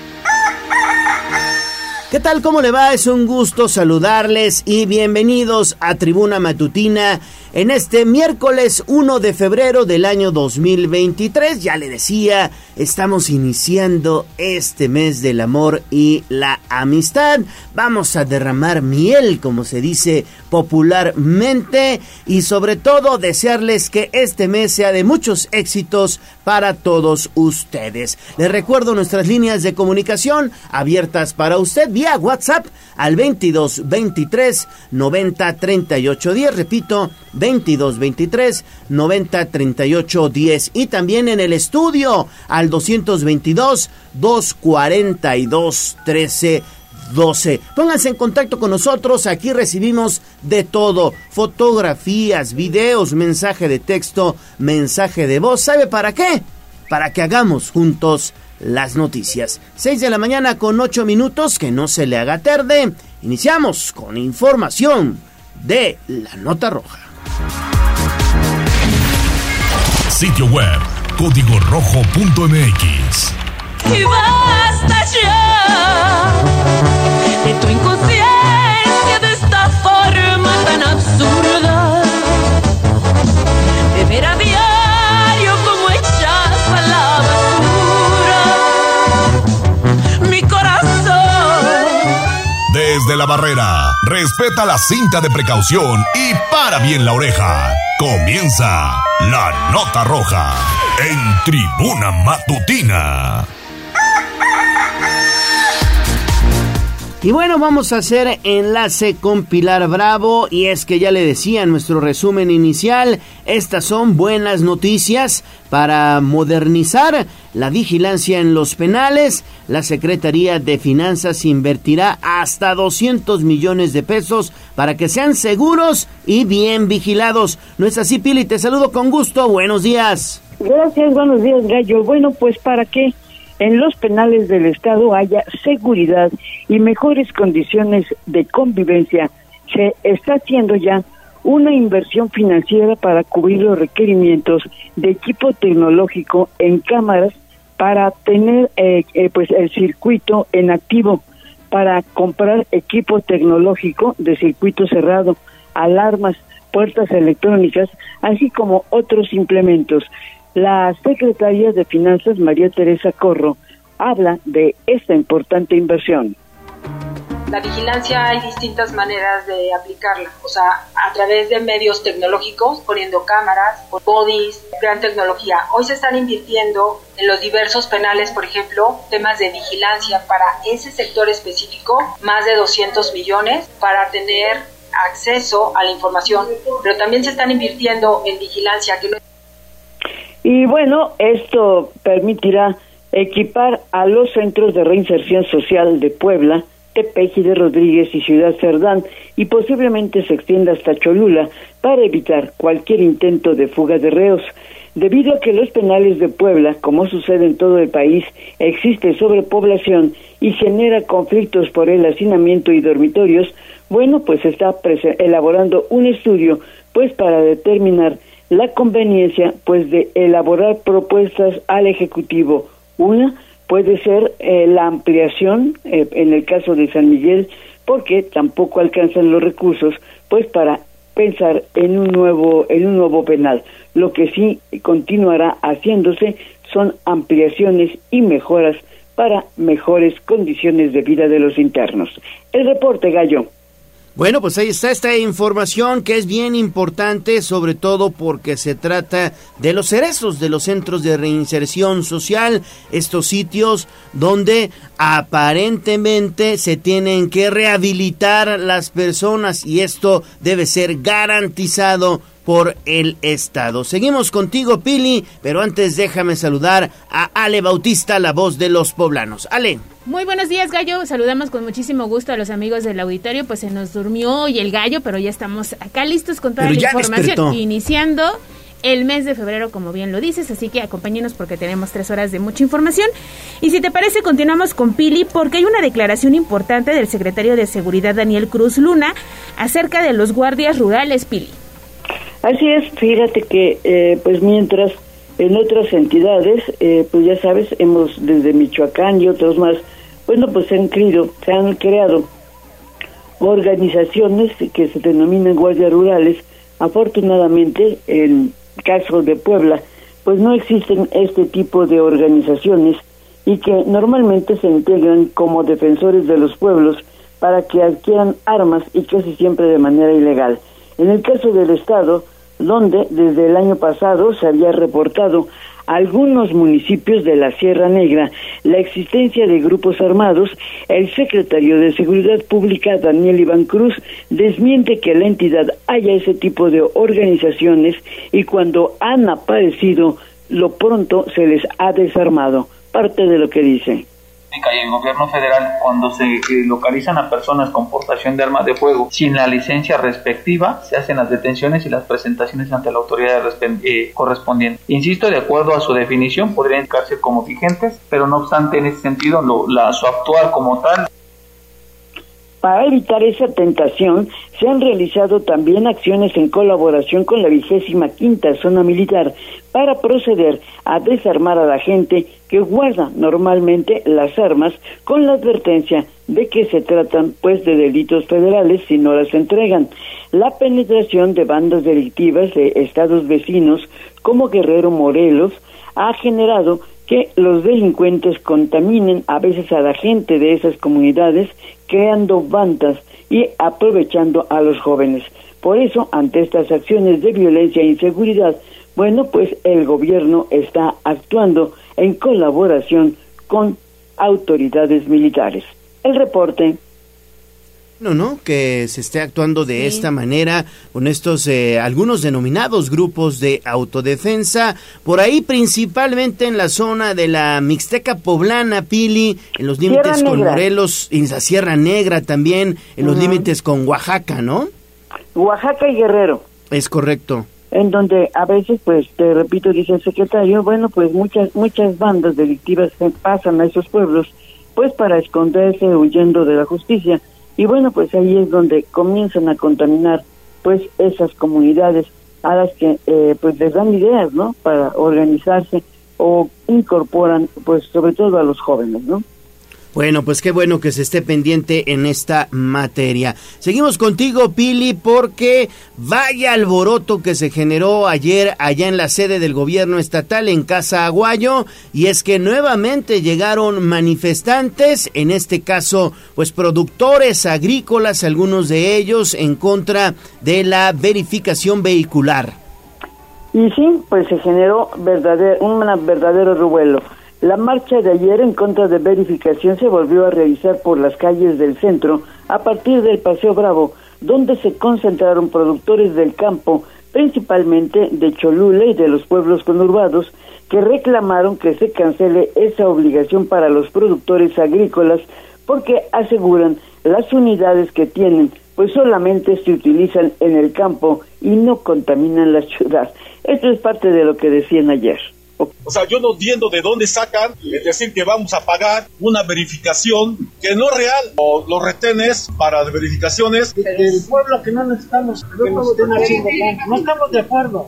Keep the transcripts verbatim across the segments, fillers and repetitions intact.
¿Qué tal? ¿Cómo le va? Es un gusto saludarles y bienvenidos a Tribuna Matutina en este miércoles uno de febrero del año dos mil veintitrés. Ya le decía, estamos iniciando este mes del amor y la amistad. Vamos a derramar miel, como se dice popularmente, y sobre todo desearles que este mes sea de muchos éxitos para todos ustedes. Les recuerdo nuestras líneas de comunicación abiertas para usted vía WhatsApp al veintidós veintitrés noventa treinta y ocho diez. Repito, veintidós veintitrés noventa treinta y ocho diez, y también en el estudio al doscientos veintidós doscientos cuarenta y dos trece doce. Pónganse en contacto con nosotros, aquí recibimos de todo: fotografías, videos, mensaje de texto, mensaje de voz. ¿Sabe para qué? Para que hagamos juntos las noticias. seis de la mañana con ocho minutos, que no se le haga tarde. Iniciamos con información de La Nota Roja. Sitio web código rojo punto m x. Y basta ya de tu inconsciencia, de esta forma tan absurda de ver a diario como echas a la basura mi corazón. Desde la barrera, respeta la cinta de precaución y para bien la oreja. Comienza La Nota Roja en Tribuna Matutina. Y bueno, vamos a hacer enlace con Pilar Bravo, y es que ya le decía en nuestro resumen inicial, estas son buenas noticias para modernizar la vigilancia en los penales. La Secretaría de Finanzas invertirá hasta doscientos millones de pesos para que sean seguros y bien vigilados. ¿No es así, Pili? Te saludo con gusto, buenos días. Gracias, buenos días, Gallo. Bueno, pues para que en los penales del Estado haya seguridad y mejores condiciones de convivencia, se está haciendo ya una inversión financiera para cubrir los requerimientos de equipo tecnológico en cámaras para tener eh, eh, pues el circuito en activo, para comprar equipo tecnológico de circuito cerrado, alarmas, puertas electrónicas, así como otros implementos. La secretaria de Finanzas, María Teresa Corro, habla de esta importante inversión. La vigilancia hay distintas maneras de aplicarla, o sea, a través de medios tecnológicos, poniendo cámaras, bodies, gran tecnología. Hoy se están invirtiendo en los diversos penales, por ejemplo, temas de vigilancia para ese sector específico, más de doscientos millones para tener acceso a la información, pero también se están invirtiendo en vigilancia que no. Y bueno, esto permitirá equipar a los centros de reinserción social de Puebla, Tepeji de Rodríguez y Ciudad Cerdán, y posiblemente se extienda hasta Cholula para evitar cualquier intento de fuga de reos. Debido a que los penales de Puebla, como sucede en todo el país, existe sobrepoblación y genera conflictos por el hacinamiento y dormitorios, bueno, pues se está elaborando un estudio pues para determinar la conveniencia pues de elaborar propuestas al Ejecutivo. Una puede ser eh, la ampliación eh, en el caso de San Miguel, porque tampoco alcanzan los recursos pues para pensar en un nuevo en un nuevo penal. Lo que sí continuará haciéndose son ampliaciones y mejoras para mejores condiciones de vida de los internos. El reporte, Gallo. Bueno, pues ahí está esta información que es bien importante, sobre todo porque se trata de los cerezos de los centros de reinserción social, estos sitios donde aparentemente se tienen que rehabilitar las personas, y esto debe ser garantizado por el Estado. Seguimos contigo, Pili, pero antes déjame saludar a Ale Bautista, la voz de los poblanos. Ale. Muy buenos días, Gallo. Saludamos con muchísimo gusto a los amigos del auditorio. Pues se nos durmió hoy el gallo, pero ya estamos acá listos con toda pero la información. Despertó. Iniciando el mes de febrero, como bien lo dices, así que acompáñenos porque tenemos tres horas de mucha información. Y si te parece, continuamos con Pili, porque hay una declaración importante del secretario de Seguridad, Daniel Cruz Luna, acerca de los guardias rurales, Pili. Así es, fíjate que eh, pues mientras en otras entidades, eh, pues ya sabes, hemos desde Michoacán y otros más bueno, pues se han creado, se han creado organizaciones que se denominan guardias rurales. Afortunadamente, en caso de Puebla, pues no existen este tipo de organizaciones y que normalmente se integran como defensores de los pueblos para que adquieran armas y casi siempre de manera ilegal. En el caso del Estado, donde desde el año pasado se había reportado a algunos municipios de la Sierra Negra la existencia de grupos armados, el secretario de Seguridad Pública, Daniel Iván Cruz, desmiente que la entidad haya ese tipo de organizaciones y cuando han aparecido, lo pronto se les ha desarmado. Parte de lo que dice. Y el gobierno federal, cuando se eh, localizan a personas con portación de armas de fuego sin la licencia respectiva, se hacen las detenciones y las presentaciones ante la autoridad eh, correspondiente. Insisto, de acuerdo a su definición, podrían indicarse como vigentes, pero no obstante, en ese sentido, lo, la, su actuar como tal. Para evitar esa tentación, se han realizado también acciones en colaboración con la vigésima quinta zona militar para proceder a desarmar a la gente que guarda normalmente las armas con la advertencia de que se tratan pues de delitos federales si no las entregan. La penetración de bandas delictivas de estados vecinos como Guerrero, Morelos ha generado que los delincuentes contaminen a veces a la gente de esas comunidades, creando bandas y aprovechando a los jóvenes. Por eso, ante estas acciones de violencia e inseguridad, bueno, pues el gobierno está actuando en colaboración con autoridades militares. El reporte. No, no, que se esté actuando de sí. esta manera con estos eh, algunos denominados grupos de autodefensa, por ahí principalmente en la zona de la Mixteca Poblana, Pili, en los límites con Morelos, en la Sierra Negra también, en los uh-huh. límites con Oaxaca, ¿no? Oaxaca y Guerrero. Es correcto. En donde a veces, pues, te repito, dice el secretario, bueno, pues muchas muchas bandas delictivas se pasan a esos pueblos, pues para esconderse huyendo de la justicia. Y bueno, pues ahí es donde comienzan a contaminar pues esas comunidades a las que eh, pues les dan ideas, ¿no? Para organizarse o incorporan pues sobre todo a los jóvenes, ¿no? Bueno, pues qué bueno que se esté pendiente en esta materia. Seguimos contigo, Pili, porque vaya alboroto que se generó ayer allá en la sede del gobierno estatal en Casa Aguayo, y es que nuevamente llegaron manifestantes, en este caso, pues productores agrícolas, algunos de ellos en contra de la verificación vehicular. Y sí, pues se generó verdadero, un verdadero revuelo. La marcha de ayer en contra de verificación se volvió a realizar por las calles del centro a partir del Paseo Bravo, donde se concentraron productores del campo, principalmente de Cholula y de los pueblos conurbados, que reclamaron que se cancele esa obligación para los productores agrícolas porque aseguran las unidades que tienen pues solamente se utilizan en el campo y no contaminan la ciudad. Esto es parte de lo que decían ayer. O sea, yo no entiendo de dónde sacan es decir que vamos a pagar una verificación que no es real, o los retenes para verificaciones del pueblo que no necesitamos, que nos estén haciendo, no estamos de acuerdo.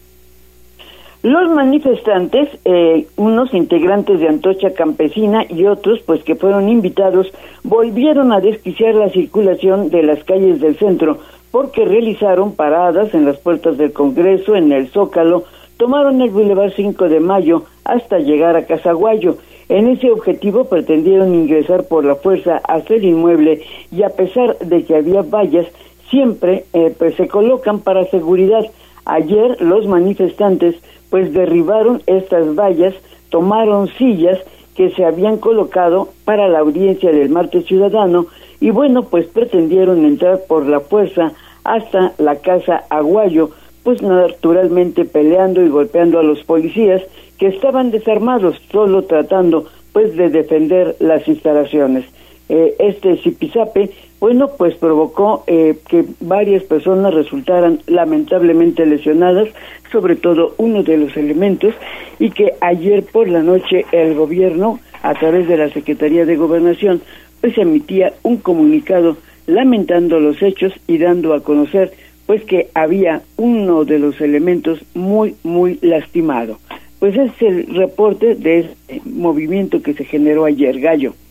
Los manifestantes, eh, unos integrantes de Antorcha Campesina y otros, pues que fueron invitados, volvieron a desquiciar la circulación de las calles del centro, porque realizaron paradas en las puertas del Congreso, en el Zócalo, tomaron el Boulevard cinco de Mayo hasta llegar a Casaguayo. En ese objetivo pretendieron ingresar por la fuerza hasta el inmueble y a pesar de que había vallas, siempre eh, pues se colocan para seguridad. Ayer los manifestantes pues derribaron estas vallas, tomaron sillas que se habían colocado para la audiencia del martes ciudadano y bueno, pues pretendieron entrar por la fuerza hasta la Casa Aguayo, pues naturalmente peleando y golpeando a los policías que estaban desarmados, solo tratando pues de defender las instalaciones. Eh, este zipizape, bueno, pues provocó eh, que varias personas resultaran lamentablemente lesionadas, sobre todo uno de los elementos, y que ayer por la noche el gobierno, a través de la Secretaría de Gobernación, pues emitía un comunicado lamentando los hechos y dando a conocer pues que había uno de los elementos muy, muy lastimado. Pues ese es el reporte de este movimiento que se generó ayer, Gallo.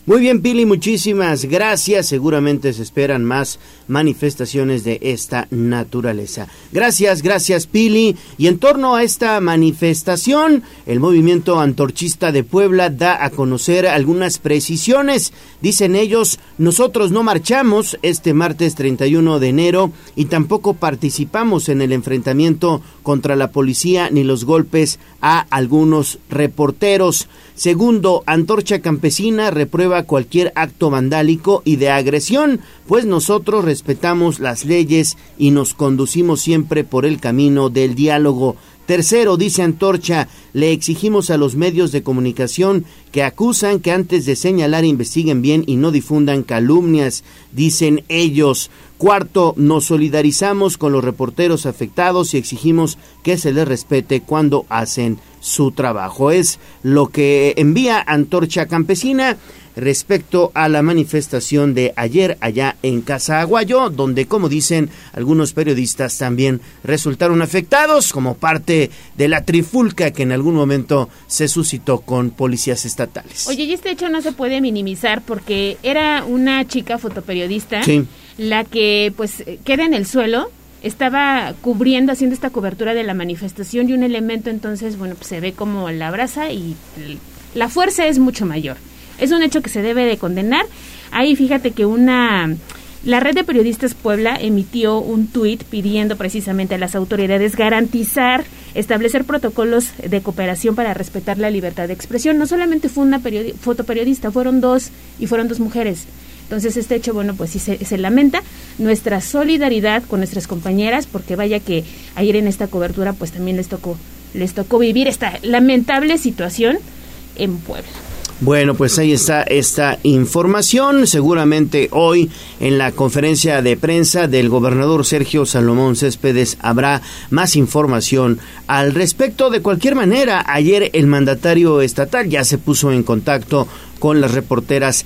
Muy bien, Pili, muchísimas gracias. Seguramente se esperan más manifestaciones de esta naturaleza. Gracias, gracias, Pili. Y en torno a esta manifestación, el movimiento antorchista de Puebla da a conocer algunas precisiones. Dicen ellos, nosotros no marchamos este martes treinta y uno de enero y tampoco participamos en el enfrentamiento contra la policía ni los golpes a algunos reporteros. Segundo, Antorcha Campesina reprueba cualquier acto vandálico y de agresión, pues nosotros respetamos las leyes y nos conducimos siempre por el camino del diálogo. Tercero, dice Antorcha, le exigimos a los medios de comunicación que acusan que antes de señalar investiguen bien y no difundan calumnias, dicen ellos. Cuarto, nos solidarizamos con los reporteros afectados y exigimos que se les respete cuando hacen su trabajo. Es lo que envía Antorcha Campesina respecto a la manifestación de ayer allá en Casa Aguayo, donde, como dicen algunos periodistas, también resultaron afectados como parte de la trifulca que en algún momento se suscitó con policías estatales. Oye, y este hecho no se puede minimizar porque era una chica fotoperiodista, sí, la que pues queda en el suelo, estaba cubriendo, haciendo esta cobertura de la manifestación y un elemento entonces, bueno, pues se ve como la abraza y la fuerza es mucho mayor. Es un hecho que se debe de condenar. Ahí fíjate que una... La Red de Periodistas Puebla emitió un tuit pidiendo precisamente a las autoridades garantizar, establecer protocolos de cooperación para respetar la libertad de expresión. No solamente fue una periodi- fotoperiodista, fueron dos y fueron dos mujeres. Entonces este hecho, bueno, pues sí se, se lamenta. Nuestra solidaridad con nuestras compañeras, porque vaya que ayer en esta cobertura pues también les tocó, les tocó vivir esta lamentable situación en Puebla. Bueno, pues ahí está esta información. Seguramente hoy en la conferencia de prensa del gobernador Sergio Salomón Céspedes habrá más información al respecto. De cualquier manera, ayer el mandatario estatal ya se puso en contacto con las reporteras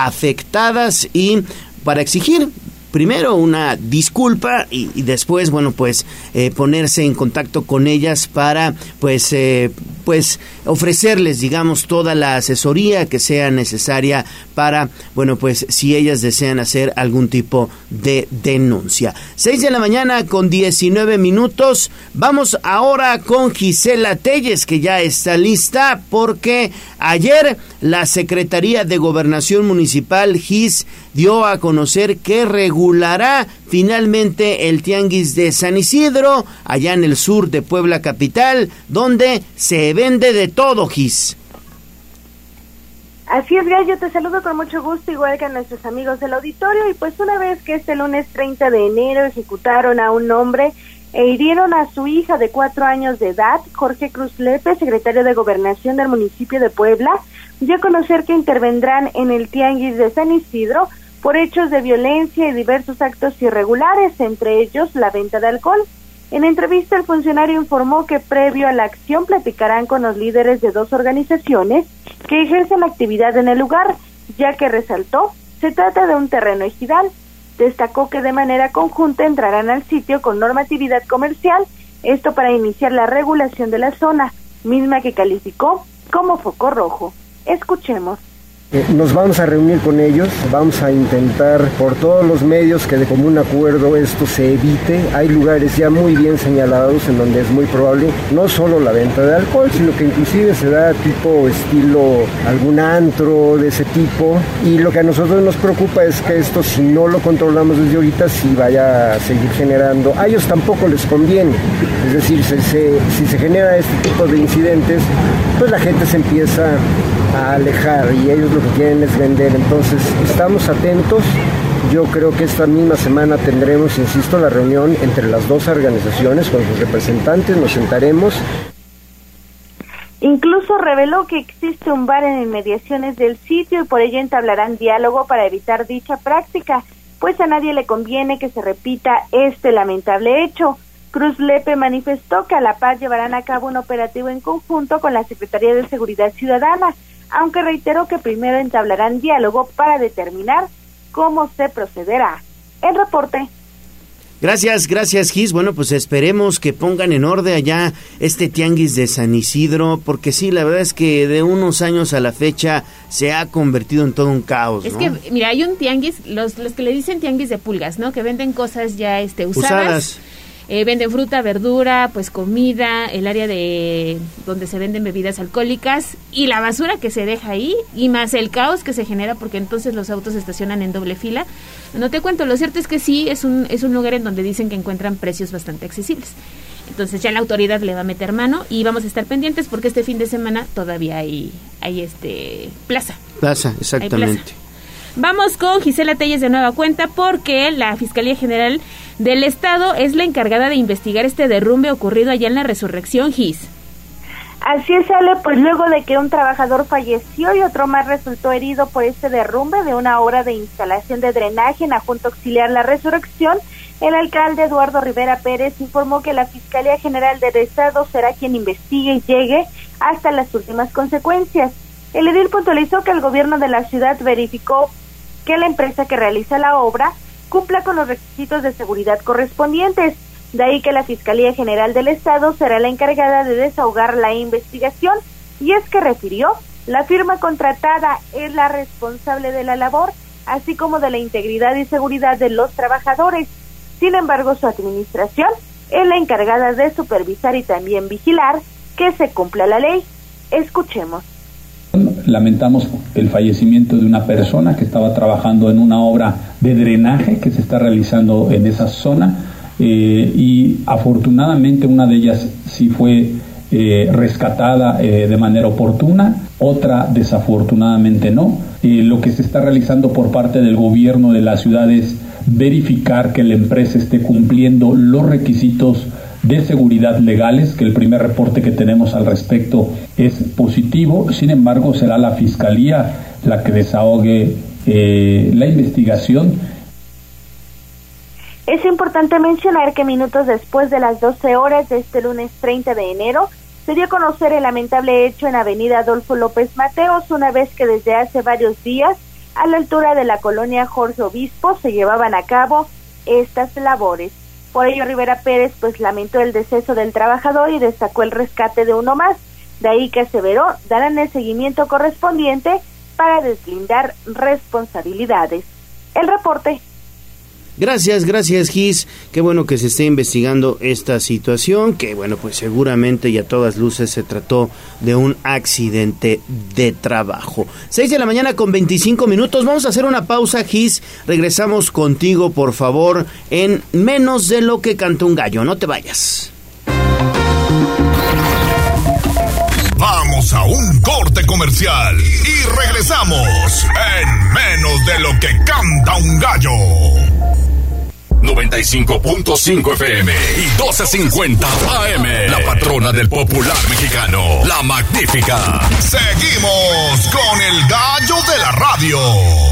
afectadas y para exigir primero una disculpa y, y después, bueno, pues eh, ponerse en contacto con ellas para, pues, eh, pues ofrecerles, digamos, toda la asesoría que sea necesaria para, bueno, pues si ellas desean hacer algún tipo de denuncia. Seis de la mañana con diecinueve minutos. Vamos ahora con Gisela Telles, que ya está lista porque ayer la Secretaría de Gobernación Municipal, G I S, dio a conocer que regulará finalmente el Tianguis de San Isidro, allá en el sur de Puebla capital, donde se vende de todo, Gis. Así es, Gallo, te saludo con mucho gusto, igual que a nuestros amigos del auditorio, y pues una vez que este lunes treinta de enero ejecutaron a un hombre e hirieron a su hija de cuatro años de edad, Jorge Cruz Lepe, secretario de Gobernación del municipio de Puebla, dio a conocer que intervendrán en el Tianguis de San Isidro por hechos de violencia y diversos actos irregulares, entre ellos la venta de alcohol. En entrevista, el funcionario informó que previo a la acción platicarán con los líderes de dos organizaciones que ejercen actividad en el lugar, ya que resaltó, se trata de un terreno ejidal. Destacó que de manera conjunta entrarán al sitio con normatividad comercial, esto para iniciar la regulación de la zona, misma que calificó como foco rojo. Escuchemos. Eh, nos vamos a reunir con ellos, vamos a intentar por todos los medios que de común acuerdo esto se evite. Hay lugares ya muy bien señalados en donde es muy probable no solo la venta de alcohol, sino que inclusive se da tipo estilo algún antro de ese tipo, y lo que a nosotros nos preocupa es que esto, si no lo controlamos desde ahorita, sí vaya a seguir generando. A ellos tampoco les conviene, es decir, se, se, si se genera este tipo de incidentes, pues la gente se empieza a alejar y ellos lo que quieren es vender. Entonces estamos atentos. Yo creo que esta misma semana tendremos, insisto, la reunión entre las dos organizaciones con sus representantes, nos sentaremos. Incluso reveló que existe un bar en inmediaciones del sitio y por ello entablarán diálogo para evitar dicha práctica, pues a nadie le conviene que se repita este lamentable hecho. Cruz Lepe manifestó que a la par llevarán a cabo un operativo en conjunto con la Secretaría de Seguridad Ciudadana, aunque reiteró que primero entablarán diálogo para determinar cómo se procederá. El reporte. Gracias, gracias, Gis. Bueno, pues esperemos que pongan en orden allá este tianguis de San Isidro, porque sí, la verdad es que de unos años a la fecha se ha convertido en todo un caos, Es ¿no? que, mira, hay un tianguis, los, los que le dicen tianguis de pulgas, ¿no? Que venden cosas ya este, usadas. Usadas. Eh, venden fruta, verdura, pues comida, el área de donde se venden bebidas alcohólicas y la basura que se deja ahí y más el caos que se genera porque entonces los autos estacionan en doble fila. No te cuento, lo cierto es que sí, es un, es un lugar en donde dicen que encuentran precios bastante accesibles. Entonces ya la autoridad le va a meter mano y vamos a estar pendientes porque este fin de semana todavía hay, hay este plaza. Plaza, exactamente. Hay plaza. Vamos con Gisela Telles de nueva cuenta porque la Fiscalía General del Estado es la encargada de investigar este derrumbe ocurrido allá en la Resurrección, Gis. Así es, Ale, pues luego de que un trabajador falleció y otro más resultó herido por este derrumbe de una obra de instalación de drenaje en la Junta Auxiliar La Resurrección, el alcalde Eduardo Rivera Pérez informó que la Fiscalía General del Estado será quien investigue y llegue hasta las últimas consecuencias. El edil puntualizó que el gobierno de la ciudad verificó que la empresa que realiza la obra cumpla con los requisitos de seguridad correspondientes. De ahí que la Fiscalía General del Estado será la encargada de desahogar la investigación, y es que refirió, la firma contratada es la responsable de la labor, así como de la integridad y seguridad de los trabajadores. Sin embargo, su administración es la encargada de supervisar y también vigilar que se cumpla la ley. Escuchemos. Lamentamos el fallecimiento de una persona que estaba trabajando en una obra de drenaje que se está realizando en esa zona eh, y afortunadamente una de ellas sí fue eh, rescatada eh, de manera oportuna, otra desafortunadamente no. Eh, lo que se está realizando por parte del gobierno de la ciudad es verificar que la empresa esté cumpliendo los requisitos de seguridad legales, que el primer reporte que tenemos al respecto es positivo. Sin embargo, será la Fiscalía la que desahogue eh, la investigación. Es importante mencionar que minutos después de las doce horas de este lunes treinta de enero, se dio a conocer el lamentable hecho en Avenida Adolfo López Mateos, una vez que desde hace varios días, a la altura de la colonia Jorge Obispo, se llevaban a cabo estas labores. Por ello, Rivera Pérez pues lamentó el deceso del trabajador y destacó el rescate de uno más. De ahí que aseveró darán el seguimiento correspondiente para deslindar responsabilidades. El reporte. Gracias, gracias, Gis. Qué bueno que se esté investigando esta situación, que bueno, pues seguramente y a todas luces se trató de un accidente de trabajo. seis de la mañana con veinticinco minutos. Vamos a hacer una pausa, Gis. Regresamos contigo, por favor, en Menos de lo que canta un gallo. No te vayas. Vamos a un corte comercial y regresamos en Menos de lo que canta un gallo. noventa y cinco punto cinco F M y doce cincuenta A M. La patrona del popular mexicano, la magnífica. Seguimos con el gallo de la radio.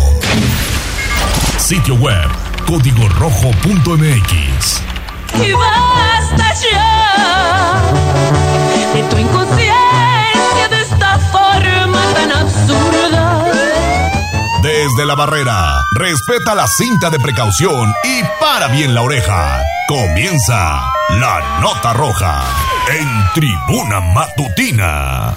Sitio web, código rojo punto m x. Y basta ya de tu inconsciencia, de esta forma tan absurda. Desde la barrera, respeta la cinta de precaución y para bien la oreja. Comienza la nota roja en Tribuna Matutina.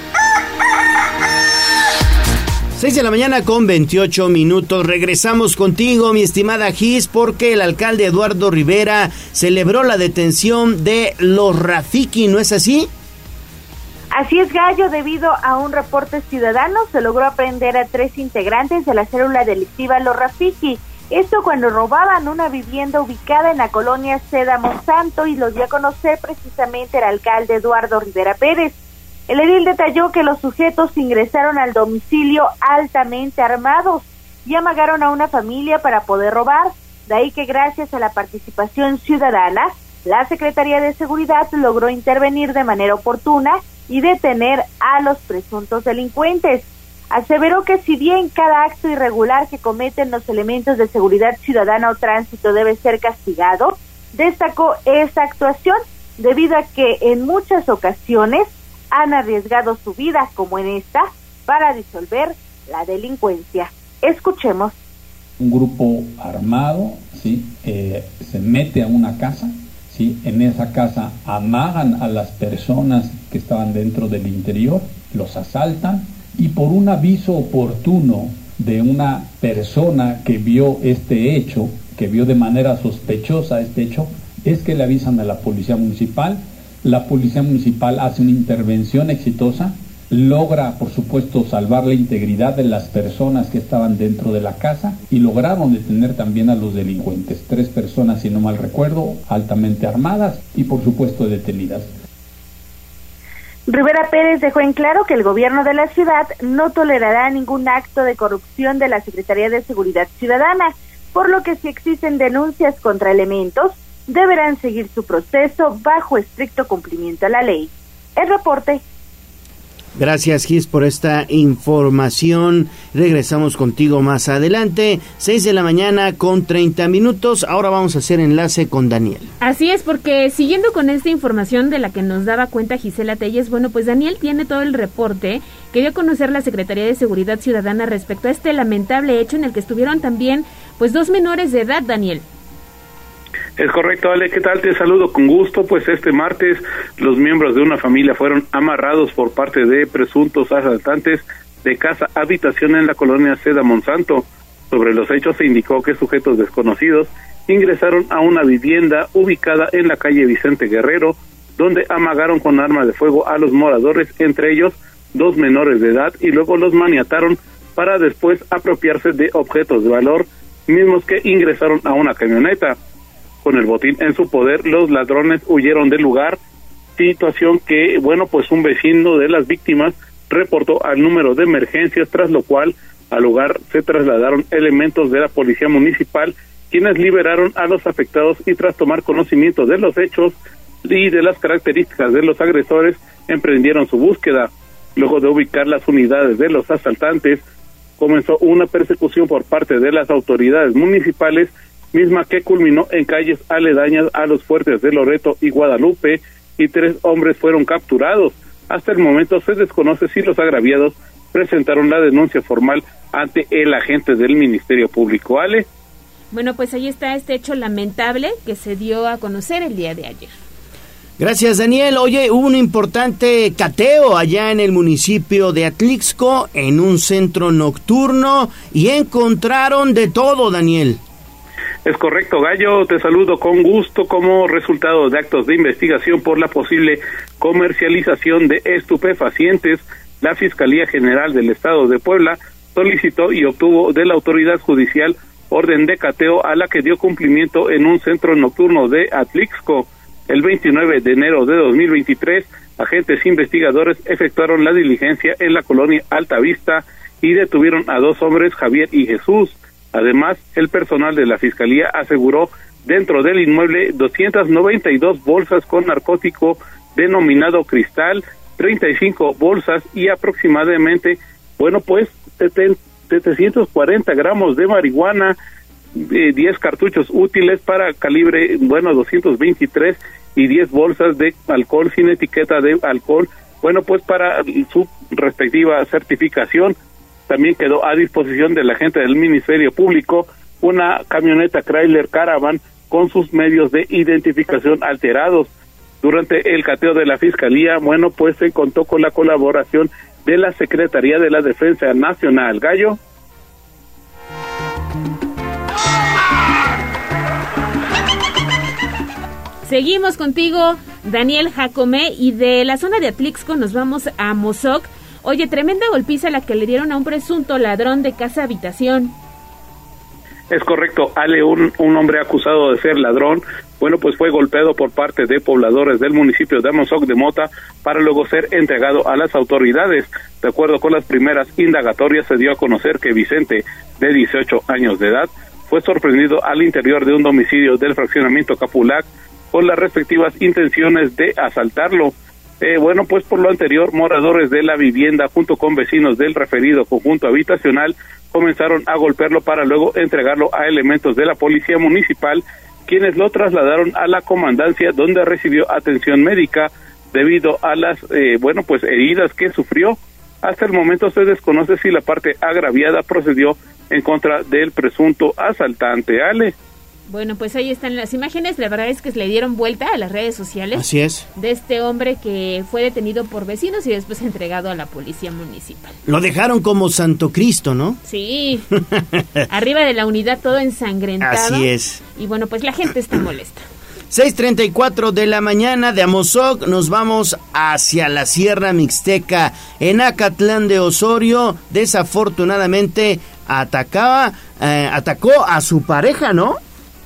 seis de la mañana con veintiocho minutos. Regresamos contigo, mi estimada Gis, porque el alcalde Eduardo Rivera celebró la detención de los Rafiki, ¿no es así? Así es, Gallo. Debido a un reporte ciudadano, se logró aprehender a tres integrantes de la célula delictiva Los Rafiki. Esto cuando robaban una vivienda ubicada en la colonia Seda Monsanto, y lo dio a conocer precisamente el alcalde Eduardo Rivera Pérez. El edil detalló que los sujetos ingresaron al domicilio altamente armados y amagaron a una familia para poder robar. De ahí que gracias a la participación ciudadana, la Secretaría de Seguridad logró intervenir de manera oportuna y detener a los presuntos delincuentes. Aseveró que si bien cada acto irregular que cometen los elementos de seguridad ciudadana o tránsito debe ser castigado, destacó esta actuación debido a que en muchas ocasiones han arriesgado su vida, como en esta, para disolver la delincuencia. Escuchemos. Un grupo armado, ¿sí? eh, se mete a una casa, ¿sí? En esa casa amagan a las personas que estaban dentro del interior, los asaltan, y por un aviso oportuno de una persona que vio este hecho, que vio de manera sospechosa este hecho, es que le avisan a la policía municipal. La policía municipal hace una intervención exitosa, logra, por supuesto, salvar la integridad de las personas que estaban dentro de la casa y lograron detener también a los delincuentes. Tres personas, si no mal recuerdo, altamente armadas y, por supuesto, detenidas. Rivera Pérez dejó en claro que el gobierno de la ciudad no tolerará ningún acto de corrupción de la Secretaría de Seguridad Ciudadana, por lo que si existen denuncias contra elementos, deberán seguir su proceso bajo estricto cumplimiento a la ley. El reporte. Gracias, Gis, por esta información. Regresamos contigo más adelante, seis de la mañana con treinta minutos. Ahora vamos a hacer enlace con Daniel. Así es, porque siguiendo con esta información de la que nos daba cuenta Gisela Telles, bueno, pues Daniel tiene todo el reporte que dio a conocer la Secretaría de Seguridad Ciudadana respecto a este lamentable hecho en el que estuvieron también, pues, dos menores de edad, Daniel. Es correcto, Ale, ¿qué tal? Te saludo con gusto. Pues este martes los miembros de una familia fueron amarrados por parte de presuntos asaltantes de casa habitación en la colonia Seda Monsanto. Sobre los hechos se indicó que sujetos desconocidos ingresaron a una vivienda ubicada en la calle Vicente Guerrero, donde amagaron con arma de fuego a los moradores, entre ellos dos menores de edad, y luego los maniataron para después apropiarse de objetos de valor, mismos que ingresaron a una camioneta. Con el botín en su poder, los ladrones huyeron del lugar, situación que, bueno, pues un vecino de las víctimas reportó al número de emergencias, tras lo cual al lugar se trasladaron elementos de la policía municipal, quienes liberaron a los afectados y tras tomar conocimiento de los hechos y de las características de los agresores, emprendieron su búsqueda. Luego de ubicar las unidades de los asaltantes, comenzó una persecución por parte de las autoridades municipales, misma que culminó en calles aledañas a los fuertes de Loreto y Guadalupe, y tres hombres fueron capturados. Hasta el momento se desconoce si los agraviados presentaron la denuncia formal ante el agente del Ministerio Público. Ale. Bueno, pues ahí está este hecho lamentable que se dio a conocer el día de ayer. Gracias, Daniel. Oye, hubo un importante cateo allá en el municipio de Atlixco, en un centro nocturno, y encontraron de todo, Daniel. Es correcto, Gallo, te saludo con gusto. Como resultado de actos de investigación por la posible comercialización de estupefacientes, la Fiscalía General del Estado de Puebla solicitó y obtuvo de la autoridad judicial orden de cateo, a la que dio cumplimiento en un centro nocturno de Atlixco. El veintinueve de enero de dos mil veintitrés, agentes investigadores efectuaron la diligencia en la colonia Altavista y detuvieron a dos hombres, Javier y Jesús. Además, el personal de la Fiscalía aseguró dentro del inmueble doscientas noventa y dos bolsas con narcótico denominado cristal, treinta y cinco bolsas y aproximadamente, bueno, pues setecientos cuarenta gramos de marihuana, eh, diez cartuchos útiles para calibre, bueno, doscientos veintitrés, y diez bolsas de alcohol sin etiqueta de alcohol, bueno, pues para su respectiva certificación. También quedó a disposición del agente del Ministerio Público una camioneta Chrysler Caravan con sus medios de identificación alterados. Durante el cateo de la Fiscalía, bueno, pues se contó con la colaboración de la Secretaría de la Defensa Nacional. Gallo. Seguimos contigo, Daniel Jacome, y de la zona de Atlixco nos vamos a Mozoc. Oye, tremenda golpiza la que le dieron a un presunto ladrón de casa habitación. Es correcto, Ale, un, un hombre acusado de ser ladrón, bueno, pues fue golpeado por parte de pobladores del municipio de Amozoc de Mota para luego ser entregado a las autoridades. De acuerdo con las primeras indagatorias, se dio a conocer que Vicente, de dieciocho años de edad, fue sorprendido al interior de un domicilio del fraccionamiento Capulac con las respectivas intenciones de asaltarlo. Eh, bueno, pues por lo anterior, moradores de la vivienda junto con vecinos del referido conjunto habitacional comenzaron a golpearlo para luego entregarlo a elementos de la policía municipal, quienes lo trasladaron a la comandancia, donde recibió atención médica debido a las, eh, bueno, pues heridas que sufrió. Hasta el momento se desconoce si la parte agraviada procedió en contra del presunto asaltante. Ale. Bueno, pues ahí están las imágenes. La verdad es que le dieron vuelta a las redes sociales. Así es. De este hombre que fue detenido por vecinos y después entregado a la policía municipal. Lo dejaron como Santo Cristo, ¿no? Sí. Arriba de la unidad todo ensangrentado. Así es. Y bueno, pues la gente está molesta. seis treinta y cuatro de la mañana de Amozoc, nos vamos hacia la Sierra Mixteca. En Acatlán de Osorio, desafortunadamente atacaba, eh, atacó a su pareja, ¿no?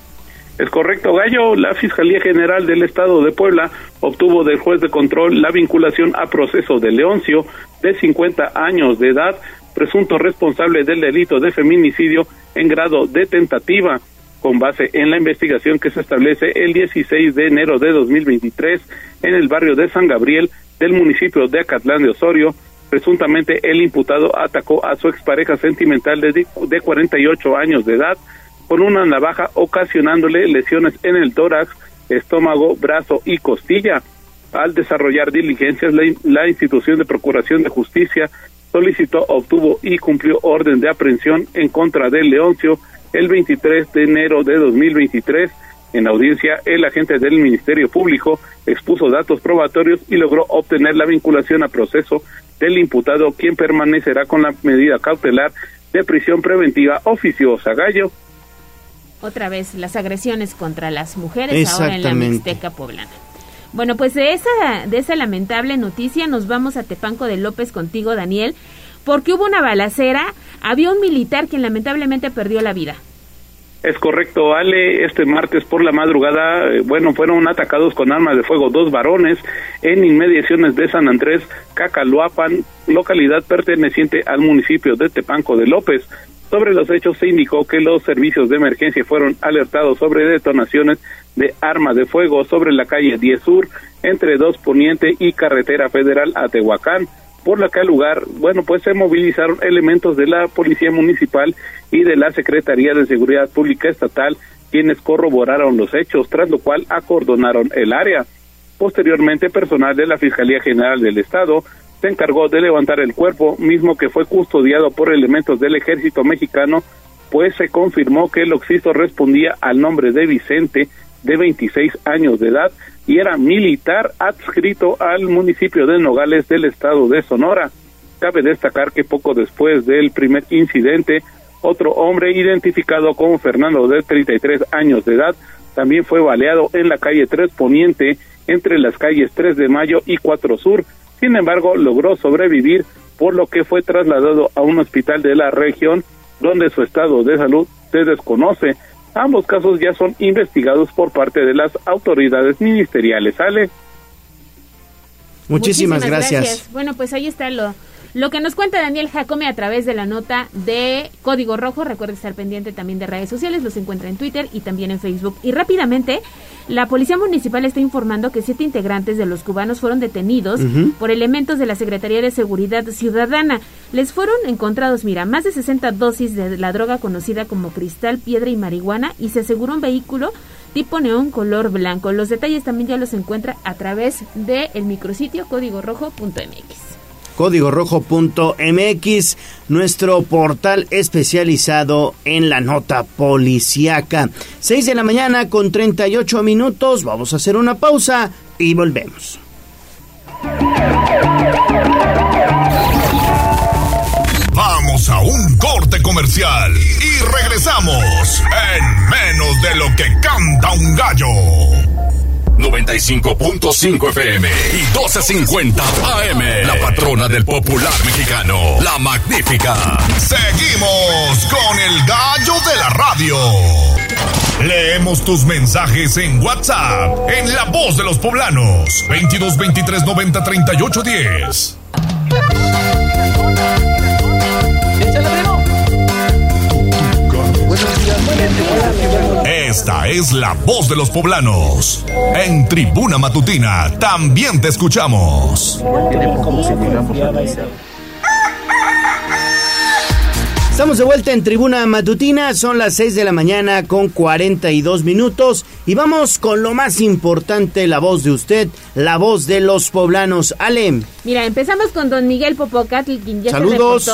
Es correcto, Gallo. La Fiscalía General del Estado de Puebla obtuvo del juez de control la vinculación a proceso de Leoncio, de cincuenta años de edad, presunto responsable del delito de feminicidio en grado de tentativa, con base en la investigación que se establece el dieciséis de enero de dos mil veintitrés en el barrio de San Gabriel del municipio de Acatlán de Osorio. Presuntamente el imputado atacó a su expareja sentimental de, de cuarenta y ocho años de edad con una navaja, ocasionándole lesiones en el tórax, estómago, brazo y costilla. Al desarrollar diligencias, la, la institución de Procuración de Justicia solicitó, obtuvo y cumplió orden de aprehensión en contra de Leoncio el veintitrés de enero de dos mil veintitrés. En audiencia, el agente del Ministerio Público expuso datos probatorios y logró obtener la vinculación a proceso del imputado, quien permanecerá con la medida cautelar de prisión preventiva oficiosa. Gallo. Otra vez las agresiones contra las mujeres ahora en la Mixteca poblana. Bueno, pues de esa de esa lamentable noticia nos vamos a Tepanco de López contigo, Daniel, porque hubo una balacera, había un militar quien lamentablemente perdió la vida. Es correcto, Ale. Este martes por la madrugada, eh, bueno, fueron atacados con armas de fuego dos varones en inmediaciones de San Andrés, Cacaloapan, localidad perteneciente al municipio de Tepanco de López. Sobre los hechos se indicó que los servicios de emergencia fueron alertados sobre detonaciones de armas de fuego sobre la calle diez Sur, entre dos Poniente y Carretera Federal a Tehuacán, por la que al lugar, bueno, pues se movilizaron elementos de la Policía Municipal y de la Secretaría de Seguridad Pública Estatal, quienes corroboraron los hechos, tras lo cual acordonaron el área. Posteriormente, personal de la Fiscalía General del Estado se encargó de levantar el cuerpo, mismo que fue custodiado por elementos del Ejército Mexicano, pues se confirmó que el occiso respondía al nombre de Vicente, de veintiséis años de edad, y era militar adscrito al municipio de Nogales del estado de Sonora. Cabe destacar que poco después del primer incidente, otro hombre identificado como Fernando, de treinta y tres años de edad, también fue baleado en la calle tres Poniente, entre las calles tres de Mayo y cuatro Sur. Sin embargo, logró sobrevivir, por lo que fue trasladado a un hospital de la región, donde su estado de salud se desconoce. Ambos casos ya son investigados por parte de las autoridades ministeriales. Ale. Muchísimas, Muchísimas gracias. gracias. Bueno, pues ahí está lo, lo que nos cuenta Daniel Jacome a través de la nota de Código Rojo. Recuerde estar pendiente también de redes sociales, los encuentra en Twitter y también en Facebook. Y rápidamente, la Policía Municipal está informando que siete integrantes de los cubanos fueron detenidos uh-huh. por elementos de la Secretaría de Seguridad Ciudadana. Les fueron encontrados, mira, más de sesenta dosis de la droga conocida como cristal, piedra y marihuana, y se aseguró un vehículo tipo neón color blanco. Los detalles también ya los encuentra a través del micrositio código rojo punto m x. código rojo punto m x, nuestro portal especializado en la nota policíaca. seis de la mañana con treinta y ocho minutos, vamos a hacer una pausa y volvemos. Vamos a un corte comercial y regresamos en menos de lo que canta un gallo. noventa y cinco punto cinco F M y doce cincuenta A M. La patrona del popular mexicano, la magnífica. Seguimos con el gallo de la radio. Leemos tus mensajes en WhatsApp, en La Voz de los Poblanos, veintidós veintitrés noventa treinta y ocho diez. Esta es La Voz de los Poblanos. En Tribuna Matutina también te escuchamos. Estamos de vuelta en Tribuna Matutina, son las seis de la mañana con cuarenta y dos minutos y vamos con lo más importante, la voz de usted, la voz de los poblanos. Ale. Mira, empezamos con don Miguel Popocatl, quien ya Saludos. se reportó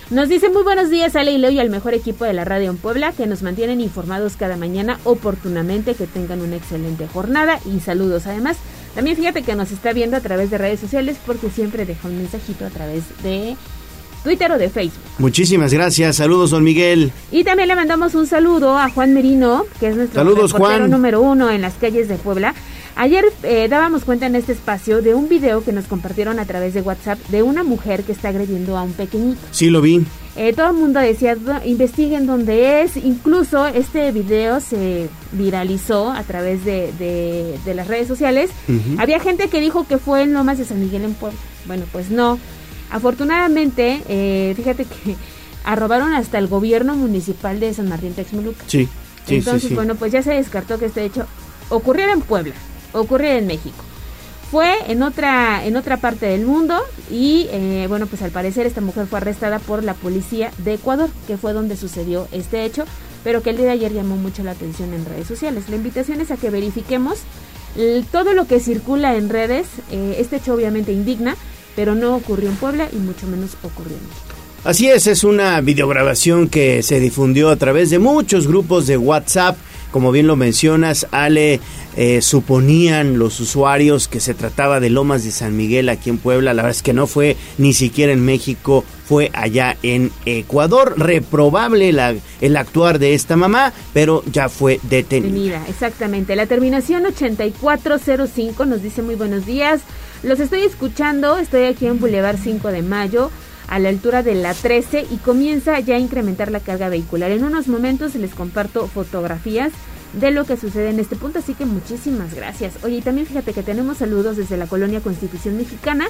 Nos dice muy buenos días, Ale y Leo, y al mejor equipo de la radio en Puebla, que nos mantienen informados cada mañana oportunamente, que tengan una excelente jornada y saludos. Además, también fíjate que nos está viendo a través de redes sociales porque siempre deja un mensajito a través de Twitter o de Facebook. Muchísimas gracias, saludos don Miguel. Y también le mandamos un saludo a Juan Merino, que es nuestro saludos, reportero Juan. número uno en las calles de Puebla. Ayer eh, dábamos cuenta en este espacio de un video que nos compartieron a través de WhatsApp de una mujer que está agrediendo a un pequeñito. Sí, lo vi. Eh, todo el mundo decía, investiguen dónde es. Incluso este video se viralizó a través de, de, de las redes sociales. Uh-huh. Había gente que dijo que fue en Lomas de San Miguel en Puebla. Bueno, pues no. Afortunadamente, eh, fíjate que arrobaron hasta el gobierno municipal de San Martín Texmelucan. Sí, sí, Entonces, sí, sí. bueno, pues ya se descartó que este hecho ocurriera en Puebla, ocurriera en México. Fue en otra en otra parte del mundo y, eh, bueno, pues al parecer esta mujer fue arrestada por la policía de Ecuador, que fue donde sucedió este hecho, pero que el día de ayer llamó mucho la atención en redes sociales. La invitación es a que verifiquemos el, todo lo que circula en redes. Eh, este hecho obviamente indigna, pero no ocurrió en Puebla y mucho menos ocurrió en México. Así es, es una videograbación que se difundió a través de muchos grupos de WhatsApp. Como bien lo mencionas, Ale, eh, suponían los usuarios que se trataba de Lomas de San Miguel aquí en Puebla. La verdad es que no fue ni siquiera en México, fue allá en Ecuador. Reprobable la, el actuar de esta mamá, pero ya fue detenida. Detenida, exactamente. La terminación ochenta y cuatro cero cinco nos dice muy buenos días. Los estoy escuchando, estoy aquí en Boulevard cinco de Mayo, a la altura de la trece, y comienza ya a incrementar la carga vehicular. En unos momentos les comparto fotografías de lo que sucede en este punto, así que muchísimas gracias. Oye, y también fíjate que tenemos saludos desde la colonia Constitución Mexicana,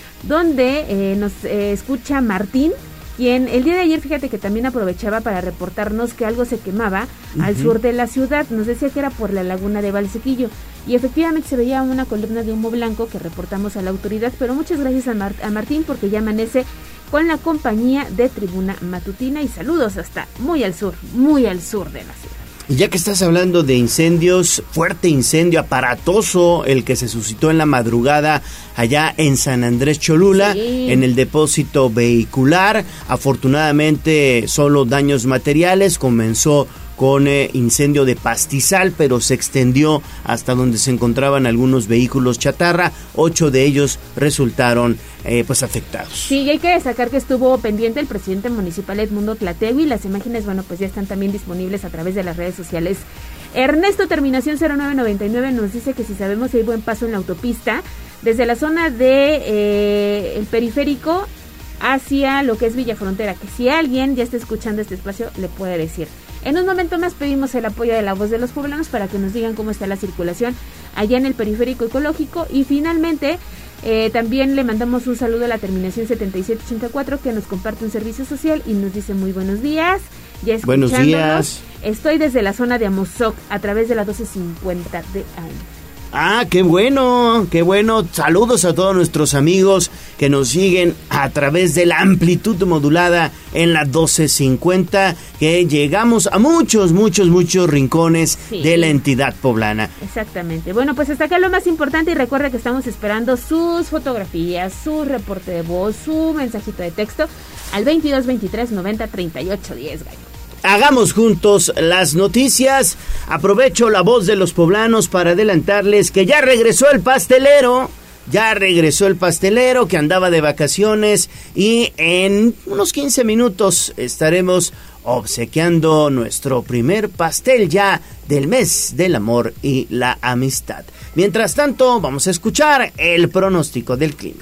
donde eh, nos eh, escucha Martín, quien el día de ayer, fíjate que también aprovechaba para reportarnos que algo se quemaba uh-huh. al sur de la ciudad. Nos decía que era por la laguna de Valsequillo, y efectivamente se veía una columna de humo blanco que reportamos a la autoridad, pero muchas gracias a, Mar- a Martín, porque ya amanece con la compañía de Tribuna Matutina, y saludos hasta muy al sur, muy al sur de la ciudad. Y ya que estás hablando de incendios, fuerte incendio aparatoso el que se suscitó en la madrugada allá en San Andrés Cholula, sí. en el depósito vehicular. Afortunadamente solo daños materiales, comenzó con eh, incendio de pastizal, pero se extendió hasta donde se encontraban algunos vehículos chatarra. Ocho de ellos resultaron eh, pues afectados. Sí, y hay que destacar que estuvo pendiente el presidente municipal Edmundo Tlategui. Las imágenes, bueno, pues ya están también disponibles a través de las redes sociales. Ernesto, terminación cero nueve noventa y nueve, nos dice que si sabemos si hay buen paso en la autopista desde la zona de eh, el periférico hacia lo que es Villa Frontera, que si alguien ya está escuchando este espacio le puede decir. En un momento más pedimos el apoyo de la voz de los poblanos para que nos digan cómo está la circulación allá en el periférico ecológico. Y finalmente eh, también le mandamos un saludo a la terminación setenta y siete ochenta y cuatro, que nos comparte un servicio social y nos dice muy buenos días. Ya escuchándonos. Buenos días. Estoy desde la zona de Amozoc a través de la doce cincuenta de A M. Ah, qué bueno, qué bueno. Saludos a todos nuestros amigos que nos siguen a través de la amplitud modulada en la doce cincuenta, que llegamos a muchos, muchos, muchos rincones sí. de la entidad poblana. Exactamente. Bueno, pues hasta acá lo más importante, y recuerda que estamos esperando sus fotografías, su reporte de voz, su mensajito de texto al veintidós veintitrés noventa treinta y ocho diez, gallo. Hagamos juntos las noticias. Aprovecho la voz de los poblanos para adelantarles que ya regresó el pastelero. Ya regresó el pastelero que andaba de vacaciones, y en unos quince minutos estaremos obsequiando nuestro primer pastel ya del mes del amor y la amistad. Mientras tanto, vamos a escuchar el pronóstico del clima.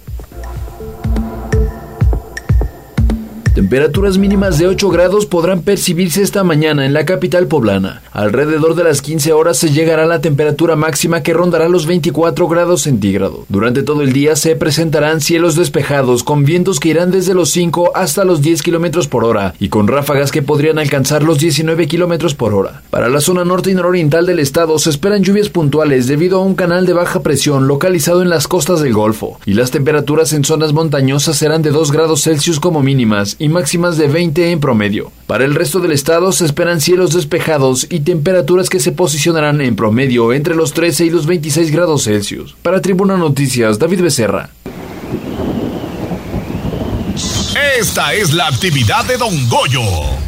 Temperaturas mínimas de ocho grados podrán percibirse esta mañana en la capital poblana. Alrededor de las quince horas se llegará la temperatura máxima, que rondará los veinticuatro grados centígrados. Durante todo el día se presentarán cielos despejados con vientos que irán desde los cinco hasta los diez kilómetros por hora y con ráfagas que podrían alcanzar los diecinueve kilómetros por hora. Para la zona norte y nororiental del estado se esperan lluvias puntuales debido a un canal de baja presión localizado en las costas del Golfo, y las temperaturas en zonas montañosas serán de dos grados Celsius como mínimas y máximas de veinte en promedio. Para el resto del estado se esperan cielos despejados y temperaturas que se posicionarán en promedio entre los trece y los veintiséis grados Celsius. Para Tribuna Noticias, David Becerra. Esta es la actividad de Don Goyo.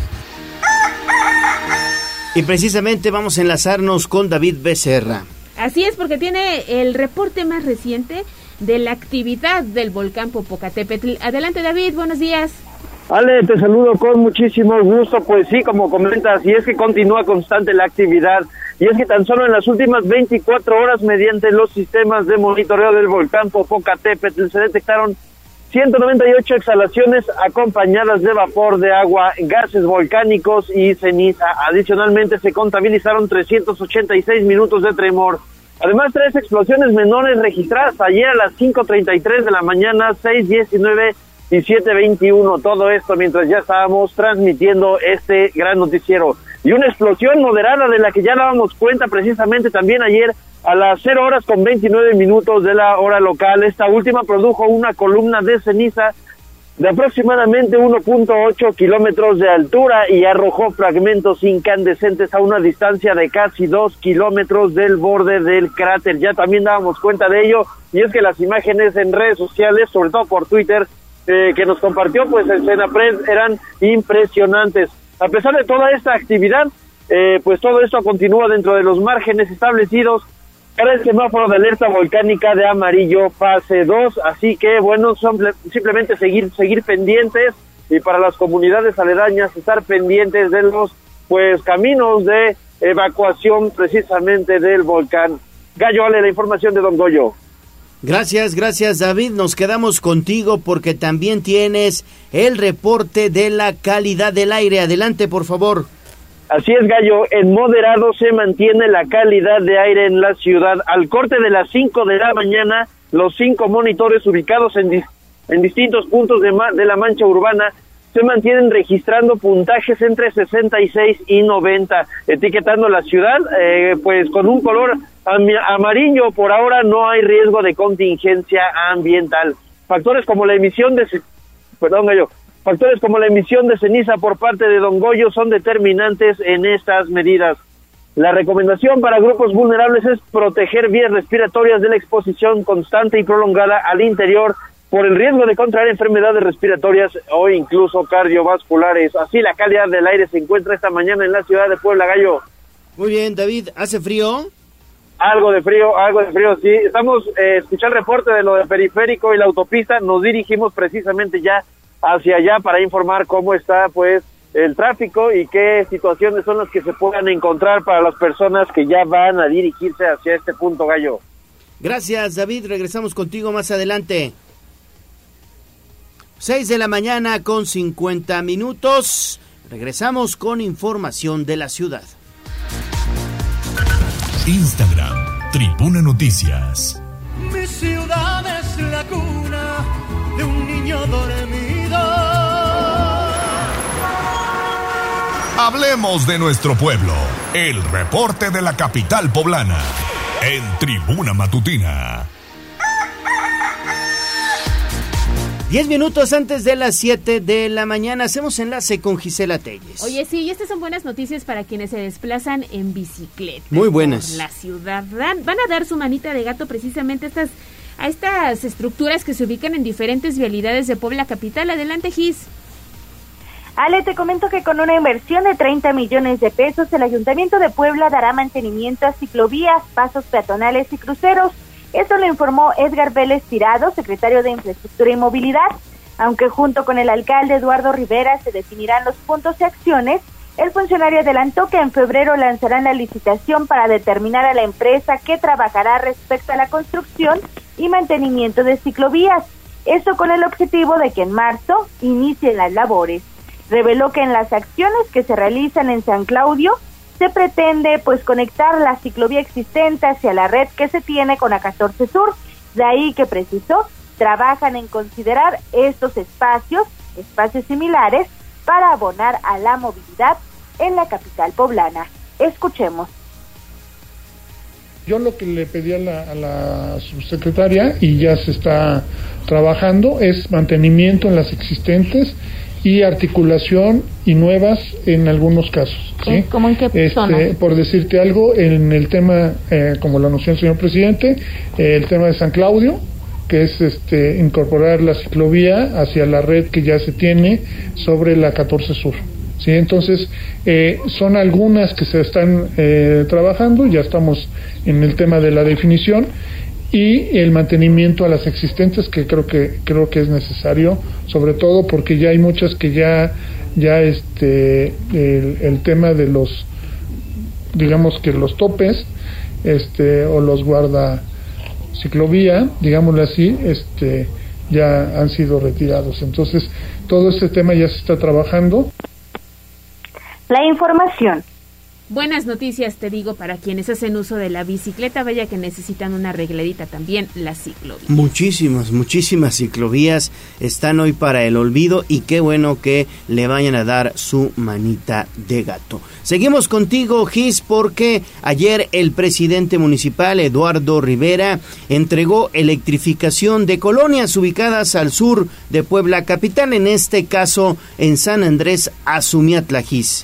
Y precisamente vamos a enlazarnos con David Becerra. Así es, porque tiene el reporte más reciente de la actividad del volcán Popocatépetl. Adelante, David, buenos días. Ale, te saludo con muchísimo gusto. Pues sí, como comentas, y es que continúa constante la actividad, y es que tan solo en las últimas veinticuatro horas, mediante los sistemas de monitoreo del volcán Popocatépetl, se detectaron ciento noventa y ocho exhalaciones acompañadas de vapor de agua, gases volcánicos y ceniza. Adicionalmente se contabilizaron trescientos ochenta y seis minutos de tremor. Además, tres explosiones menores registradas ayer a las cinco treinta y tres de la mañana, seis diecinueve y siete veintiuno. Todo esto mientras ya estábamos transmitiendo este gran noticiero. Y una explosión moderada de la que ya dábamos cuenta precisamente también ayer a las cero horas con veintinueve minutos de la hora local. Esta última produjo una columna de ceniza de aproximadamente uno punto ocho kilómetros de altura y arrojó fragmentos incandescentes a una distancia de casi dos kilómetros del borde del cráter. Ya también dábamos cuenta de ello, y es que las imágenes en redes sociales, sobre todo por Twitter, eh, que nos compartió pues el Senapred, eran impresionantes. A pesar de toda esta actividad, eh, pues todo esto continúa dentro de los márgenes establecidos para el semáforo de alerta volcánica de amarillo fase dos, así que bueno, son simplemente seguir seguir pendientes, y para las comunidades aledañas estar pendientes de los pues caminos de evacuación precisamente del volcán. Gallo, Ale, la información de Don Goyo. Gracias, gracias David, nos quedamos contigo porque también tienes el reporte de la calidad del aire. Adelante, por favor. Así es, Gallo, en moderado se mantiene la calidad de aire en la ciudad. Al corte de las cinco de la mañana, los cinco monitores ubicados en, di- en distintos puntos de, ma- de la mancha urbana se mantienen registrando puntajes entre sesenta y seis y noventa, etiquetando la ciudad eh, pues con un color am- amarillo. Por ahora no hay riesgo de contingencia ambiental. Factores como la emisión de... Perdón, Gallo. Factores como la emisión de ceniza por parte de Don Goyo son determinantes en estas medidas. La recomendación para grupos vulnerables es proteger vías respiratorias de la exposición constante y prolongada al interior por el riesgo de contraer enfermedades respiratorias o incluso cardiovasculares. Así la calidad del aire se encuentra esta mañana en la ciudad de Puebla, Gallo. Muy bien, David, ¿hace frío? Algo de frío, algo de frío, sí. Estamos eh, escuchando el reporte de lo del periférico y la autopista. Nos dirigimos precisamente ya hacia allá para informar cómo está pues el tráfico y qué situaciones son las que se puedan encontrar para las personas que ya van a dirigirse hacia este punto, Gallo. Gracias, David, regresamos contigo más adelante. seis de la mañana con cincuenta minutos. Regresamos con información de la ciudad. Instagram, Tribuna Noticias. Mi ciudad es la cuna de un niño dormido. Hablemos de nuestro pueblo. El reporte de la capital poblana. En Tribuna Matutina. Diez minutos antes de las siete de la mañana, hacemos enlace con Gisela Telles. Oye, sí, y estas son buenas noticias para quienes se desplazan en bicicleta. Muy buenas. Por la ciudad. Van a dar su manita de gato precisamente a estas, a estas estructuras que se ubican en diferentes vialidades de Puebla capital. Adelante, Gis. Ale, te comento que con una inversión de treinta millones de pesos, el Ayuntamiento de Puebla dará mantenimiento a ciclovías, pasos peatonales y cruceros. Esto lo informó Edgar Vélez Tirado, secretario de Infraestructura y Movilidad. Aunque junto con el alcalde Eduardo Rivera se definirán los puntos y acciones, el funcionario adelantó que en febrero lanzarán la licitación para determinar a la empresa que trabajará respecto a la construcción y mantenimiento de ciclovías. Esto con el objetivo de que en marzo inicien las labores. Reveló que en las acciones que se realizan en San Claudio se pretende pues conectar la ciclovía existente hacia la red que se tiene con A catorce Sur. De ahí que precisó, trabajan en considerar estos espacios, espacios similares, para abonar a la movilidad en la capital poblana. Escuchemos. Yo lo que le pedí a la, a la subsecretaria, y ya se está trabajando, es mantenimiento en las existentes y articulación y nuevas en algunos casos, ¿sí? ¿Cómo en qué este, zona? Por decirte algo, en el tema, eh, como lo anunció el señor presidente, eh, el tema de San Claudio, que es este incorporar la ciclovía hacia la red que ya se tiene sobre la catorce Sur. Sí, entonces eh, son algunas que se están eh, trabajando, ya estamos en el tema de la definición y el mantenimiento a las existentes, que creo que creo que es necesario, sobre todo porque ya hay muchas que ya ya este el, el tema de los, digamos que los topes este o los guarda ciclovía, digámoslo así, este ya han sido retirados. Entonces todo este tema ya se está trabajando. La información. Buenas noticias, te digo, para quienes hacen uso de la bicicleta, vaya que necesitan una arregladita también, la ciclovía. Muchísimas, muchísimas ciclovías están hoy para el olvido y qué bueno que le vayan a dar su manita de gato. Seguimos contigo, Gis, porque ayer el presidente municipal, Eduardo Rivera, entregó electrificación de colonias ubicadas al sur de Puebla capital, en este caso en San Andrés Azumiatla, Gis.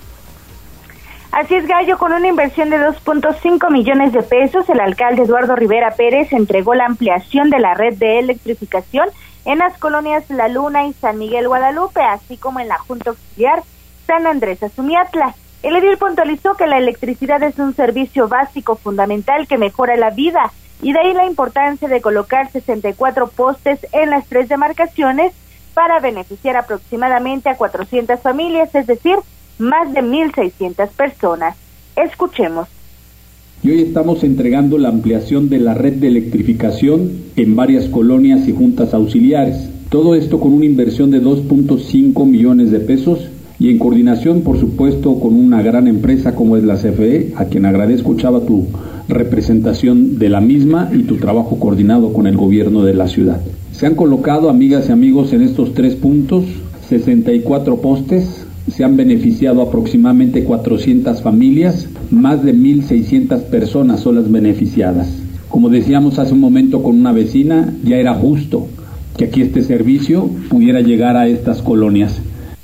Así es, Gallo, con una inversión de dos punto cinco millones de pesos, el alcalde Eduardo Rivera Pérez entregó la ampliación de la red de electrificación en las colonias La Luna y San Miguel Guadalupe, así como en la Junta Auxiliar San Andrés Azumiatla. El edil puntualizó que la electricidad es un servicio básico fundamental que mejora la vida, y de ahí la importancia de colocar sesenta y cuatro postes en las tres demarcaciones para beneficiar aproximadamente a cuatrocientas familias, es decir, más de mil seiscientas personas. Escuchemos. Y hoy estamos entregando la ampliación de la red de electrificación en varias colonias y juntas auxiliares. Todo esto con una inversión de dos punto cinco millones de pesos y en coordinación, por supuesto, con una gran empresa como es la C F E, a quien agradezco, Chava, tu representación de la misma y tu trabajo coordinado con el gobierno de la ciudad. Se han colocado, amigas y amigos, en estos tres puntos, sesenta y cuatro postes. Se han beneficiado aproximadamente cuatrocientas familias, más de mil seiscientas personas son las beneficiadas. Como decíamos hace un momento con una vecina, ya era justo que aquí este servicio pudiera llegar a estas colonias.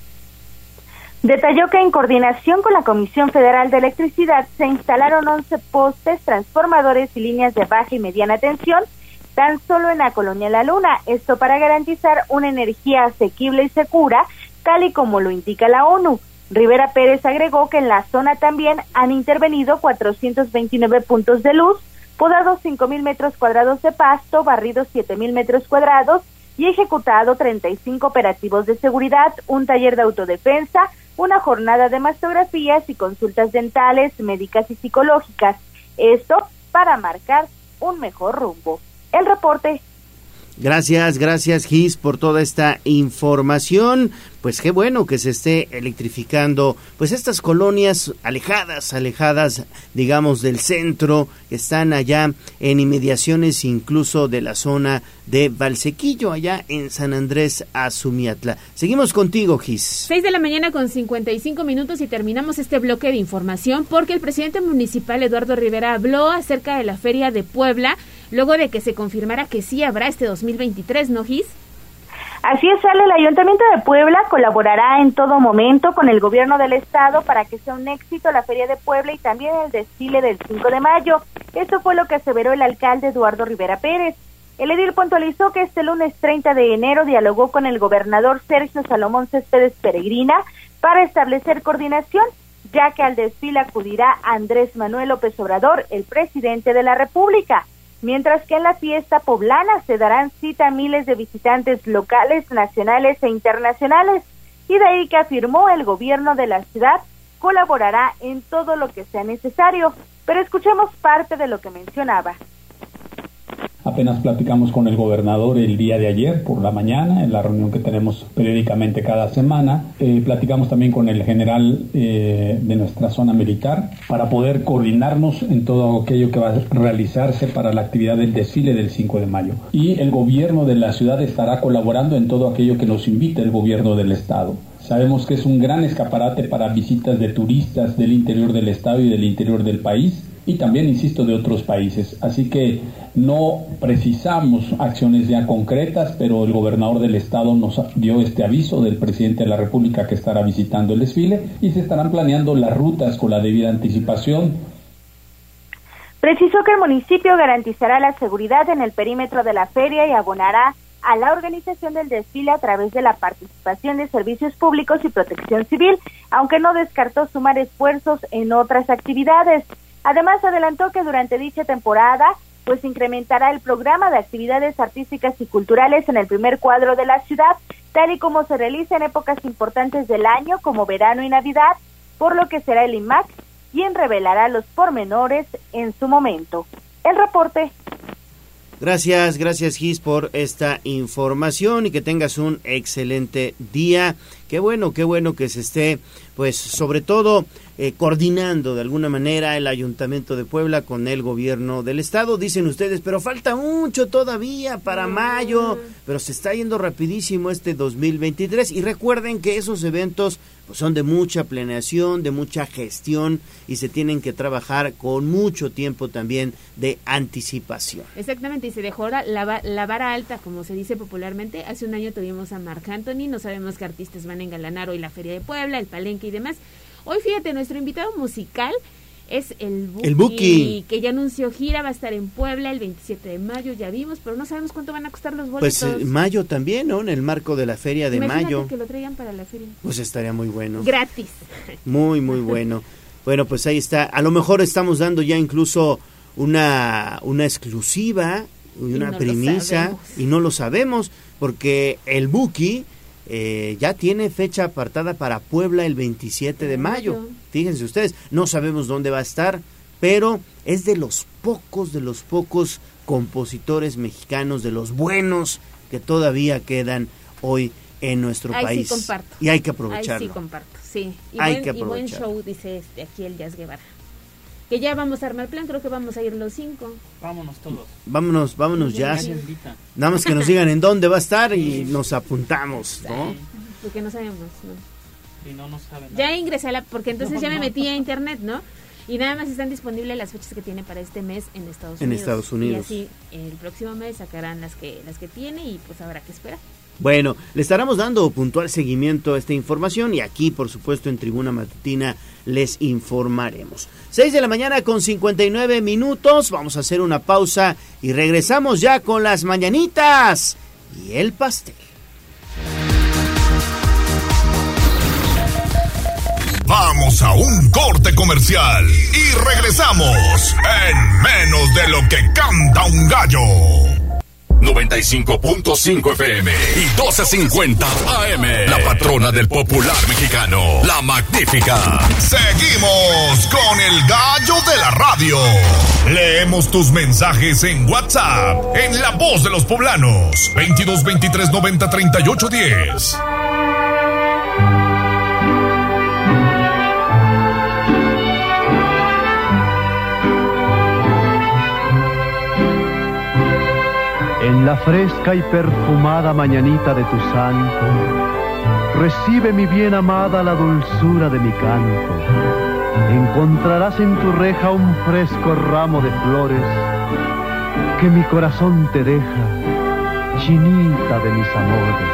Detalló que en coordinación con la Comisión Federal de Electricidad se instalaron once postes, transformadores y líneas de baja y mediana tensión tan solo en la colonia La Luna, esto para garantizar una energía asequible y segura, tal y como lo indica la ONU. Rivera Pérez agregó que en la zona también han intervenido cuatrocientos veintinueve puntos de luz, podados cinco mil metros cuadrados de pasto, barridos siete mil metros cuadrados y ejecutado treinta y cinco operativos de seguridad, un taller de autodefensa, una jornada de mastografías y consultas dentales, médicas y psicológicas. Esto para marcar un mejor rumbo. El reporte. Gracias, gracias Gis por toda esta información. Pues qué bueno que se esté electrificando pues estas colonias alejadas, alejadas digamos del centro, que están allá en inmediaciones incluso de la zona de Valsequillo, allá en San Andrés Azumiatla. Seguimos contigo, Gis. seis de la mañana con cincuenta y cinco minutos y terminamos este bloque de información porque el presidente municipal Eduardo Rivera habló acerca de la Feria de Puebla, luego de que se confirmara que sí habrá este dos mil veintitrés, ¿no, Gis? Así es, Ale, el Ayuntamiento de Puebla colaborará en todo momento con el gobierno del estado para que sea un éxito la Feria de Puebla y también el desfile del cinco de mayo. Esto fue lo que aseveró el alcalde Eduardo Rivera Pérez. El edil puntualizó que este lunes treinta de enero dialogó con el gobernador Sergio Salomón Céspedes Peregrina para establecer coordinación, ya que al desfile acudirá Andrés Manuel López Obrador, el presidente de la República. Mientras que en la fiesta poblana se darán cita a miles de visitantes locales, nacionales e internacionales, y de ahí que afirmó el gobierno de la ciudad colaborará en todo lo que sea necesario. Pero escuchemos parte de lo que mencionaba. Apenas platicamos con el gobernador el día de ayer por la mañana, en la reunión que tenemos periódicamente cada semana. Eh, platicamos también con el general eh, de nuestra zona militar para poder coordinarnos en todo aquello que va a realizarse para la actividad del desfile del cinco de mayo. Y el gobierno de la ciudad estará colaborando en todo aquello que nos invite el gobierno del estado. Sabemos que es un gran escaparate para visitas de turistas del interior del estado y del interior del país, y también, insisto, de otros países. Así que no precisamos acciones ya concretas, pero el gobernador del estado nos dio este aviso del presidente de la República que estará visitando el desfile y se estarán planeando las rutas con la debida anticipación. Precisó que el municipio garantizará la seguridad en el perímetro de la feria y abonará a la organización del desfile a través de la participación de servicios públicos y protección civil, aunque no descartó sumar esfuerzos en otras actividades. Además, adelantó que durante dicha temporada, pues incrementará el programa de actividades artísticas y culturales en el primer cuadro de la ciudad, tal y como se realiza en épocas importantes del año como verano y Navidad, por lo que será el I M A C quien revelará los pormenores en su momento. El reporte. Gracias, gracias Gis por esta información y que tengas un excelente día. Qué bueno, qué bueno que se esté, pues sobre todo eh, coordinando de alguna manera el Ayuntamiento de Puebla con el gobierno del estado. Dicen ustedes, pero falta mucho todavía para mayo, pero se está yendo rapidísimo este dos mil veintitrés y recuerden que esos eventos pues, son de mucha planeación, de mucha gestión y se tienen que trabajar con mucho tiempo también de anticipación. Exactamente, y se dejó la, la, la vara alta, como se dice popularmente. Hace un año tuvimos a Marc Anthony, no sabemos qué artistas van a engalanar hoy la Feria de Puebla, el Palenque y demás. Hoy, fíjate, nuestro invitado musical es el Buki, el Buki, que ya anunció gira, va a estar en Puebla el veintisiete de mayo, ya vimos, pero no sabemos cuánto van a costar los boletos. Pues eh, mayo también, ¿no? En el marco de la Feria de Imagínate mayo. que lo traigan para la feria. Pues estaría muy bueno. Gratis. Muy, muy bueno. Bueno, pues ahí está. A lo mejor estamos dando ya incluso una, una exclusiva, una y no primicia, y no lo sabemos, porque el Buki eh, ya tiene fecha apartada para Puebla el veintisiete de mayo. Fíjense ustedes, no sabemos dónde va a estar, pero es de los pocos, de los pocos compositores mexicanos, de los buenos que todavía quedan hoy en nuestro Ahí país. Sí comparto. Y hay que aprovecharlo. Ahí sí comparto, sí. Y hay buen, que y buen aprovecharlo. show, dice este, aquí el Jazz Guevara. Que ya vamos a armar plan, creo que vamos a ir los cinco. Vámonos todos. Vámonos, vámonos ya. Sí. Nada más que nos digan en dónde va a estar y nos apuntamos, ¿no? Porque no sabemos, ¿no? Y no nos saben. Ya ingresé a la, porque entonces No, ya me no. metí a internet, ¿no? Y nada más están disponibles las fechas que tiene para este mes en Estados En Unidos. Estados Unidos. Y así el próximo mes sacarán las que las que tiene y pues habrá que esperar. Bueno, le estaremos dando puntual seguimiento a esta información y aquí, por supuesto, en Tribuna Matutina les informaremos. seis de la mañana con cincuenta y nueve minutos, vamos a hacer una pausa y regresamos ya con las mañanitas y el pastel. Vamos a un corte comercial y regresamos en menos de lo que canta un gallo. noventa y cinco punto cinco F M y doce cincuenta A M. La patrona del popular mexicano, la magnífica. Seguimos con el gallo de la radio. Leemos tus mensajes en WhatsApp, en La Voz de los Poblanos, veintidós veintitrés noventa treinta y ocho diez. En la fresca y perfumada mañanita de tu santo, recibe mi bien amada la dulzura de mi canto. Encontrarás en tu reja un fresco ramo de flores que mi corazón te deja, chinita de mis amores.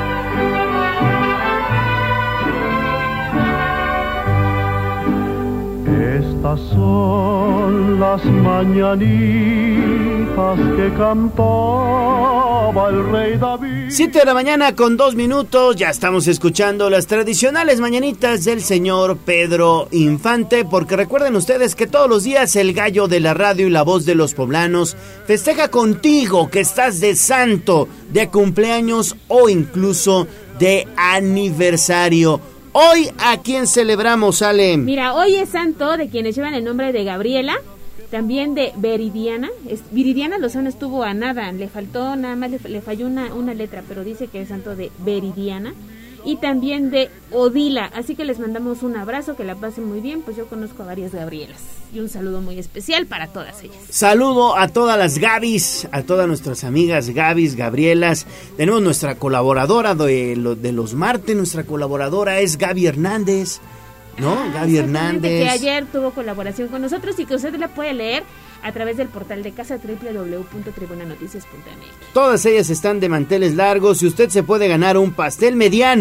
Estas son las mañanitas que cantaba el rey David. siete de la mañana con dos minutos, ya estamos escuchando las tradicionales mañanitas del señor Pedro Infante, porque recuerden ustedes que todos los días el gallo de la radio y la voz de los poblanos festeja contigo que estás de santo, de cumpleaños o incluso de aniversario. Hoy, ¿a quién celebramos, Ale? Mira, hoy es santo de quienes llevan el nombre de Gabriela, también de Viridiana. Es, Viridiana Lozano estuvo a nada, le faltó nada más, le, le falló una, una letra, pero dice que es santo de Viridiana. Y también de Odila, así que les mandamos un abrazo, que la pasen muy bien, pues yo conozco a varias Gabrielas. Y un saludo muy especial para todas ellas. Saludo a todas las Gabis, a todas nuestras amigas Gabis, Gabrielas. Tenemos nuestra colaboradora de, de los martes, nuestra colaboradora es Gaby Hernández, ¿no? Ah, Gaby Hernández. Que ayer tuvo colaboración con nosotros y que usted la puede leer a través del portal de casa doble u doble u doble u punto tribuna noticias punto m x. Todas ellas están de manteles largos y usted se puede ganar un pastel mediano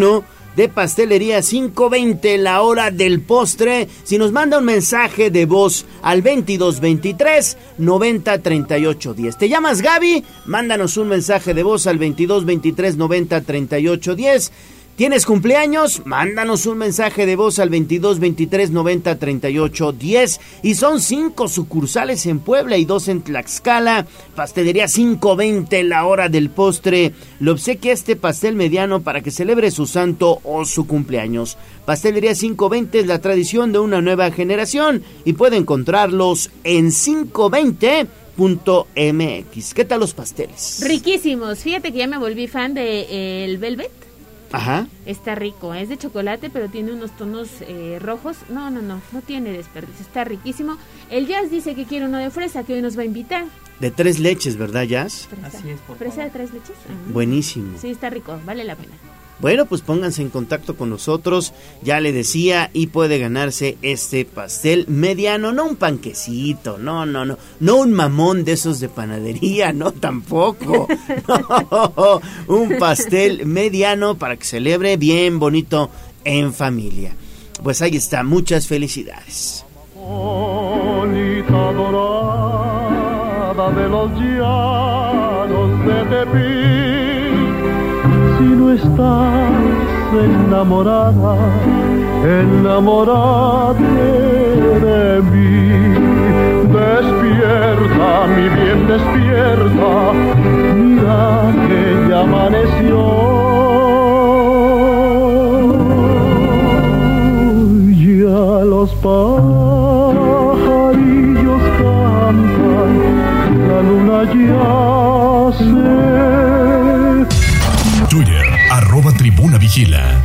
de Pastelería cinco veinte, la hora del postre. Si nos manda un mensaje de voz al veintidós veintitrés noventa treinta y ocho diez. ¿Te llamas Gaby? Mándanos un mensaje de voz al veintidós veintitrés noventa treinta y ocho diez. ¿Tienes cumpleaños? Mándanos un mensaje de voz al veintidós veintitrés noventa treinta y ocho diez. Y son cinco sucursales en Puebla y dos en Tlaxcala. Pastelería cinco veinte, la hora del postre. Le obsequia este pastel mediano para que celebre su santo o su cumpleaños. Pastelería cinco veinte es la tradición de una nueva generación y puede encontrarlos en quinientos veinte punto m x. ¿Qué tal los pasteles? Riquísimos. Fíjate que ya me volví fan de eh, el Velvet. Ajá. Está rico, es de chocolate, pero tiene unos tonos eh, rojos. No, no, no, no tiene desperdicio, está riquísimo. El Jazz dice que quiere uno de fresa, que hoy nos va a invitar. De tres leches, ¿verdad, Jazz? Fresa. Así es, por ¿Fresa favor. de tres leches? Uh-huh. Buenísimo. Sí, está rico, vale la pena. Bueno, pues pónganse en contacto con nosotros, ya le decía, y puede ganarse este pastel mediano, no un panquecito, no, no, no, no un mamón de esos de panadería, no, tampoco, no, un pastel mediano para que celebre bien bonito en familia. Pues ahí está, muchas felicidades. Bonita dorada de los llanos de Tepic, si no estás enamorada, enamórate de mí. Despierta, mi bien, despierta, mira que ya amaneció. Ya los pajarillos cantan, la luna ya se... Twitter, arroba Tribuna Vigila.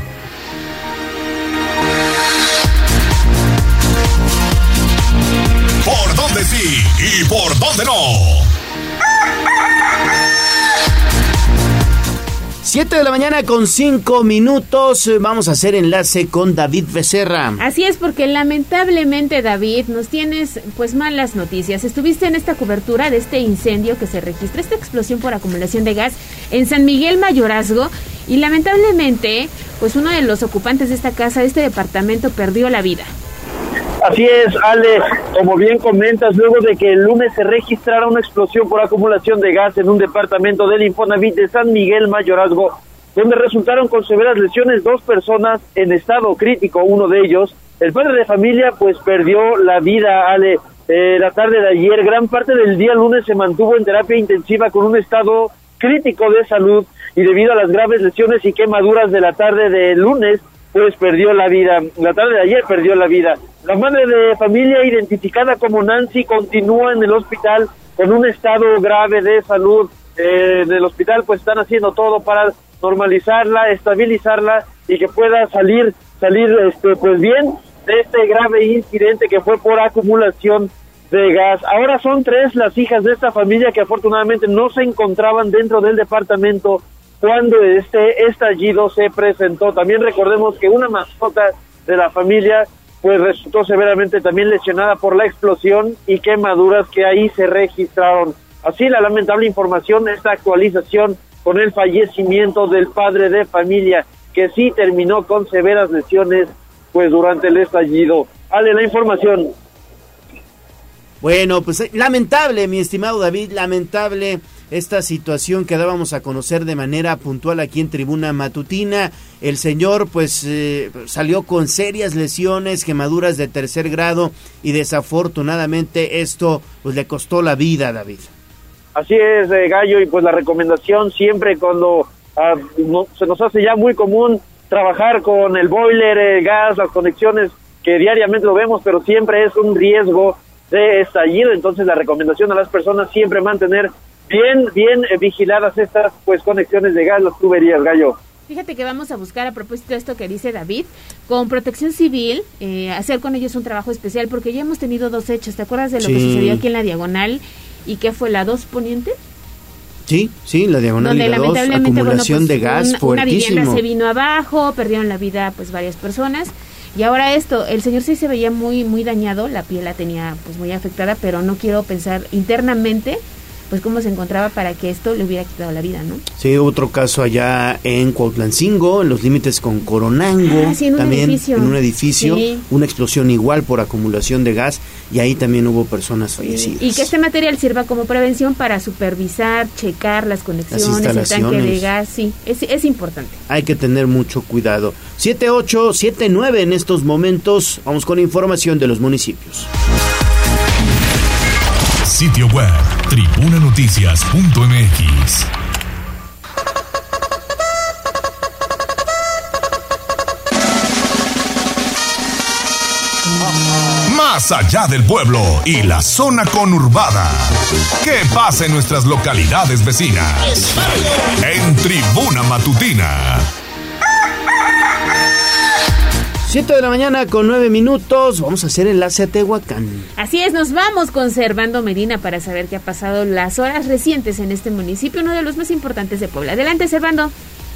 ¿Por dónde sí y por dónde no? siete de la mañana con cinco minutos, vamos a hacer enlace con David Becerra. Así es, porque lamentablemente, David, nos tienes pues malas noticias. Estuviste en esta cobertura de este incendio que se registra, esta explosión por acumulación de gas en San Miguel Mayorazgo, y lamentablemente pues uno de los ocupantes de esta casa, de este departamento, perdió la vida. Así es, Ale, como bien comentas, luego de que el lunes se registrara una explosión por acumulación de gas en un departamento del Infonavit de San Miguel Mayorazgo, donde resultaron con severas lesiones dos personas en estado crítico. Uno de ellos, el padre de familia, pues perdió la vida, Ale. Eh, la tarde de ayer, gran parte del día lunes se mantuvo en terapia intensiva con un estado crítico de salud, y debido a las graves lesiones y quemaduras de la tarde de lunes, pues perdió la vida. La tarde de ayer perdió la vida. La madre de familia, identificada como Nancy, continúa en el hospital con un estado grave de salud. Eh, en el hospital pues están haciendo todo para normalizarla, estabilizarla y que pueda salir salir este pues bien de este grave incidente que fue por acumulación de gas. Ahora son tres las hijas de esta familia que afortunadamente no se encontraban dentro del departamento cuando este estallido se presentó. También recordemos que una mascota de la familia pues resultó severamente también lesionada por la explosión y quemaduras que ahí se registraron. Así la lamentable información, esta actualización con el fallecimiento del padre de familia, que sí terminó con severas lesiones pues durante el estallido. Ale, la información. Bueno, pues lamentable, mi estimado David, lamentable esta situación que dábamos a conocer de manera puntual aquí en Tribuna Matutina. El señor pues eh, salió con serias lesiones, quemaduras de tercer grado, y desafortunadamente esto pues le costó la vida, David. Así es, eh, Gallo, y pues la recomendación siempre cuando ah, no, se nos hace ya muy común trabajar con el boiler, el gas, las conexiones que diariamente lo vemos, pero siempre es un riesgo de estallido. Entonces la recomendación a las personas siempre mantener bien, bien eh, vigiladas estas pues conexiones de gas, las tuberías, Gallo. Fíjate que vamos a buscar, a propósito de esto que dice David, con Protección Civil, eh, hacer con ellos un trabajo especial, porque ya hemos tenido dos hechos. ¿Te acuerdas de lo sí. que sucedió aquí en la Diagonal? ¿Y qué fue, la dos Poniente? Sí, sí, la Diagonal y la dos, acumulación bueno, pues, de gas un, fuertísimo. Una vivienda se vino abajo, perdieron la vida pues varias personas. Y ahora esto, el señor sí se veía muy muy dañado, la piel la tenía pues muy afectada, pero no quiero pensar internamente pues cómo se encontraba para que esto le hubiera quitado la vida, ¿no? Sí, otro caso allá en Cuautlancingo, en los límites con Coronango, ah, sí, en un también edificio. en un edificio, sí. una explosión igual por acumulación de gas, y ahí también hubo personas fallecidas. Y que este material sirva como prevención para supervisar, checar las conexiones, el tanque de gas, sí, es, es importante. Hay que tener mucho cuidado. siete ocho siete nueve en estos momentos, vamos con información de los municipios. Sitio web, tribuna noticias punto m x. Más allá del pueblo y la zona conurbada. ¿Qué pasa en nuestras localidades vecinas? En Tribuna Matutina. siete de la mañana con nueve minutos, vamos a hacer enlace a Tehuacán. Así es, nos vamos con Servando Medina para saber qué ha pasado las horas recientes en este municipio, uno de los más importantes de Puebla. Adelante, Servando.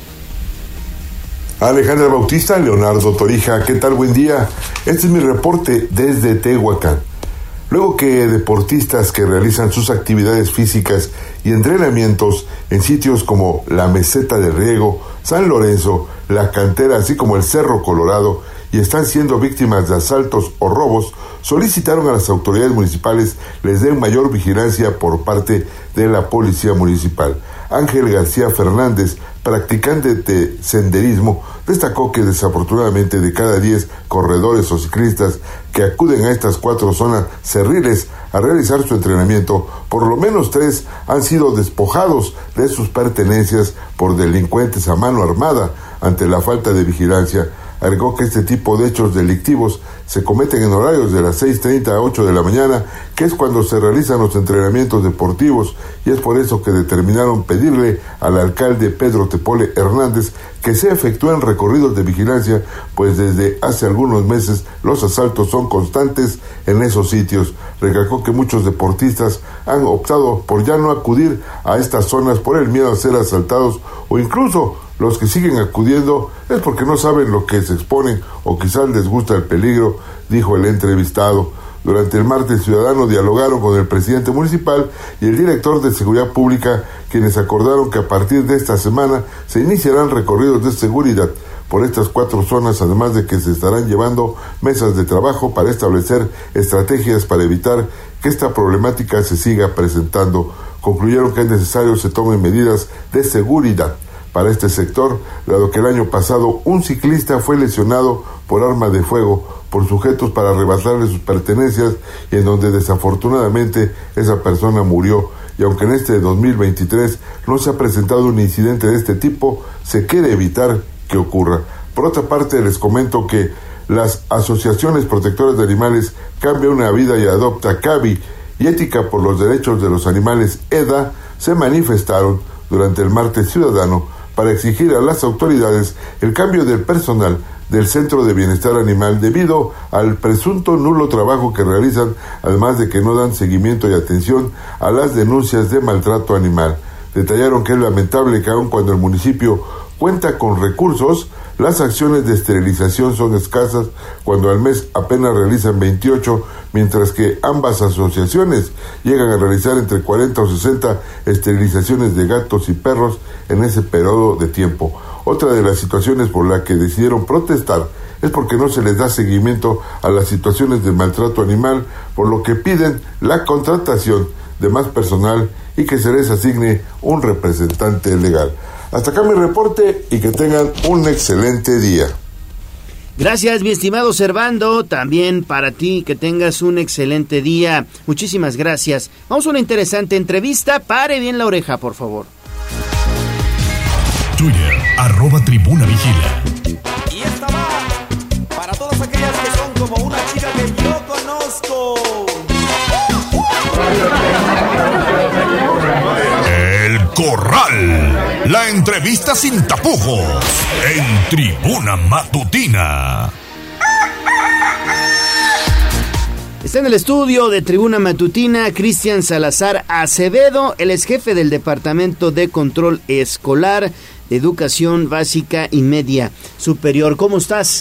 Alejandra Bautista, Leonardo Torija, ¿qué tal? Buen día. Este es mi reporte desde Tehuacán. Luego que deportistas que realizan sus actividades físicas y entrenamientos en sitios como la Meseta del Riego, San Lorenzo, La Cantera, así como el Cerro Colorado, y están siendo víctimas de asaltos o robos, solicitaron a las autoridades municipales les den mayor vigilancia por parte de la Policía Municipal. Ángel García Fernández, practicante de senderismo, destacó que desafortunadamente de cada diez corredores o ciclistas que acuden a estas cuatro zonas cerriles a realizar su entrenamiento, por lo menos tres han sido despojados de sus pertenencias por delincuentes a mano armada ante la falta de vigilancia. Agregó que este tipo de hechos delictivos se cometen en horarios de las seis treinta a ocho de la mañana, que es cuando se realizan los entrenamientos deportivos, y es por eso que determinaron pedirle al alcalde Pedro Tepole Hernández que se efectúen recorridos de vigilancia, pues desde hace algunos meses los asaltos son constantes en esos sitios. Recalcó que muchos deportistas han optado por ya no acudir a estas zonas por el miedo a ser asaltados, o incluso los que siguen acudiendo es porque no saben lo que se exponen o quizás les gusta el peligro, dijo el entrevistado. Durante el martes ciudadano dialogaron con el presidente municipal y el director de Seguridad Pública, quienes acordaron que a partir de esta semana se iniciarán recorridos de seguridad por estas cuatro zonas, además de que se estarán llevando mesas de trabajo para establecer estrategias para evitar que esta problemática se siga presentando. Concluyeron que es necesario se tomen medidas de seguridad para este sector, dado que el año pasado un ciclista fue lesionado por arma de fuego por sujetos para arrebatarle sus pertenencias, y en donde desafortunadamente esa persona murió. Y aunque en este dos mil veintitrés no se ha presentado un incidente de este tipo, se quiere evitar que ocurra. Por otra parte, les comento que las asociaciones protectoras de animales Cambia una Vida y Adopta, CAVI, y Ética por los Derechos de los Animales, EDA, se manifestaron durante el martes ciudadano para exigir a las autoridades el cambio del personal del Centro de Bienestar Animal debido al presunto nulo trabajo que realizan, además de que no dan seguimiento y atención a las denuncias de maltrato animal. Detallaron que es lamentable que aun cuando el municipio cuenta con recursos, las acciones de esterilización son escasas, cuando al mes apenas realizan veintiocho, mientras que ambas asociaciones llegan a realizar entre cuarenta o sesenta esterilizaciones de gatos y perros en ese periodo de tiempo. Otra de las situaciones por la que decidieron protestar es porque no se les da seguimiento a las situaciones de maltrato animal, por lo que piden la contratación de más personal y que se les asigne un representante legal. Hasta acá mi reporte y que tengan un excelente día. Gracias, mi estimado Servando, también para ti, que tengas un excelente día. Muchísimas gracias. Vamos a una interesante entrevista. Pare bien la oreja, por favor. Twitter, arroba Tribuna Vigila. Y esta va para todas aquellas que son como una chica que yo conozco. El Corral, la entrevista sin tapujos, en Tribuna Matutina. Está en el estudio de Tribuna Matutina Cristian Salazar Acevedo, él es jefe del Departamento de Control Escolar de Educación Básica y Media Superior. ¿Cómo estás?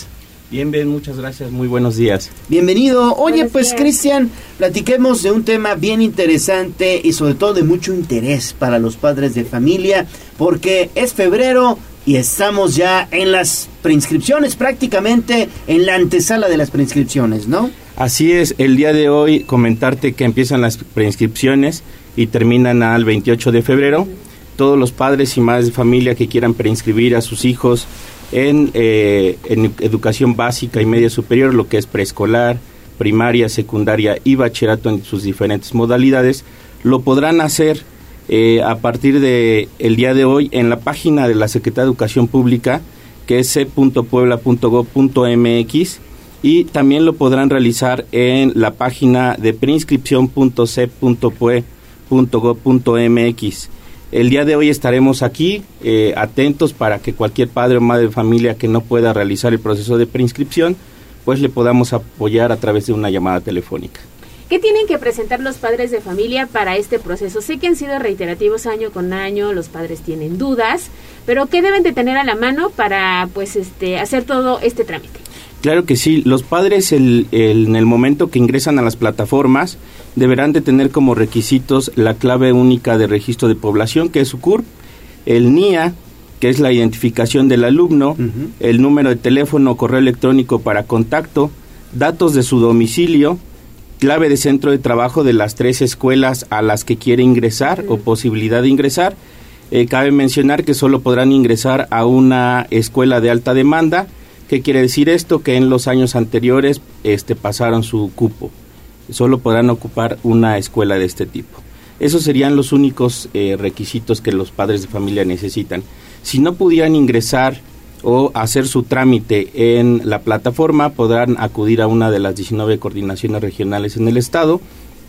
Bien, bien, muchas gracias, muy buenos días. Bienvenido. Oye, Buenos pues días. Cristian, platiquemos de un tema bien interesante y sobre todo de mucho interés para los padres de familia, porque es febrero y estamos ya en las preinscripciones, prácticamente en la antesala de las preinscripciones, ¿no? Así es, el día de hoy comentarte que empiezan las preinscripciones y terminan al veintiocho de febrero. Todos los padres y madres de familia que quieran preinscribir a sus hijos en, eh, en educación básica y media superior, lo que es preescolar, primaria, secundaria y bachillerato en sus diferentes modalidades, lo podrán hacer eh, a partir de el día de hoy en la página de la Secretaría de Educación Pública, que es ce punto puebla punto gob punto eme equis, y también lo podrán realizar en la página de preinscripción punto ce punto pue punto gob punto eme equis. El día de hoy estaremos aquí eh, atentos para que cualquier padre o madre de familia que no pueda realizar el proceso de preinscripción, pues le podamos apoyar a través de una llamada telefónica. ¿Qué tienen que presentar los padres de familia para este proceso? Sé que han sido reiterativos año con año, los padres tienen dudas, pero ¿qué deben de tener a la mano para pues este hacer todo este trámite? Claro que sí, los padres el, el, en el momento que ingresan a las plataformas deberán de tener como requisitos la clave única de registro de población, que es su C U R P, el N I A, que es la identificación del alumno, uh-huh. el número de teléfono o correo electrónico para contacto, datos de su domicilio, clave de centro de trabajo de las tres escuelas a las que quiere ingresar uh-huh. o posibilidad de ingresar. Eh, cabe mencionar que solo podrán ingresar a una escuela de alta demanda. ¿Qué quiere decir esto? Que en los años anteriores este, pasaron su cupo. Solo podrán ocupar una escuela de este tipo. Esos serían los únicos eh, requisitos que los padres de familia necesitan. Si no pudieran ingresar o hacer su trámite en la plataforma, podrán acudir a una de las diecinueve coordinaciones regionales en el estado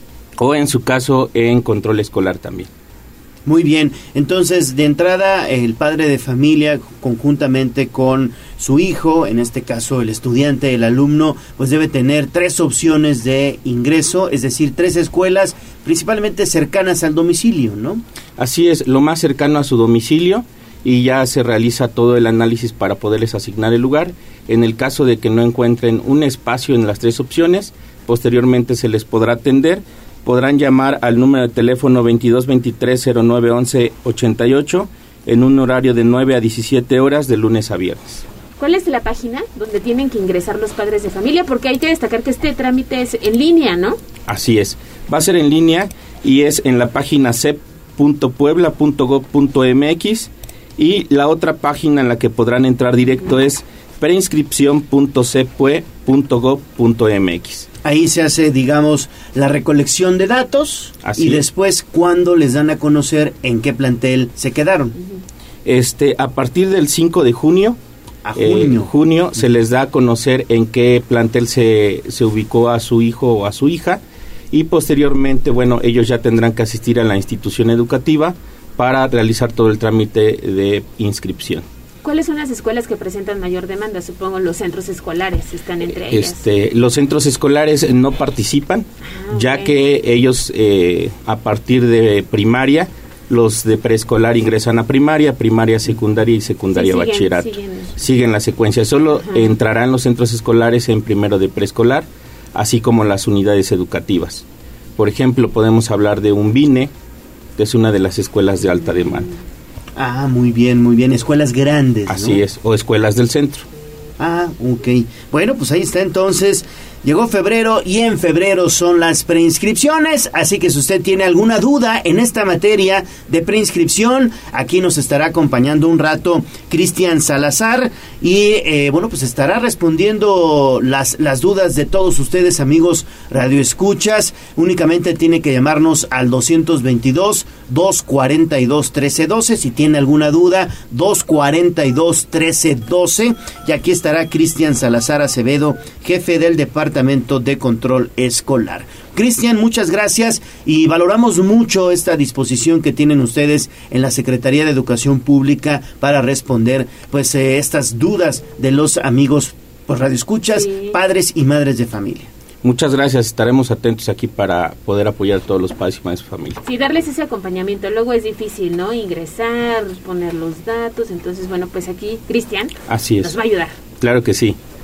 o en su caso en control escolar también. Muy bien, entonces de entrada el padre de familia conjuntamente con su hijo, en este caso el estudiante, el alumno, pues debe tener tres opciones de ingreso, es decir, tres escuelas principalmente cercanas al domicilio, ¿no? Así es, lo más cercano a su domicilio y ya se realiza todo el análisis para poderles asignar el lugar. En el caso de que no encuentren un espacio en las tres opciones, posteriormente se les podrá atender. Podrán llamar al número de teléfono veintidós veintitrés cero nueve once ochenta y ocho en un horario de nueve a diecisiete horas de lunes a viernes. ¿Cuál es la página donde tienen que ingresar los padres de familia? Porque hay que destacar que este trámite es en línea, ¿no? Así es, va a ser en línea y es en la página ce punto puebla punto gob punto eme equis, y la otra página en la que podrán entrar directo es preinscripción punto ce pue punto gob punto eme equis. Ahí se hace, digamos, la recolección de datos. Así y es. Después, ¿cuándo les dan a conocer en qué plantel se quedaron? Este, a partir del cinco de junio, a junio, eh, junio uh-huh. se les da a conocer en qué plantel se, se ubicó a su hijo o a su hija, y posteriormente, bueno, ellos ya tendrán que asistir a la institución educativa para realizar todo el trámite de inscripción. ¿Cuáles son las escuelas que presentan mayor demanda? Supongo los centros escolares están entre ellas. Este, los centros escolares no participan, ah, ya okay. que ellos eh, a partir de primaria, los de preescolar ingresan a primaria, primaria secundaria y secundaria sí, siguen, bachillerato. Siguen. siguen la secuencia. Solo Ajá. entrarán los centros escolares en primero de preescolar, así como las unidades educativas. Por ejemplo, podemos hablar de un BINE, que es una de las escuelas de alta demanda. Ah, muy bien, muy bien. Escuelas grandes, ¿no? Así es, o escuelas del centro. Ah, ok. Bueno, pues ahí está entonces. Llegó febrero y en febrero son las preinscripciones, así que si usted tiene alguna duda en esta materia de preinscripción, aquí nos estará acompañando un rato Cristian Salazar y eh, bueno, pues estará respondiendo las, las dudas de todos ustedes, amigos radioescuchas. Únicamente tiene que llamarnos al doscientos veintidós, doscientos cuarenta y dos, trece doce, si tiene alguna duda, doscientos cuarenta y dos, trece doce, y aquí estará Cristian Salazar Acevedo, jefe del departamento de control escolar. Cristian, muchas gracias y valoramos mucho esta disposición que tienen ustedes en la Secretaría de Educación Pública para responder pues eh, estas dudas de los amigos por radioescuchas, sí. padres y madres de familia. Muchas gracias, estaremos atentos aquí para poder apoyar a todos los padres y madres de familia. Sí, darles ese acompañamiento, luego es difícil, ¿no? Ingresar, poner los datos, entonces bueno, pues aquí Cristian Así es. nos va a ayudar. Claro que sí.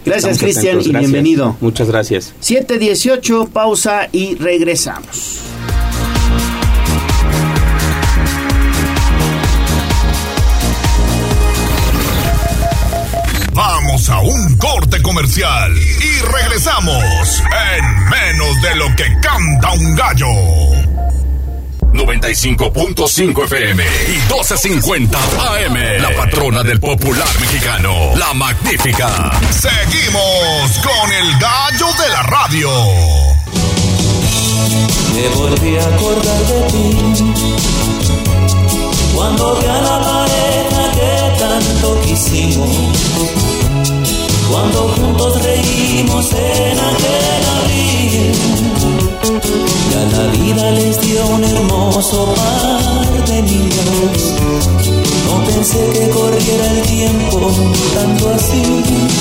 Gracias, Cristian, y bienvenido. Muchas gracias. siete dieciocho, pausa y regresamos. Vamos a un corte comercial y regresamos en menos de lo que canta un gallo. noventa y cinco punto cinco F M y doce cincuenta A M. La patrona del popular mexicano, la Magnífica. Seguimos con el gallo de la radio. Me volví a acordar de ti cuando vi a la pareja que tanto quisimos, cuando juntos reímos en aquel abril. Ya la vida les dio un hermoso par de niños. No pensé que corriera el tiempo tanto así.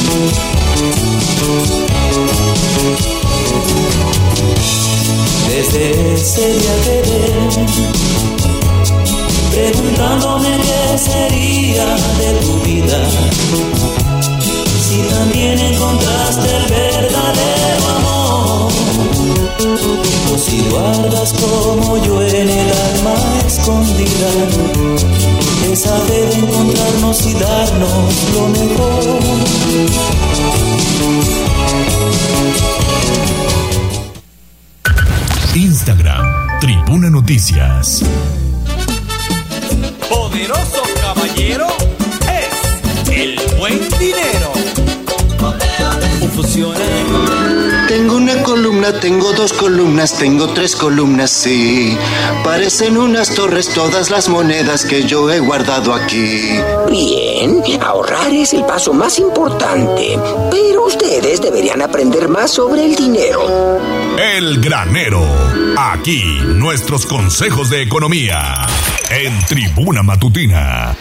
Desde ese día quedé preguntándome qué sería de tu vida, si también encontraste el verdadero amor, o si guardas como yo en el alma escondida esa fe de encontrarnos y darnos lo mejor. Instagram, Tribuna Noticias. Poderoso caballero es el buen dinero. Confusiones. Tengo una columna, tengo dos columnas, tengo tres columnas, sí. Parecen unas torres todas las monedas que yo he guardado aquí. Bien, ahorrar es el paso más importante, pero ustedes deberían aprender más sobre el dinero. El Granero. Aquí nuestros consejos de economía. En Tribuna Matutina.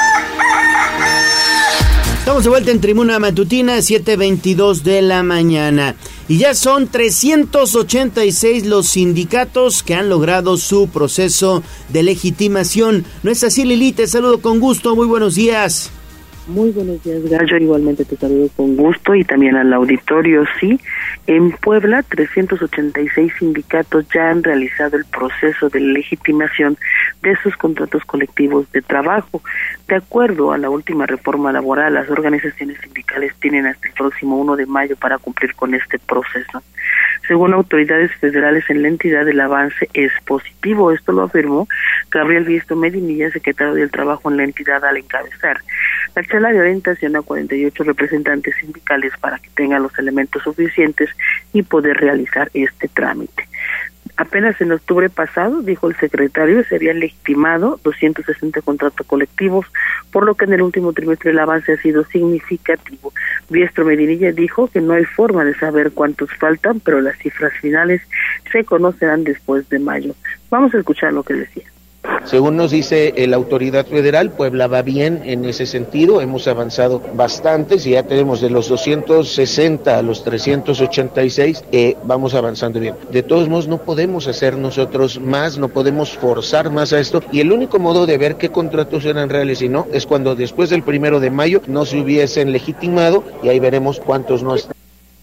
Estamos de vuelta en Tribuna Matutina, siete veintidós de la mañana. Y ya son trescientos ochenta y seis los sindicatos que han logrado su proceso de legitimación. ¿No es así, Lili? Te saludo con gusto. Muy buenos días. Muy buenos días, Gallo. Igualmente te saludo con gusto y también al auditorio. Sí, en Puebla, trescientos ochenta y seis sindicatos ya han realizado el proceso de legitimación de sus contratos colectivos de trabajo. De acuerdo a la última reforma laboral, las organizaciones sindicales tienen hasta el próximo uno de mayo para cumplir con este proceso. Según autoridades federales en la entidad, el avance es positivo. Esto lo afirmó Gabriel Biesto Medinilla, secretario del Trabajo en la entidad, al encabezar la charla de orientación a cuarenta y ocho representantes sindicales para que tengan los elementos suficientes y poder realizar este trámite. Apenas en octubre pasado, dijo el secretario, se habían legitimado doscientos sesenta contratos colectivos, por lo que en el último trimestre el avance ha sido significativo. Biestro Medinilla dijo que no hay forma de saber cuántos faltan, pero las cifras finales se conocerán después de mayo. Vamos a escuchar lo que decía. Según nos dice la autoridad federal, Puebla va bien en ese sentido, hemos avanzado bastante, si ya tenemos de los doscientos sesenta a los trescientos ochenta y seis, eh, vamos avanzando bien. De todos modos, no podemos hacer nosotros más, no podemos forzar más a esto, y el único modo de ver qué contratos eran reales y no, es cuando después del primero de mayo no se hubiesen legitimado, y ahí veremos cuántos no están.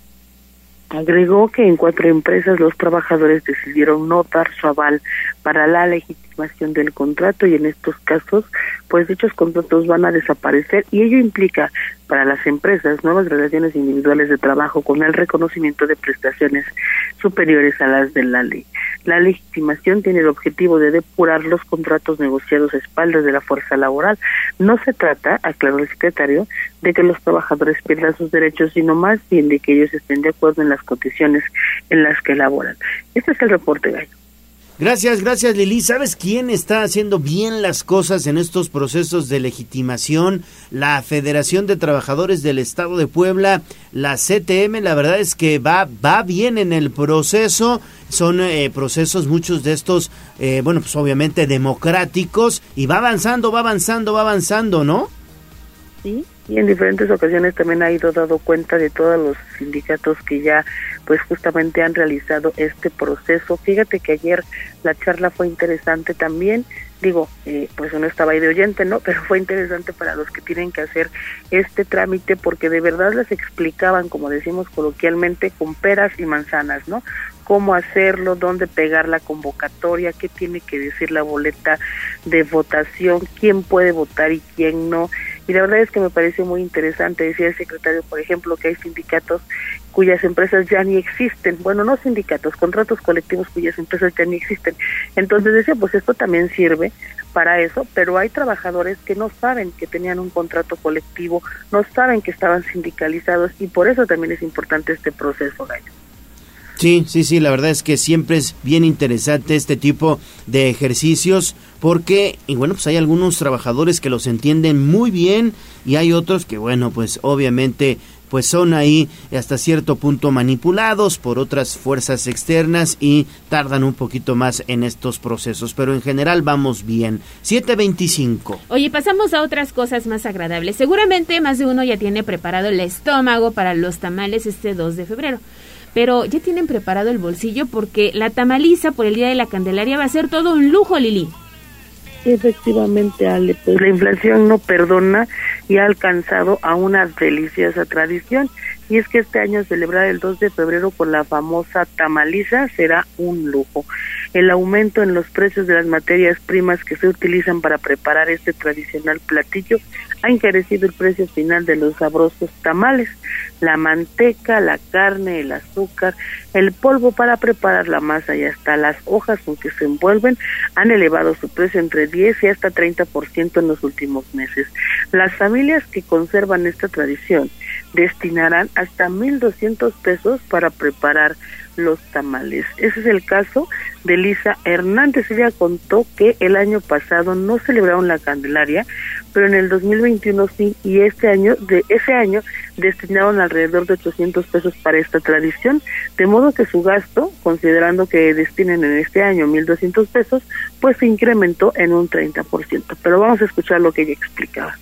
Agregó que en cuatro empresas los trabajadores decidieron no dar su aval para la legitimación del contrato y en estos casos, pues dichos contratos van a desaparecer y ello implica para las empresas nuevas relaciones individuales de trabajo con el reconocimiento de prestaciones superiores a las de la ley. La legitimación tiene el objetivo de depurar los contratos negociados a espaldas de la fuerza laboral. No se trata, aclaró el secretario, de que los trabajadores pierdan sus derechos, sino más bien de que ellos estén de acuerdo en las condiciones en las que laboran. Este es el reporte, Gallo. Gracias, gracias, Lili. ¿Sabes quién está haciendo bien las cosas en estos procesos de legitimación? La Federación de Trabajadores del Estado de Puebla, la C T M. La verdad es que va va bien en el proceso. Son eh, procesos, muchos de estos, eh, bueno, pues obviamente democráticos, y va avanzando, va avanzando, va avanzando, ¿no? Sí, y en diferentes ocasiones también ha ido dado cuenta de todos los sindicatos que ya pues justamente han realizado este proceso. Fíjate que ayer la charla fue interesante también, digo, eh, pues uno estaba ahí de oyente, ¿no? Pero fue interesante para los que tienen que hacer este trámite, porque de verdad les explicaban, como decimos coloquialmente, con peras y manzanas, ¿no? Cómo hacerlo, dónde pegar la convocatoria, qué tiene que decir la boleta de votación, quién puede votar y quién no. Y la verdad es que me pareció muy interesante. Decía el secretario, por ejemplo, que hay sindicatos cuyas empresas ya ni existen. Bueno, no sindicatos, contratos colectivos cuyas empresas ya ni existen. Entonces decía, pues esto también sirve para eso, pero hay trabajadores que no saben que tenían un contrato colectivo, no saben que estaban sindicalizados, y por eso también es importante este proceso, Gallo. Sí, sí, sí, la verdad es que siempre es bien interesante este tipo de ejercicios porque, y bueno, pues hay algunos trabajadores que los entienden muy bien y hay otros que, bueno, pues obviamente pues son ahí hasta cierto punto manipulados por otras fuerzas externas y tardan un poquito más en estos procesos, pero en general vamos bien. siete veinticinco. Oye, pasamos a otras cosas más agradables. Seguramente más de uno ya tiene preparado el estómago para los tamales este dos de febrero. Pero ya tienen preparado el bolsillo porque la tamaliza por el Día de la Candelaria va a ser todo un lujo, Lili. Efectivamente, Ale, pues la inflación no perdona y ha alcanzado a una deliciosa tradición, y es que este año celebrar el dos de febrero con la famosa tamaliza será un lujo. El aumento en los precios de las materias primas que se utilizan para preparar este tradicional platillo ha encarecido el precio final de los sabrosos tamales. La manteca, la carne, el azúcar, el polvo para preparar la masa y hasta las hojas con que se envuelven han elevado su precio entre diez y hasta treinta por ciento en los últimos meses. Las familias que conservan esta tradición destinarán hasta mil doscientos pesos para preparar los tamales. Ese es el caso de Lisa Hernández. Ella contó que el año pasado no celebraron la Candelaria, pero en el dos mil veintiuno sí, y este año, de ese año, destinaron alrededor de ochocientos pesos para esta tradición, de modo que su gasto, considerando que destinen en este año mil doscientos pesos, pues se incrementó en un treinta por ciento. Pero vamos a escuchar lo que ella explicaba.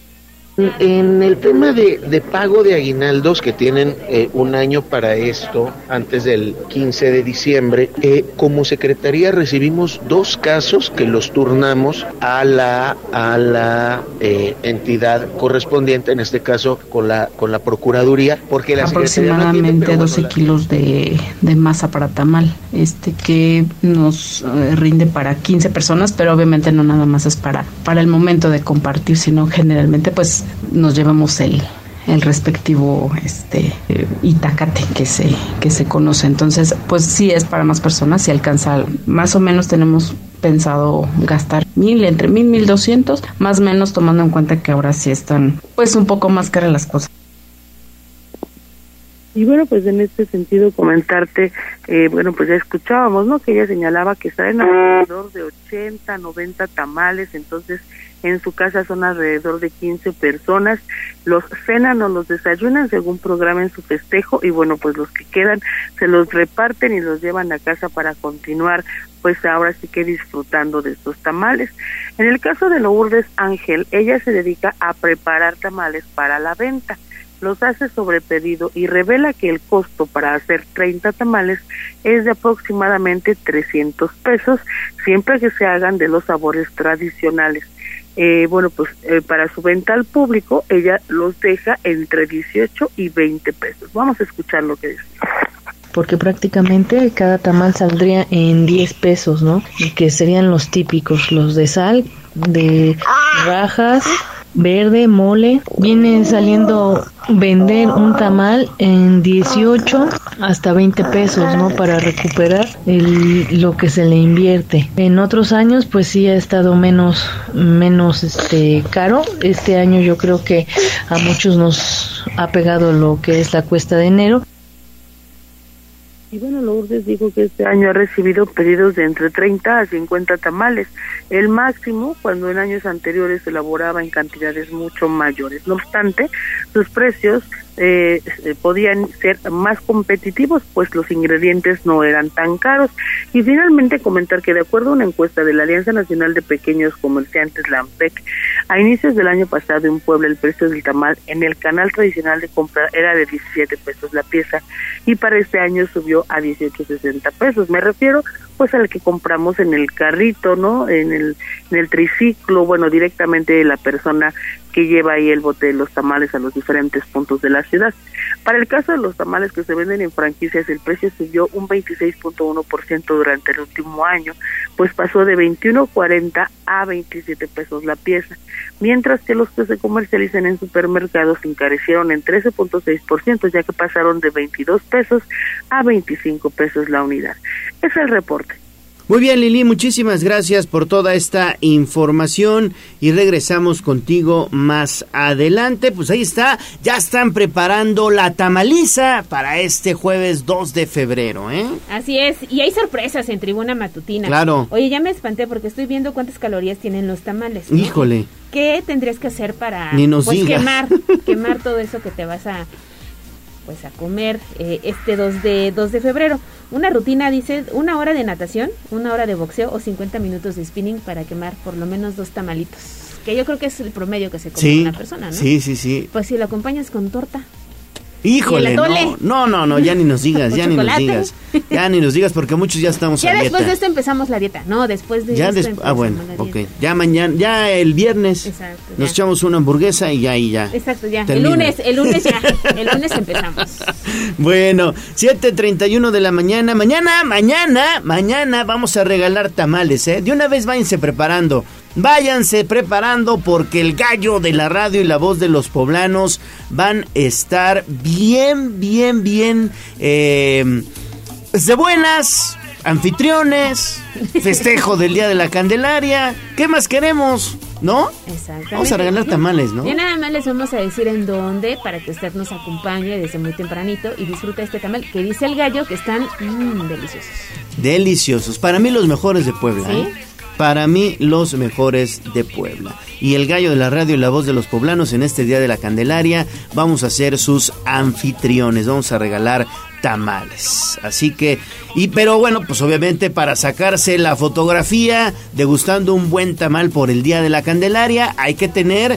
En el tema de, de pago de aguinaldos, que tienen eh, un año para esto, antes del quince de diciembre, eh, como Secretaría recibimos dos casos que los turnamos a la a la eh, entidad correspondiente, en este caso con la con la Procuraduría, porque la aproximadamente no tiene, doce bueno, kilos de, de masa para tamal, este que nos eh, rinde para quince personas, pero obviamente no nada más es para, para el momento de compartir, sino generalmente pues nos llevamos el el respectivo este eh, itacate que se que se conoce. Entonces pues sí es para más personas, si alcanza, más o menos tenemos pensado gastar mil, entre mil, mil doscientos, más o menos, tomando en cuenta que ahora sí están pues un poco más caras las cosas. Y bueno, pues en este sentido comentarte, eh, bueno, pues ya escuchábamos, ¿no? Que ella señalaba que traen alrededor de ochenta, noventa tamales, entonces en su casa son alrededor de quince personas, los cenan o los desayunan según programen su festejo, y bueno, pues los que quedan se los reparten y los llevan a casa para continuar, pues ahora sí que disfrutando de estos tamales. En el caso de Lourdes Ángel, ella se dedica a preparar tamales para la venta, los hace sobre pedido y revela que el costo para hacer treinta tamales es de aproximadamente trescientos pesos, siempre que se hagan de los sabores tradicionales. Eh, bueno, pues eh, para su venta al público, ella los deja entre dieciocho y veinte pesos. Vamos a escuchar lo que dice. Porque prácticamente cada tamal saldría en diez pesos, ¿no? Y que serían los típicos, los de sal, de rajas, verde, mole. Viene saliendo vender un tamal en dieciocho hasta veinte pesos, ¿no? Para recuperar el, lo que se le invierte. En otros años pues sí ha estado menos menos este caro. Este año yo creo que a muchos nos ha pegado lo que es la cuesta de enero. Y bueno, Lourdes dijo que este año ha recibido pedidos de entre treinta a cincuenta tamales, el máximo cuando en años anteriores se elaboraba en cantidades mucho mayores. No obstante, sus precios eh, podían ser más competitivos, pues los ingredientes no eran tan caros. Y finalmente comentar que de acuerdo a una encuesta de la Alianza Nacional de Pequeños Comerciantes, la ANPEC, a inicios del año pasado en Puebla el precio del tamal en el canal tradicional de compra era de diecisiete pesos la pieza y para este año subió a dieciocho sesenta pesos. Me refiero pues al que compramos en el carrito, ¿no? En el, en el triciclo, bueno, directamente la persona que lleva ahí el bote de los tamales a los diferentes puntos de la ciudad. Para el caso de los tamales que se venden en franquicias, el precio subió un veintiséis punto uno por ciento durante el último año, pues pasó de veintiuno cuarenta a veintisiete pesos la pieza, mientras que los que se comercializan en supermercados se encarecieron en trece punto seis por ciento, ya que pasaron de veintidós pesos a veinticinco pesos la unidad. Es el reporte. Muy bien, Lili, muchísimas gracias por toda esta información y regresamos contigo más adelante. Pues ahí está, ya están preparando la tamaliza para este jueves dos de febrero, ¿eh? Así es, y hay sorpresas en Tribuna Matutina. Claro. Oye, ya me espanté porque estoy viendo cuántas calorías tienen los tamales, ¿no? Híjole. ¿Qué tendrías que hacer para Ni nos pues, digas. quemar, quemar todo eso que te vas a... pues a comer eh, este dos de febrero? Una rutina, dice, una hora de natación, una hora de boxeo o cincuenta minutos de spinning para quemar por lo menos dos tamalitos, que yo creo que es el promedio que se come sí, una persona, ¿no? Sí, sí, sí. Pues si lo acompañas con torta. Híjole, no, no, no, no, ya ni nos digas, ya ni nos chocolate. digas, ya ni nos digas porque muchos ya estamos Ya a después dieta. de esto empezamos la dieta, no, después de Ya esto des- ah, bueno, empezamos la ok, dieta. ya mañana, ya el viernes Exacto, nos ya. echamos una hamburguesa y ya, y ya. Exacto, ya, Termina. el lunes, el lunes ya, el lunes empezamos. Bueno, siete treinta y uno de la mañana, mañana, mañana, mañana vamos a regalar tamales, ¿eh? De una vez váyanse preparando. Váyanse preparando porque el gallo de la radio y la voz de los poblanos van a estar bien, bien, bien eh, de buenas, anfitriones, festejo del Día de la Candelaria. ¿Qué más queremos? ¿No? Exactamente. Vamos a regalar tamales, ¿no? Ya nada más les vamos a decir en dónde para que usted nos acompañe desde muy tempranito y disfrute este tamal que dice el gallo que están mmm, deliciosos. Deliciosos. Para mí los mejores de Puebla, ¿Sí? ¿eh? Para mí los mejores de Puebla. Y el gallo de la radio y la voz de los poblanos en este Día de la Candelaria vamos a ser sus anfitriones, vamos a regalar tamales. Así que, y pero bueno, pues obviamente para sacarse la fotografía degustando un buen tamal por el Día de la Candelaria hay que tener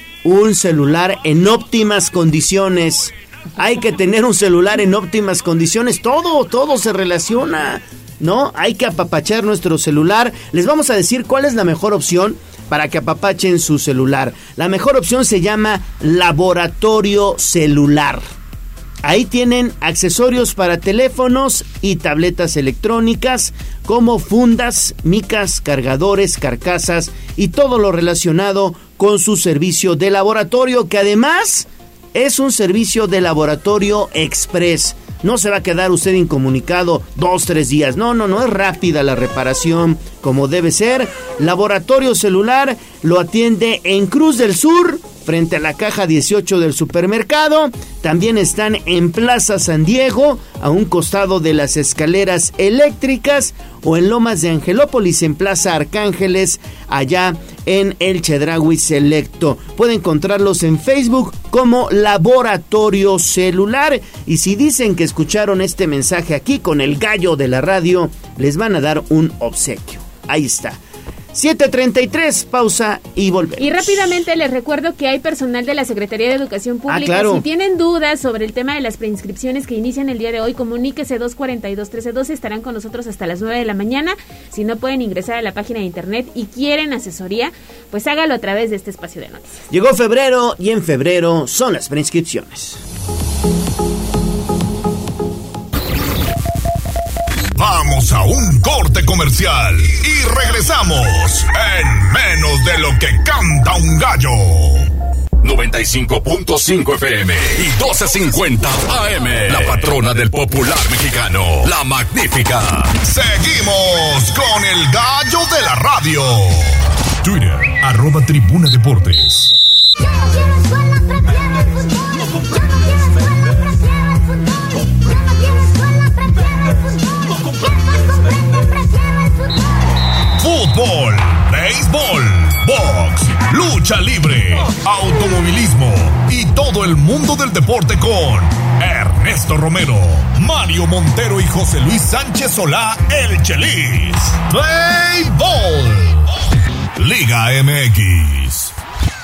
un celular en óptimas condiciones. Hay que tener un celular en óptimas condiciones. Todo, todo se relaciona, ¿no? Hay que apapachar nuestro celular. Les vamos a decir cuál es la mejor opción para que apapachen su celular. La mejor opción se llama Laboratorio Celular. Ahí tienen accesorios para teléfonos y tabletas electrónicas como fundas, micas, cargadores, carcasas y todo lo relacionado con su servicio de laboratorio, que además es un servicio de laboratorio express. No se va a quedar usted incomunicado dos, tres días. No, no, no, es rápida la reparación como debe ser. Laboratorio Celular lo atiende en Cruz del Sur, frente a la caja dieciocho del supermercado. También están en Plaza San Diego, a un costado de las escaleras eléctricas, o en Lomas de Angelópolis, en Plaza Arcángeles, allá en el Chedraui Selecto. Puede encontrarlos en Facebook como Laboratorio Celular. Y si dicen que escucharon este mensaje aquí con el gallo de la radio, les van a dar un obsequio. Ahí está. siete treinta y tres, pausa y volvemos. Y rápidamente les recuerdo que hay personal de la Secretaría de Educación Pública. Ah, claro. Si tienen dudas sobre el tema de las preinscripciones que inician el día de hoy, comuníquese dos cuarenta y dos, trece doce, estarán con nosotros hasta las nueve de la mañana. Si no pueden ingresar a la página de internet y quieren asesoría, pues hágalo a través de este espacio de noticias. Llegó febrero y en febrero son las preinscripciones. Vamos a un corte comercial y regresamos en menos de lo que canta un gallo. noventa y cinco punto cinco F M y doce cincuenta A M. La patrona del popular mexicano, la magnífica. Seguimos con el gallo de la radio. Twitter, arroba Tribuna Deportes. Fútbol, béisbol, box, lucha libre, automovilismo y todo el mundo del deporte con Ernesto Romero, Mario Montero y José Luis Sánchez Solá, el Chelis. Play Ball. Liga M X.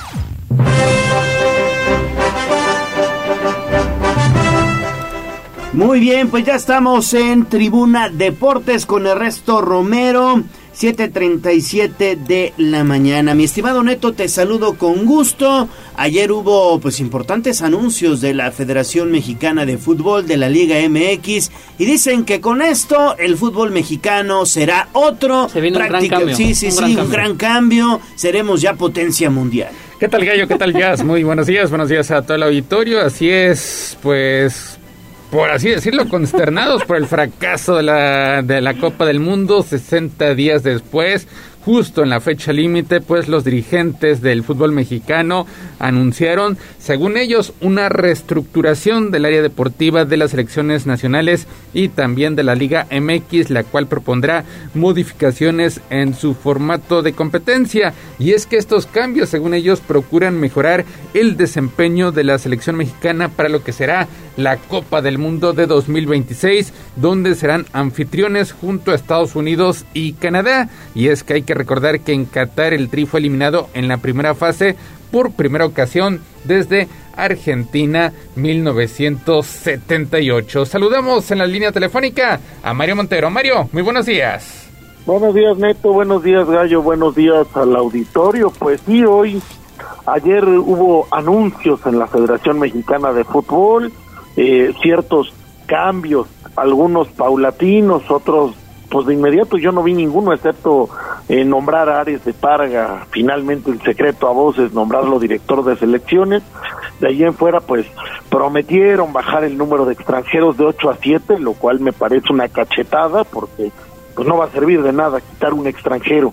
Muy bien, pues ya estamos en Tribuna Deportes con Ernesto Romero, siete treinta y siete de la mañana. Mi estimado Neto, te saludo con gusto. Ayer hubo pues importantes anuncios de la Federación Mexicana de Fútbol, de la Liga M X, y dicen que con esto el fútbol mexicano será otro. Se viene práctica, un gran cambio. Sí, sí, un sí, gran un cambio. gran cambio. Seremos ya potencia mundial. ¿Qué tal, Gallo? ¿Qué tal, Jazz? Muy buenos días, buenos días a todo el auditorio. Así es, pues... por así decirlo, consternados por el fracaso de la, de la Copa del Mundo, sesenta días después, justo en la fecha límite, pues los dirigentes del fútbol mexicano anunciaron, según ellos, una reestructuración del área deportiva de las selecciones nacionales y también de la Liga M X, la cual propondrá modificaciones en su formato de competencia. Y es que estos cambios, según ellos, procuran mejorar el desempeño de la selección mexicana para lo que será la Copa del Mundo de dos mil veintiséis, donde serán anfitriones junto a Estados Unidos y Canadá. Y es que hay que recordar que en Qatar el Tri fue eliminado en la primera fase por primera ocasión desde Argentina mil novecientos setenta y ocho. Saludamos en la línea telefónica a Mario Montero. Mario, muy buenos días. Buenos días, Neto, buenos días, Gallo, buenos días al auditorio. Pues sí, hoy, ayer hubo anuncios en la Federación Mexicana de Fútbol, eh, ciertos cambios, algunos paulatinos, otros pues de inmediato. Yo no vi ninguno, excepto eh, nombrar a Ares de Parga, finalmente el secreto a voces, nombrarlo director de selecciones. De ahí en fuera, pues, prometieron bajar el número de extranjeros de ocho a siete, lo cual me parece una cachetada, porque pues no va a servir de nada quitar un extranjero.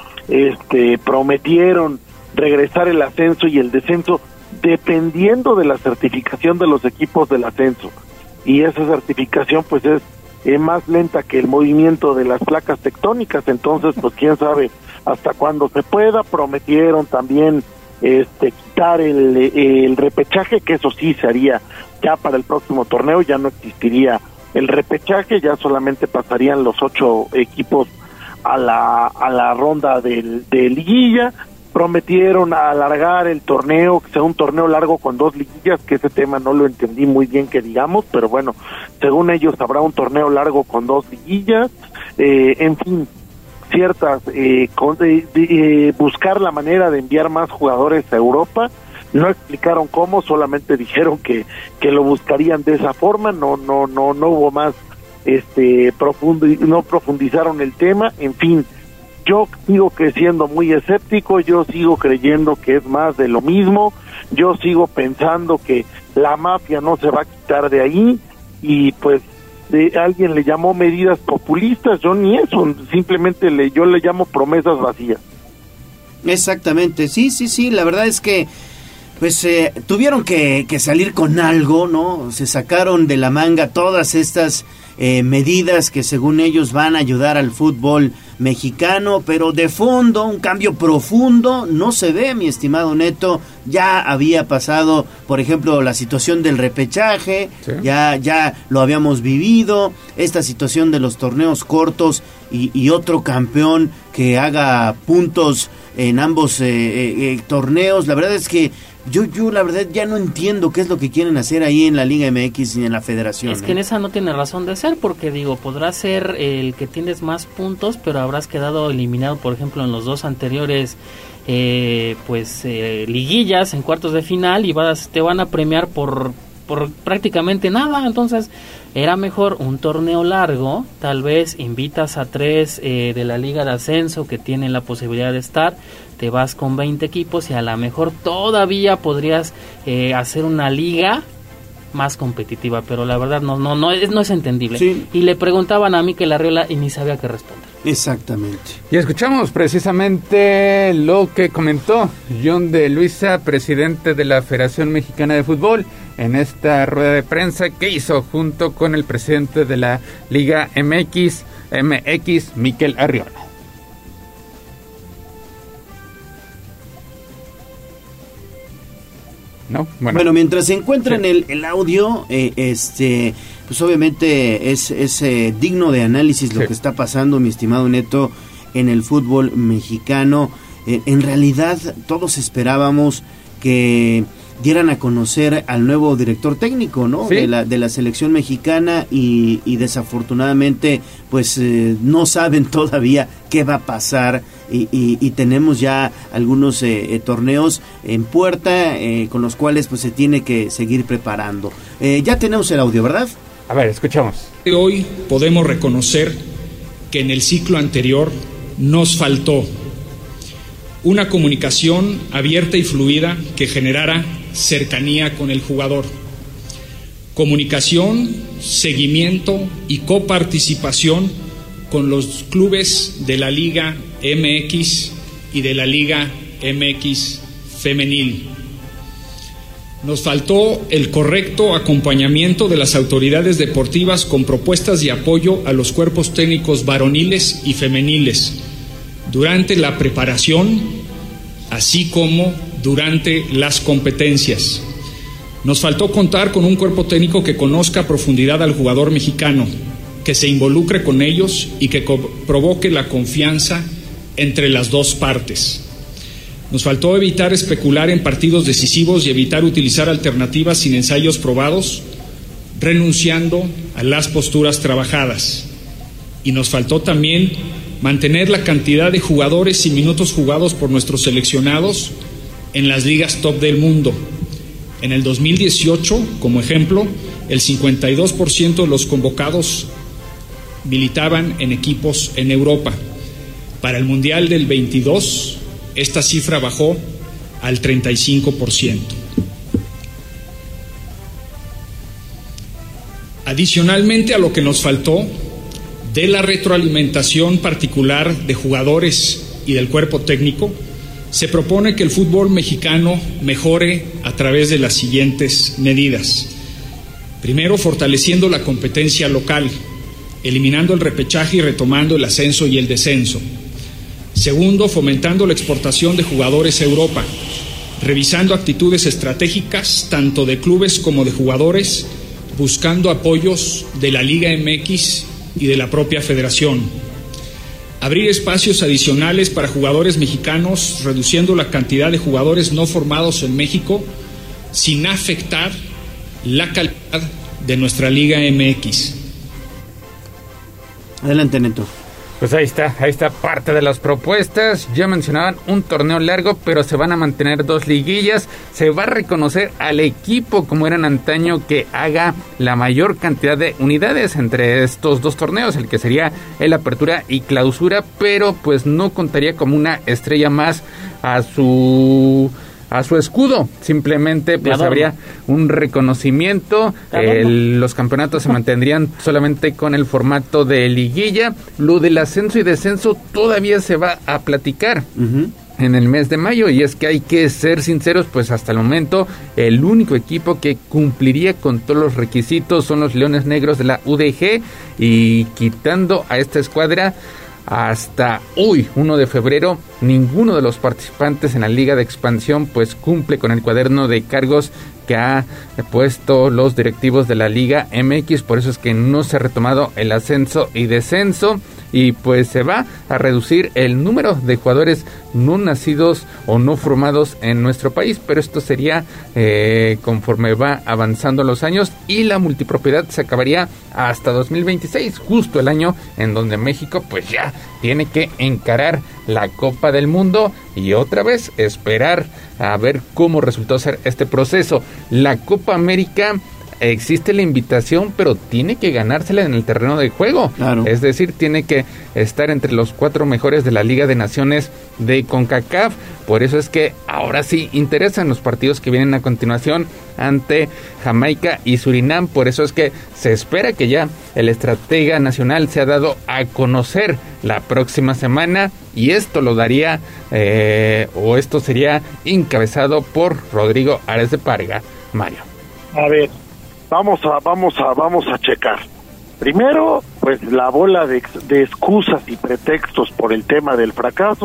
Este, prometieron regresar el ascenso y el descenso, dependiendo de la certificación de los equipos del ascenso. Y esa certificación, pues, es Eh, más lenta que el movimiento de las placas tectónicas, entonces pues quién sabe hasta cuándo se pueda. Prometieron también este quitar el, el repechaje, que eso sí se haría ya para el próximo torneo, ya no existiría el repechaje, ya solamente pasarían los ocho equipos a la a la ronda del, de liguilla. Prometieron alargar el torneo, que sea un torneo largo con dos liguillas, que ese tema no lo entendí muy bien que digamos, pero bueno, según ellos habrá un torneo largo con dos liguillas, eh, en fin, ciertas, eh, con, de, de, eh, buscar la manera de enviar más jugadores a Europa. No explicaron cómo, solamente dijeron que, que lo buscarían de esa forma, no, no, no, no hubo más, este, profundo, no profundizaron el tema, en fin. Yo sigo que siendo muy escéptico, yo sigo creyendo que es más de lo mismo, yo sigo pensando que la mafia no se va a quitar de ahí, y pues de, alguien le llamó medidas populistas, yo ni eso, simplemente le, yo le llamo promesas vacías. Exactamente, sí, sí, sí, la verdad es que pues eh, tuvieron que, que salir con algo, ¿no? Se sacaron de la manga todas estas eh, medidas que según ellos van a ayudar al fútbol mexicano, pero de fondo, un cambio profundo no se ve, mi estimado Neto. Ya había pasado, por ejemplo, la situación del repechaje, ¿sí? ya, ya lo habíamos vivido, esta situación de los torneos cortos y, y otro campeón que haga puntos en ambos eh, eh, eh, torneos. La verdad es que Yo, yo la verdad ya no entiendo qué es lo que quieren hacer ahí en la Liga M X y en la Federación. Es que en esa no tiene razón de ser, porque digo, podrás ser el que tienes más puntos, pero habrás quedado eliminado, por ejemplo, en los dos anteriores eh, pues eh, liguillas, en cuartos de final, y vas, te van a premiar por, por prácticamente nada. Entonces era mejor un torneo largo, tal vez invitas a tres eh, de la Liga de Ascenso que tienen la posibilidad de estar, te vas con veinte equipos y a lo mejor todavía podrías eh, hacer una liga más competitiva, pero la verdad no no no es no es entendible. Sí. Y le preguntaban a Mikel Arriola y ni sabía qué responder. Exactamente. Y escuchamos precisamente lo que comentó John de Luisa, presidente de la Federación Mexicana de Fútbol, en esta rueda de prensa que hizo junto con el presidente de la Liga M X, M X, Mikel Arriola. ¿no? Bueno, bueno mientras se encuentran sí. el, el audio, eh, este, pues obviamente es, es eh, digno de análisis lo sí. que está pasando, mi estimado Neto, en el fútbol mexicano. Eh, en realidad todos esperábamos que dieran a conocer al nuevo director técnico, ¿no? Sí. De la de la selección mexicana y, y desafortunadamente, pues eh, no saben todavía qué va a pasar y, y, y tenemos ya algunos eh, eh, torneos en puerta eh, con los cuales pues se tiene que seguir preparando. Eh, ya tenemos el audio, ¿verdad? A ver, escuchamos. Hoy podemos reconocer que en el ciclo anterior nos faltó una comunicación abierta y fluida que generara cercanía con el jugador, comunicación, seguimiento y coparticipación con los clubes de la Liga M X y de la Liga M X Femenil. Nos faltó el correcto acompañamiento de las autoridades deportivas con propuestas de apoyo a los cuerpos técnicos varoniles y femeniles durante la preparación, así como durante las competencias. Nos faltó contar con un cuerpo técnico que conozca a profundidad al jugador mexicano, que se involucre con ellos y que co- provoque la confianza entre las dos partes. Nos faltó evitar especular en partidos decisivos y evitar utilizar alternativas sin ensayos probados, renunciando a las posturas trabajadas. Y nos faltó también mantener la cantidad de jugadores y minutos jugados por nuestros seleccionados en las ligas top del mundo. En el dos mil dieciocho, como ejemplo, el cincuenta y dos por ciento de los convocados militaban en equipos en Europa. Para el Mundial del veintidós, esta cifra bajó al treinta y cinco por ciento. Adicionalmente a lo que nos faltó de la retroalimentación particular de jugadores y del cuerpo técnico, se propone que el fútbol mexicano mejore a través de las siguientes medidas. Primero, fortaleciendo la competencia local, eliminando el repechaje y retomando el ascenso y el descenso. Segundo, fomentando la exportación de jugadores a Europa, revisando actitudes estratégicas tanto de clubes como de jugadores, buscando apoyos de la Liga M X y de la propia federación. Abrir espacios adicionales para jugadores mexicanos, reduciendo la cantidad de jugadores no formados en México, sin afectar la calidad de nuestra Liga M X. Adelante, Neto. Pues ahí está, ahí está parte de las propuestas. Ya mencionaban un torneo largo, pero se van a mantener dos liguillas. Se va a reconocer al equipo, como eran antaño, que haga la mayor cantidad de unidades entre estos dos torneos, el que sería el Apertura y Clausura, pero pues no contaría como una estrella más a su... a su escudo, simplemente pues habría un reconocimiento, el, los campeonatos se mantendrían solamente con el formato de liguilla, lo del ascenso y descenso todavía se va a platicar uh-huh. en el mes de mayo, y es que hay que ser sinceros, pues hasta el momento el único equipo que cumpliría con todos los requisitos son los Leones Negros de la U D G, y quitando a esta escuadra, hasta hoy, uno de febrero, ninguno de los participantes en la Liga de Expansión pues cumple con el cuaderno de cargos que ha puesto los directivos de la Liga M X, por eso es que no se ha retomado el ascenso y descenso, y pues se va a reducir el número de jugadores no nacidos o no formados en nuestro país, pero esto sería eh, conforme va avanzando los años, y la multipropiedad se acabaría hasta dos mil veintiséis, justo el año en donde México pues ya tiene que encarar la Copa del Mundo y otra vez esperar a ver cómo resultó ser este proceso. La Copa América, existe la invitación, pero tiene que ganársela en el terreno de juego. Claro. Es decir, tiene que estar entre los cuatro mejores de la Liga de Naciones de CONCACAF. Por eso es que ahora sí interesan los partidos que vienen a continuación ante Jamaica y Surinam. Por eso es que se espera que ya el estratega nacional se ha dado a conocer la próxima semana, y esto lo daría, eh, o esto sería encabezado por Rodrigo Ares de Parga. Mario. A ver, vamos a, vamos a, vamos a checar. Primero, pues la bola de, de excusas y pretextos por el tema del fracaso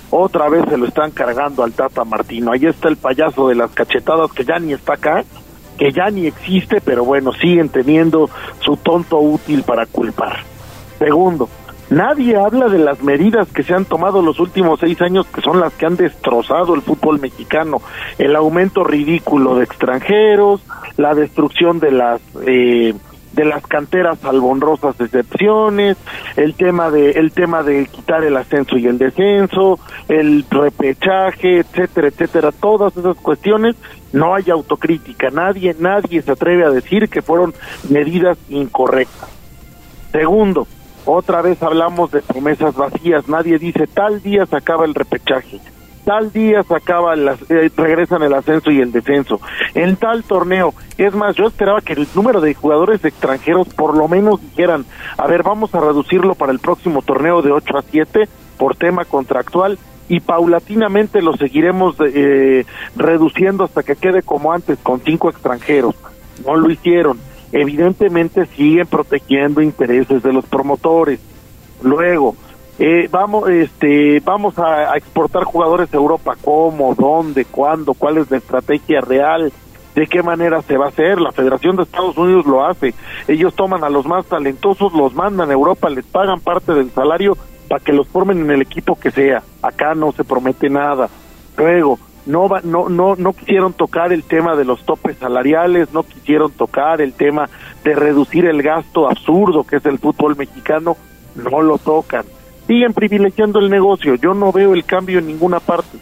Otra vez se lo están cargando al Tata Martino. Ahí está el payaso de las cachetadas, que ya ni está acá, que ya ni existe, pero bueno, siguen teniendo su tonto útil para culpar. Segundo, nadie habla de las medidas que se han tomado los últimos seis años, que son las que han destrozado el fútbol mexicano. El aumento ridículo de extranjeros, la destrucción de las eh, de las canteras, salvo honrosas excepciones, el tema de el tema de quitar el ascenso y el descenso, el repechaje, etcétera, etcétera. Todas esas cuestiones, no hay autocrítica. Nadie nadie se atreve a decir que fueron medidas incorrectas. Segundo, otra vez hablamos de promesas vacías. Nadie dice tal día se acaba el repechaje, tal día se acaba, el, eh, regresan el ascenso y el descenso, en tal torneo. Es más, yo esperaba que el número de jugadores extranjeros por lo menos dijeran, a ver, vamos a reducirlo para el próximo torneo de ocho a siete por tema contractual, y paulatinamente lo seguiremos eh, reduciendo hasta que quede como antes, con cinco extranjeros. No lo hicieron. Evidentemente siguen protegiendo intereses de los promotores. Luego, eh, vamos, este, vamos a, a exportar jugadores a Europa. ¿Cómo? ¿Dónde? ¿Cuándo? ¿Cuál es la estrategia real? ¿De qué manera se va a hacer? La Federación de Estados Unidos lo hace. Ellos toman a los más talentosos, los mandan a Europa, les pagan parte del salario para que los formen en el equipo que sea. Acá no se promete nada. Luego, No, va, no no no quisieron tocar el tema de los topes salariales, no quisieron tocar el tema de reducir el gasto absurdo que es el fútbol mexicano, no lo tocan. Siguen privilegiando el negocio, yo no veo el cambio en ninguna parte.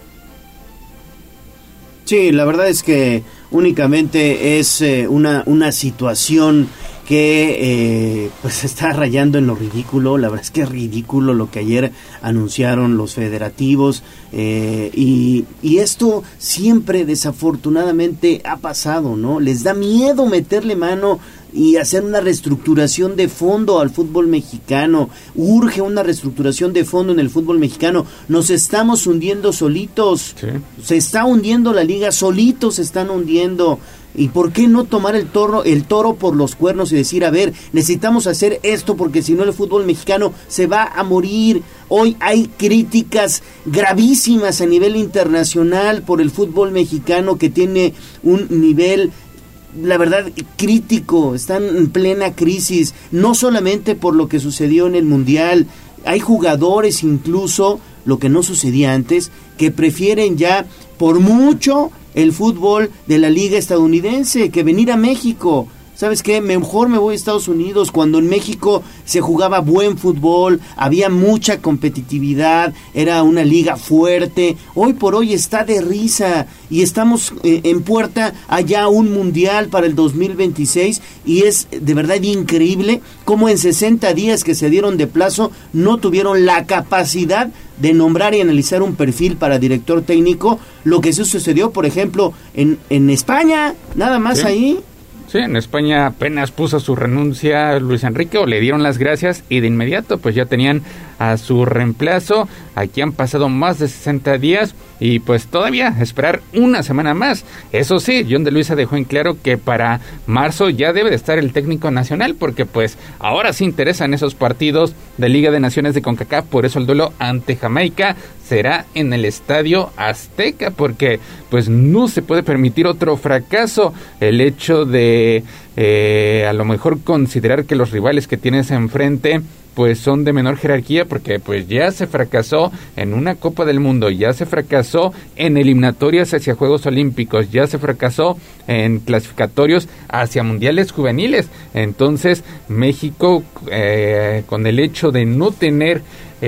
Sí, la verdad es que únicamente es eh, una, una situación que eh, pues está rayando en lo ridículo. La verdad es que es ridículo lo que ayer anunciaron los federativos, eh, y, y esto siempre desafortunadamente ha pasado, ¿no? Les da miedo meterle mano y hacer una reestructuración de fondo al fútbol mexicano. Urge una reestructuración de fondo en el fútbol mexicano. Nos estamos hundiendo solitos. Sí. Se está hundiendo la liga, solitos se están hundiendo. ¿Y por qué no tomar el toro, el toro por los cuernos y decir, a ver, necesitamos hacer esto porque si no el fútbol mexicano se va a morir? Hoy hay críticas gravísimas a nivel internacional por el fútbol mexicano, que tiene un nivel, la verdad, crítico. Están en plena crisis, no solamente por lo que sucedió en el Mundial. Hay jugadores, incluso, lo que no sucedía antes, que prefieren ya por mucho el fútbol de la liga estadounidense que venir a México. ¿Sabes qué? Mejor me voy a Estados Unidos, cuando en México se jugaba buen fútbol, había mucha competitividad, era una liga fuerte. Hoy por hoy está de risa y estamos eh, en puerta allá un mundial para el dos mil veintiséis, y es de verdad increíble cómo en sesenta días que se dieron de plazo no tuvieron la capacidad de nombrar y analizar un perfil para director técnico, lo que sí sucedió, por ejemplo, en, en España, nada más sí. ahí. Sí, en España apenas puso su renuncia Luis Enrique, o le dieron las gracias, y de inmediato pues ya tenían a su reemplazo. Aquí han pasado más de sesenta días y pues todavía esperar una semana más. Eso sí, John de Luisa dejó en claro que para marzo ya debe de estar el técnico nacional, porque pues ahora sí interesan esos partidos de Liga de Naciones de CONCACAF. Por eso el duelo ante Jamaica será en el Estadio Azteca, porque pues no se puede permitir otro fracaso. El hecho de eh, a lo mejor considerar que los rivales que tienes enfrente pues son de menor jerarquía, porque pues ya se fracasó en una Copa del Mundo, ya se fracasó en eliminatorias hacia Juegos Olímpicos, ya se fracasó en clasificatorios hacia mundiales juveniles. Entonces México, eh, con el hecho de no tener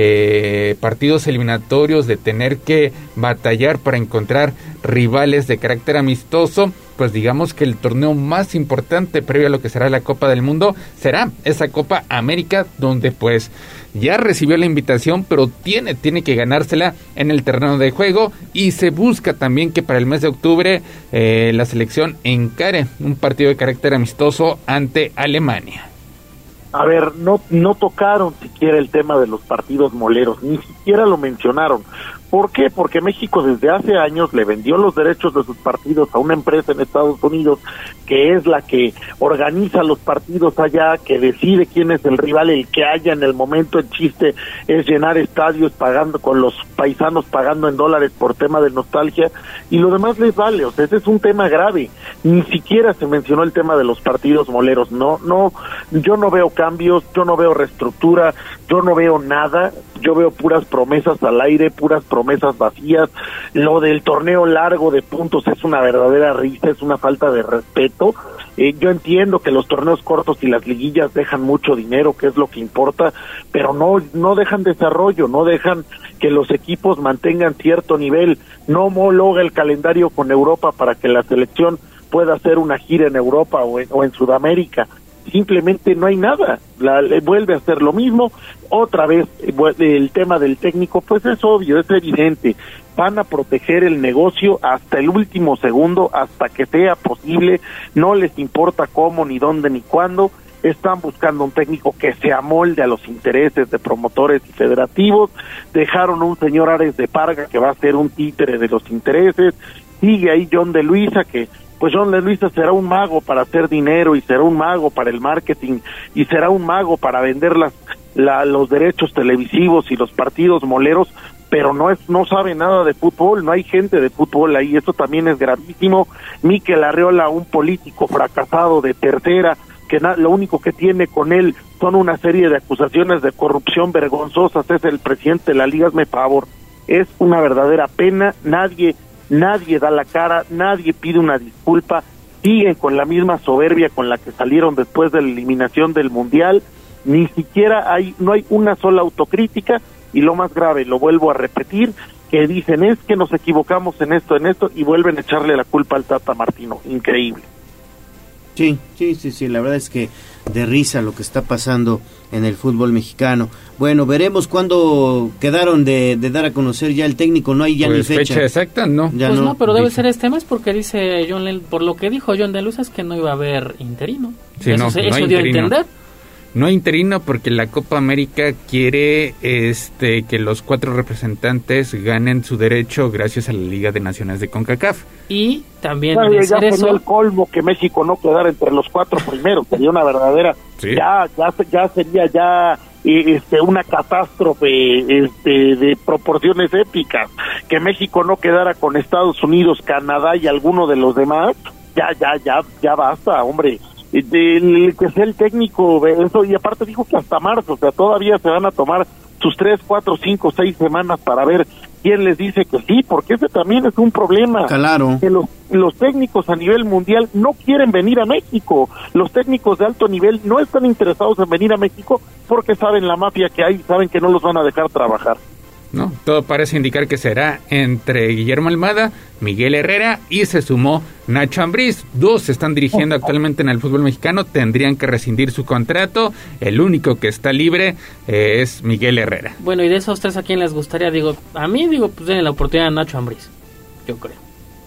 eh, partidos eliminatorios, de tener que batallar para encontrar rivales de carácter amistoso, pues digamos que el torneo más importante previo a lo que será la Copa del Mundo será esa Copa América, donde pues ya recibió la invitación, pero tiene, tiene que ganársela en el terreno de juego, y se busca también que para el mes de octubre eh, la selección encare un partido de carácter amistoso ante Alemania. A ver, no no tocaron siquiera el tema de los partidos moleros, ni siquiera lo mencionaron. ¿Por qué? Porque México desde hace años le vendió los derechos de sus partidos a una empresa en Estados Unidos, que es la que organiza los partidos allá, que decide quién es el rival, el que haya en el momento. El chiste es llenar estadios pagando, con los paisanos pagando en dólares por tema de nostalgia, y lo demás les vale. O sea, ese es un tema grave. Ni siquiera se mencionó el tema de los partidos moleros. No, no, yo no veo cambios, yo no veo reestructura, yo no veo nada. Yo veo puras promesas al aire, puras promesas vacías. Lo del torneo largo de puntos es una verdadera risa, es una falta de respeto. Eh, yo entiendo que los torneos cortos y las liguillas dejan mucho dinero, que es lo que importa, pero no no dejan desarrollo, no dejan que los equipos mantengan cierto nivel. No homologa el calendario con Europa para que la selección pueda hacer una gira en Europa o en, o en Sudamérica. Simplemente no hay nada, la, le vuelve a hacer lo mismo. Otra vez el tema del técnico, pues es obvio, es evidente, van a proteger el negocio hasta el último segundo, hasta que sea posible, no les importa cómo, ni dónde, ni cuándo. Están buscando un técnico que se amolde a los intereses de promotores y federativos. Dejaron a un señor Ares de Parga que va a ser un títere de los intereses. Sigue ahí John de Luisa, que pues John de Luisa será un mago para hacer dinero, y será un mago para el marketing, y será un mago para vender las, la, los derechos televisivos y los partidos moleros, pero no es no sabe nada de fútbol, no hay gente de fútbol ahí. Esto también es gravísimo. Mikel Arriola, un político fracasado de tercera, que na, lo único que tiene con él son una serie de acusaciones de corrupción vergonzosas, es el presidente de la Liga, hazme favor. Es una verdadera pena. Nadie Nadie da la cara, nadie pide una disculpa, siguen con la misma soberbia con la que salieron después de la eliminación del Mundial. Ni siquiera hay, no hay una sola autocrítica, y lo más grave, lo vuelvo a repetir, que dicen es que nos equivocamos en esto, en esto, y vuelven a echarle la culpa al Tata Martino. Increíble. Sí, sí, sí, sí, la verdad es que de risa lo que está pasando en el fútbol mexicano. Bueno, veremos cuándo quedaron de, de dar a conocer ya el técnico, no hay ya pues ni fecha. fecha exacta, no. Ya pues no, no pero debe dice. ser este mes, porque dice John, Le por lo que dijo John de Luisa, es que no iba a haber interino. Sí, eso no, se, no eso hay dio interino. a entender. No hay interino porque la Copa América quiere este que los cuatro representantes ganen su derecho gracias a la Liga de Naciones de CONCACAF. Y también Bueno, de ya ser sería eso, el colmo que México no quedara entre los cuatro primeros, sería una verdadera, sí. ya, ya, ya sería ya eh, este una catástrofe este de proporciones épicas. Que México no quedara con Estados Unidos, Canadá y alguno de los demás, ya, ya, ya, ya basta, hombre. El que sea el técnico, eso, y aparte dijo que hasta marzo, o sea, todavía se van a tomar sus tres, cuatro, cinco, seis semanas para ver quién les dice que sí, porque ese también es un problema. Claro. Que los, los técnicos a nivel mundial no quieren venir a México, los técnicos de alto nivel no están interesados en venir a México porque saben la mafia que hay, saben que no los van a dejar trabajar. No, todo parece indicar que será entre Guillermo Almada, Miguel Herrera y se sumó Nacho Ambriz. Dos se están dirigiendo actualmente en el fútbol mexicano, tendrían que rescindir su contrato. El único que está libre eh, es Miguel Herrera. bueno, y de esos tres, ¿a quién les gustaría? Digo, a mí, digo, pues denle la oportunidad a Nacho Ambriz, yo creo.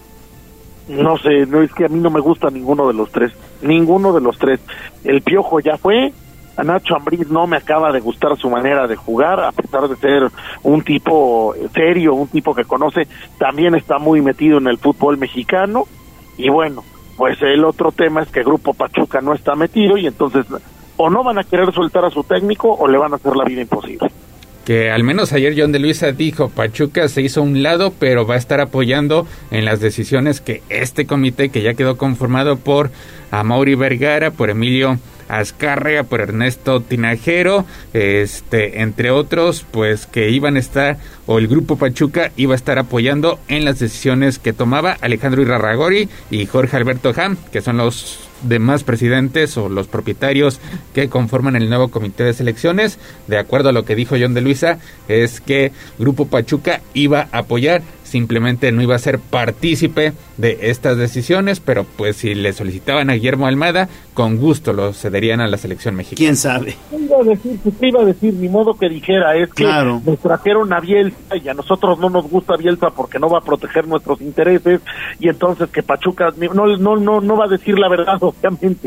No sé, no es que a mí no me gusta ninguno de los tres, ninguno de los tres. El Piojo ya fue. A Nacho Ambriz no me acaba de gustar su manera de jugar, a pesar de ser un tipo serio, un tipo que conoce, también está muy metido en el fútbol mexicano. Y bueno, pues el otro tema es que Grupo Pachuca no está metido, y entonces o no van a querer soltar a su técnico o le van a hacer la vida imposible. Que al menos ayer John de Luisa dijo, Pachuca se hizo a un lado, pero va a estar apoyando en las decisiones que este comité, que ya quedó conformado por Amaury Vergara, por Emilio Azcárraga, por Ernesto Tinajero, este, entre otros, pues que iban a estar, o el Grupo Pachuca iba a estar apoyando en las decisiones que tomaba Alejandro Irarrágorri y Jorge Alberto Ham, que son los demás presidentes o los propietarios que conforman el nuevo comité de selecciones. De acuerdo a lo que dijo John de Luisa, es que Grupo Pachuca iba a apoyar, simplemente no iba a ser partícipe de estas decisiones, pero pues si le solicitaban a Guillermo Almada, con gusto lo cederían a la selección mexicana. ¿Quién sabe? ¿Qué iba a decir? Pues, ¿qué iba a decir? Ni modo que dijera, es que Claro. nos trajeron a Bielsa y a nosotros no nos gusta Bielsa porque no va a proteger nuestros intereses, y entonces que Pachuca no no no no va a decir la verdad, obviamente.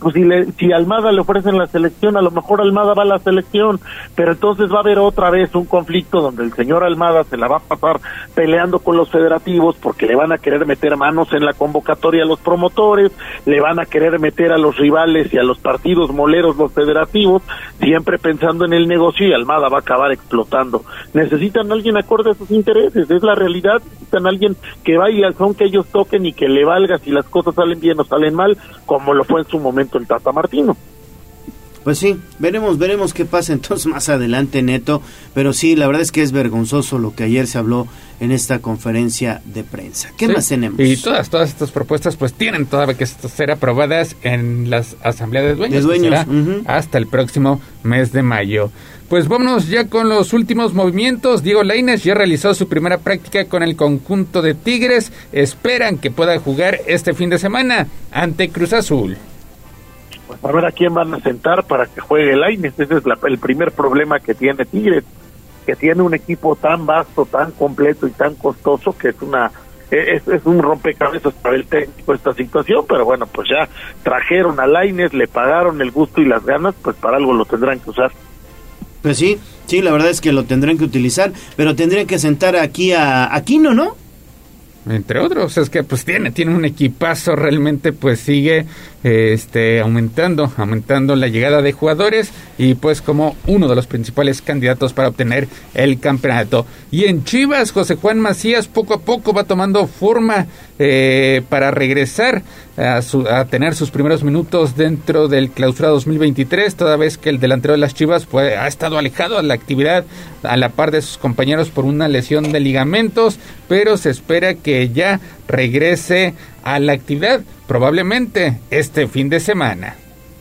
pues si, le, si a Almada le ofrecen la selección, a lo mejor Almada va a la selección, pero entonces va a haber otra vez un conflicto donde el señor Almada se la va a pasar peleando con los federativos porque le van a querer meter manos en la convocatoria a los promotores, le van a querer meter a los rivales y a los partidos moleros los federativos, siempre pensando en el negocio, y Almada va a acabar explotando. Necesitan a alguien acorde a sus intereses, es la realidad. Necesitan a alguien que vaya al son que ellos toquen y que le valga si las cosas salen bien o salen mal, como lo fue en su momento el Tata Martino. Pues sí, veremos, veremos qué pasa entonces más adelante, Neto, pero sí, la verdad es que es vergonzoso lo que ayer se habló en esta conferencia de prensa. ¿Qué sí, más tenemos? Y todas, todas estas propuestas pues tienen todavía que ser aprobadas en las asambleas de dueños, de dueños. Que será Uh-huh. hasta el próximo mes de mayo. Pues vámonos ya con los últimos movimientos. Diego Lainez ya realizó su primera práctica con el conjunto de Tigres. Esperan que pueda jugar este fin de semana ante Cruz Azul. Pues a ver a quién van a sentar para que juegue Lainez. Ese es la, el primer problema que tiene Tigres, que tiene un equipo tan vasto, tan completo y tan costoso que es una es, es un rompecabezas para el técnico esta situación, pero bueno, pues ya trajeron a Lainez, le pagaron el gusto y las ganas, pues para algo lo tendrán que usar. Pues sí, sí, la verdad es que lo tendrán que utilizar, pero tendrían que sentar aquí a Aquino, ¿no? Entre otros, es que pues tiene, tiene un equipazo, realmente pues sigue este aumentando, aumentando la llegada de jugadores y pues como uno de los principales candidatos para obtener el campeonato. Y en Chivas, José Juan Macías poco a poco va tomando forma eh, para regresar a, su, a tener sus primeros minutos dentro del Clausura dos mil veintitrés, toda vez que el delantero de las Chivas pues, ha estado alejado de la actividad a la par de sus compañeros por una lesión de ligamentos, pero se espera que ya regrese a la actividad, probablemente este fin de semana.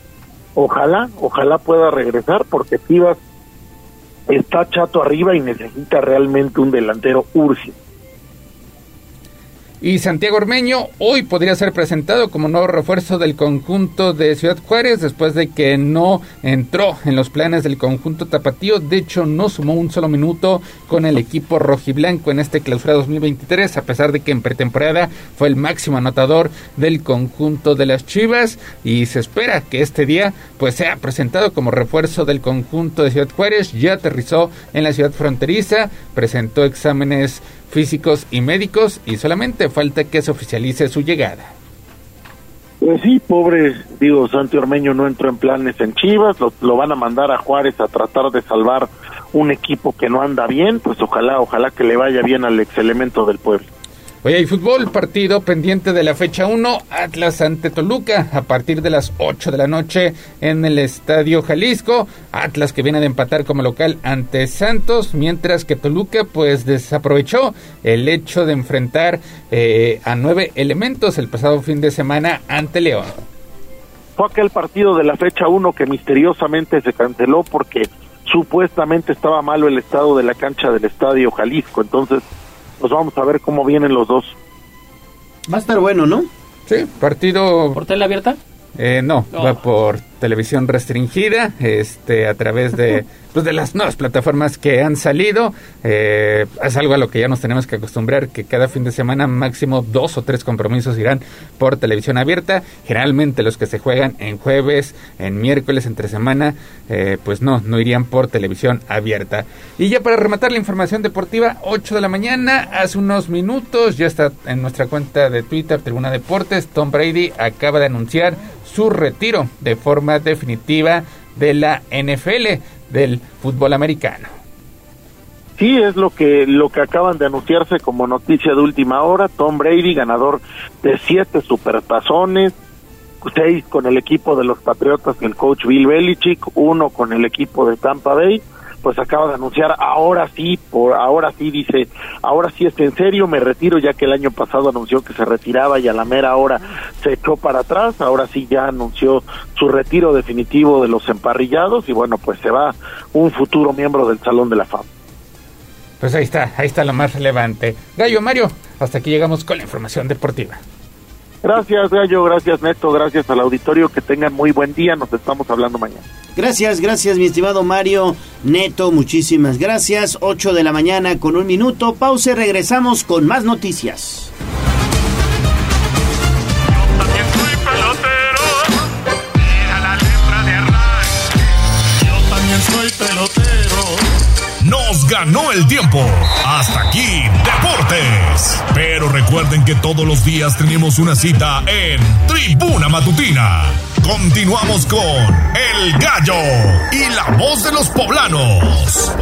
Ojalá, ojalá pueda regresar, porque Chivas está chato arriba y necesita realmente un delantero urgente. Y Santiago Ormeño hoy podría ser presentado como nuevo refuerzo del conjunto de Ciudad Juárez después de que no entró en los planes del conjunto tapatío. De hecho, no sumó un solo minuto con el equipo rojiblanco en este Clausura dos mil veintitrés, a pesar de que en pretemporada fue el máximo anotador del conjunto de las Chivas, y se espera que este día pues sea presentado como refuerzo del conjunto de Ciudad Juárez. Ya aterrizó en la ciudad fronteriza, presentó exámenes físicos y médicos y solamente falta que se oficialice su llegada. Pues sí, pobre, digo, Santi Ormeño no entró en planes en Chivas, lo, lo van a mandar a Juárez a tratar de salvar un equipo que no anda bien, pues ojalá, ojalá que le vaya bien al ex elemento del pueblo. Hoy hay fútbol, partido pendiente de la fecha uno, Atlas ante Toluca, a partir de las ocho de la noche en el Estadio Jalisco. Atlas que viene de empatar como local ante Santos, mientras que Toluca pues desaprovechó el hecho de enfrentar eh, a nueve elementos el pasado fin de semana ante León. Fue aquel partido de la fecha uno que misteriosamente se canceló porque supuestamente estaba malo el estado de la cancha del Estadio Jalisco, entonces pues vamos a ver cómo vienen los dos. Va a estar bueno, ¿no? Sí, partido... ¿Por tele abierta? Eh, no, oh. va por televisión restringida, este, a través de, pues, de las nuevas plataformas que han salido. Eh, es algo a lo que ya nos tenemos que acostumbrar, que cada fin de semana máximo dos o tres compromisos irán por televisión abierta. Generalmente los que se juegan en jueves, en miércoles, entre semana, eh, pues no, no irían por televisión abierta. Y ya para rematar la información deportiva, ocho de la mañana, hace unos minutos, ya está en nuestra cuenta de Twitter, Tribuna Deportes, Tom Brady acaba de anunciar su retiro de forma definitiva de la N F L, del fútbol americano. Sí, es lo que lo que acaban de anunciarse como noticia de última hora. Tom Brady, ganador de siete supertazones, seis con el equipo de los Patriotas y el coach Bill Belichick, uno con el equipo de Tampa Bay, pues acaba de anunciar, ahora sí, por ahora sí dice, ahora sí es en serio, me retiro, ya que el año pasado anunció que se retiraba y a la mera hora se echó para atrás. Ahora sí ya anunció su retiro definitivo de los emparrillados y bueno, pues se va un futuro miembro del Salón de la Fama. Pues ahí está, ahí está lo más relevante. Gallo, Mario, hasta aquí llegamos con la información deportiva. Gracias, Gallo, gracias, Neto, gracias al auditorio, que tengan muy buen día, nos estamos hablando mañana. Gracias, gracias, mi estimado Mario, Neto, muchísimas gracias. Ocho de la mañana con un minuto, pausa y regresamos con más noticias. ganó el tiempo. Hasta aquí, Deportes. Pero recuerden que todos los días tenemos una cita en Tribuna Matutina. Continuamos con El Gallo y la voz de los poblanos.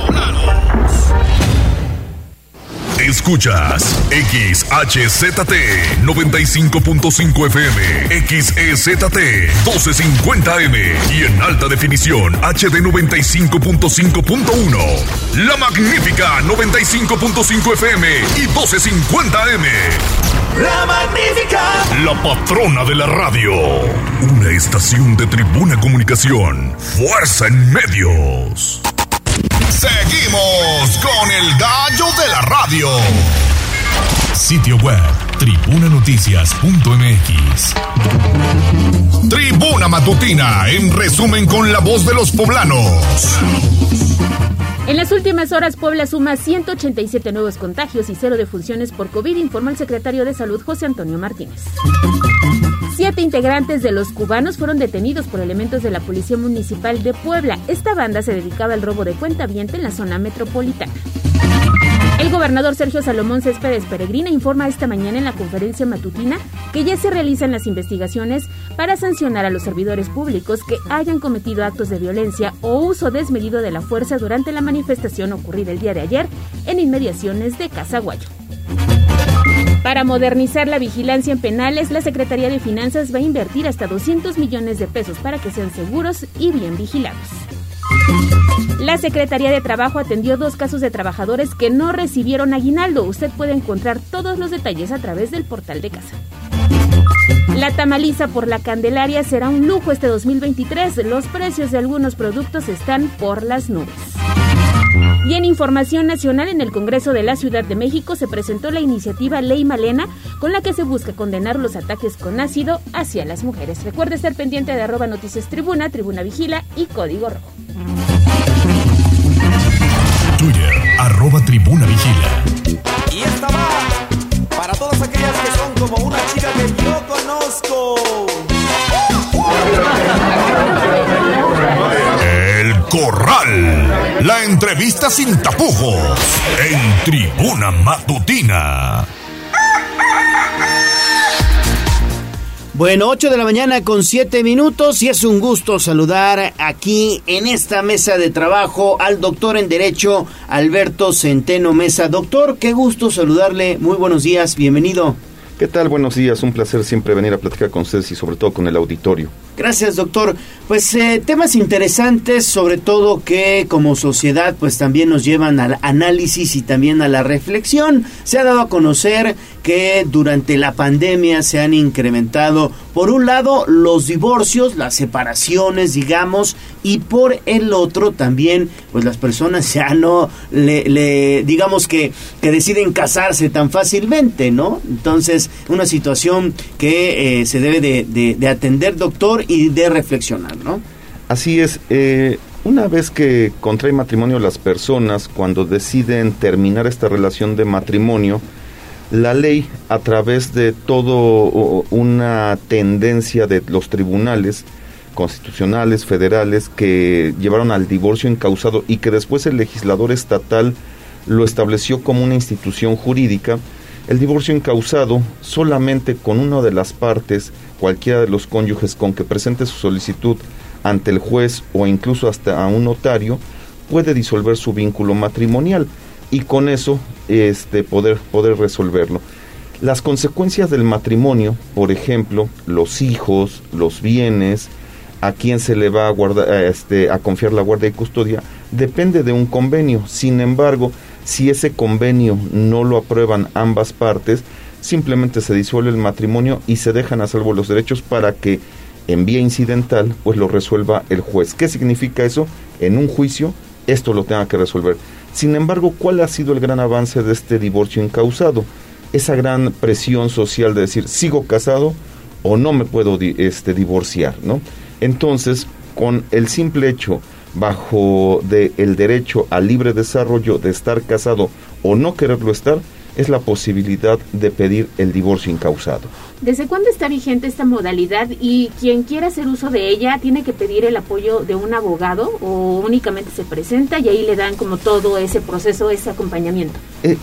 Escuchas X H Z T noventa y cinco punto cinco F M, X E Z T doce cincuenta M y en alta definición H D noventa y cinco punto cinco punto uno. La Magnífica noventa y cinco punto cinco F M y doce cincuenta M. La Magnífica, la patrona de la radio. Una estación de Tribuna Comunicación. Fuerza en medios. Seguimos con el Gallo de la Radio. Sitio web tribuna noticias punto m x. Tribuna Matutina, en resumen con la voz de los poblanos. En las últimas horas, Puebla suma ciento ochenta y siete nuevos contagios y cero defunciones por COVID, informó el secretario de Salud, José Antonio Martínez. Siete integrantes de los cubanos fueron detenidos por elementos de la Policía Municipal de Puebla. Esta banda se dedicaba al robo de cuentaviente en la zona metropolitana. El gobernador Sergio Salomón Céspedes Peregrina informa esta mañana en la conferencia matutina que ya se realizan las investigaciones para sancionar a los servidores públicos que hayan cometido actos de violencia o uso desmedido de la fuerza durante la manifestación ocurrida el día de ayer en inmediaciones de Casaguayo. Para modernizar la vigilancia en penales, la Secretaría de Finanzas va a invertir hasta doscientos millones de pesos para que sean seguros y bien vigilados. La Secretaría de Trabajo atendió dos casos de trabajadores que no recibieron aguinaldo. Usted puede encontrar todos los detalles a través del portal de casa. La tamaliza por la Candelaria será un lujo este dos mil veintitrés. Los precios de algunos productos están por las nubes. Y en información nacional, en el Congreso de la Ciudad de México se presentó la iniciativa Ley Malena, con la que se busca condenar los ataques con ácido hacia las mujeres. Recuerde estar pendiente de arroba Noticias Tribuna, Tribuna Vigila y Código Rojo. Twitter, arroba Tribuna Vigila. Y esta va para todas aquellas que son como una chica que yo conozco. El Corral, la entrevista sin tapujos en Tribuna Matutina. Bueno, ocho de la mañana con siete minutos y es un gusto saludar aquí en esta mesa de trabajo al doctor en Derecho Alberto Centeno Mesa. Doctor, qué gusto saludarle, muy buenos días, bienvenido. ¿Qué tal? Buenos días, un placer siempre venir a platicar con ustedes y sobre todo con el auditorio. Gracias, doctor. Pues eh, temas interesantes, sobre todo que como sociedad pues también nos llevan al análisis y también a la reflexión. Se ha dado a conocer que durante la pandemia se han incrementado, por un lado, los divorcios, las separaciones, digamos, y por el otro también, pues las personas ya no le, le digamos que, que deciden casarse tan fácilmente, ¿no? Entonces, una situación que eh, se debe de, de, de atender, doctor, y de reflexionar, ¿no? Así es. Eh, una vez que contraen matrimonio las personas, cuando deciden terminar esta relación de matrimonio, la ley, a través de todo una tendencia de los tribunales constitucionales, federales, que llevaron al divorcio encausado y que después el legislador estatal lo estableció como una institución jurídica, el divorcio encausado solamente con una de las partes, cualquiera de los cónyuges, con que presente su solicitud ante el juez o incluso hasta a un notario, puede disolver su vínculo matrimonial y con eso este poder poder resolverlo. Las consecuencias del matrimonio, por ejemplo, los hijos, los bienes, a quién se le va a guardar, este, a confiar la guardia y custodia, depende de un convenio. Sin embargo, si ese convenio no lo aprueban ambas partes, simplemente se disuelve el matrimonio y se dejan a salvo los derechos para que en vía incidental pues lo resuelva el juez. ¿Qué significa eso? En un juicio esto lo tenga que resolver. Sin embargo, ¿cuál ha sido el gran avance de este divorcio encausado? Esa gran presión social de decir, sigo casado o no me puedo di- este, divorciar, ¿no? Entonces, con el simple hecho, bajo de el derecho al libre desarrollo de estar casado o no quererlo estar, es la posibilidad de pedir el divorcio encausado. ¿Desde cuándo está vigente esta modalidad y quien quiera hacer uso de ella tiene que pedir el apoyo de un abogado o únicamente se presenta y ahí le dan como todo ese proceso, ese acompañamiento?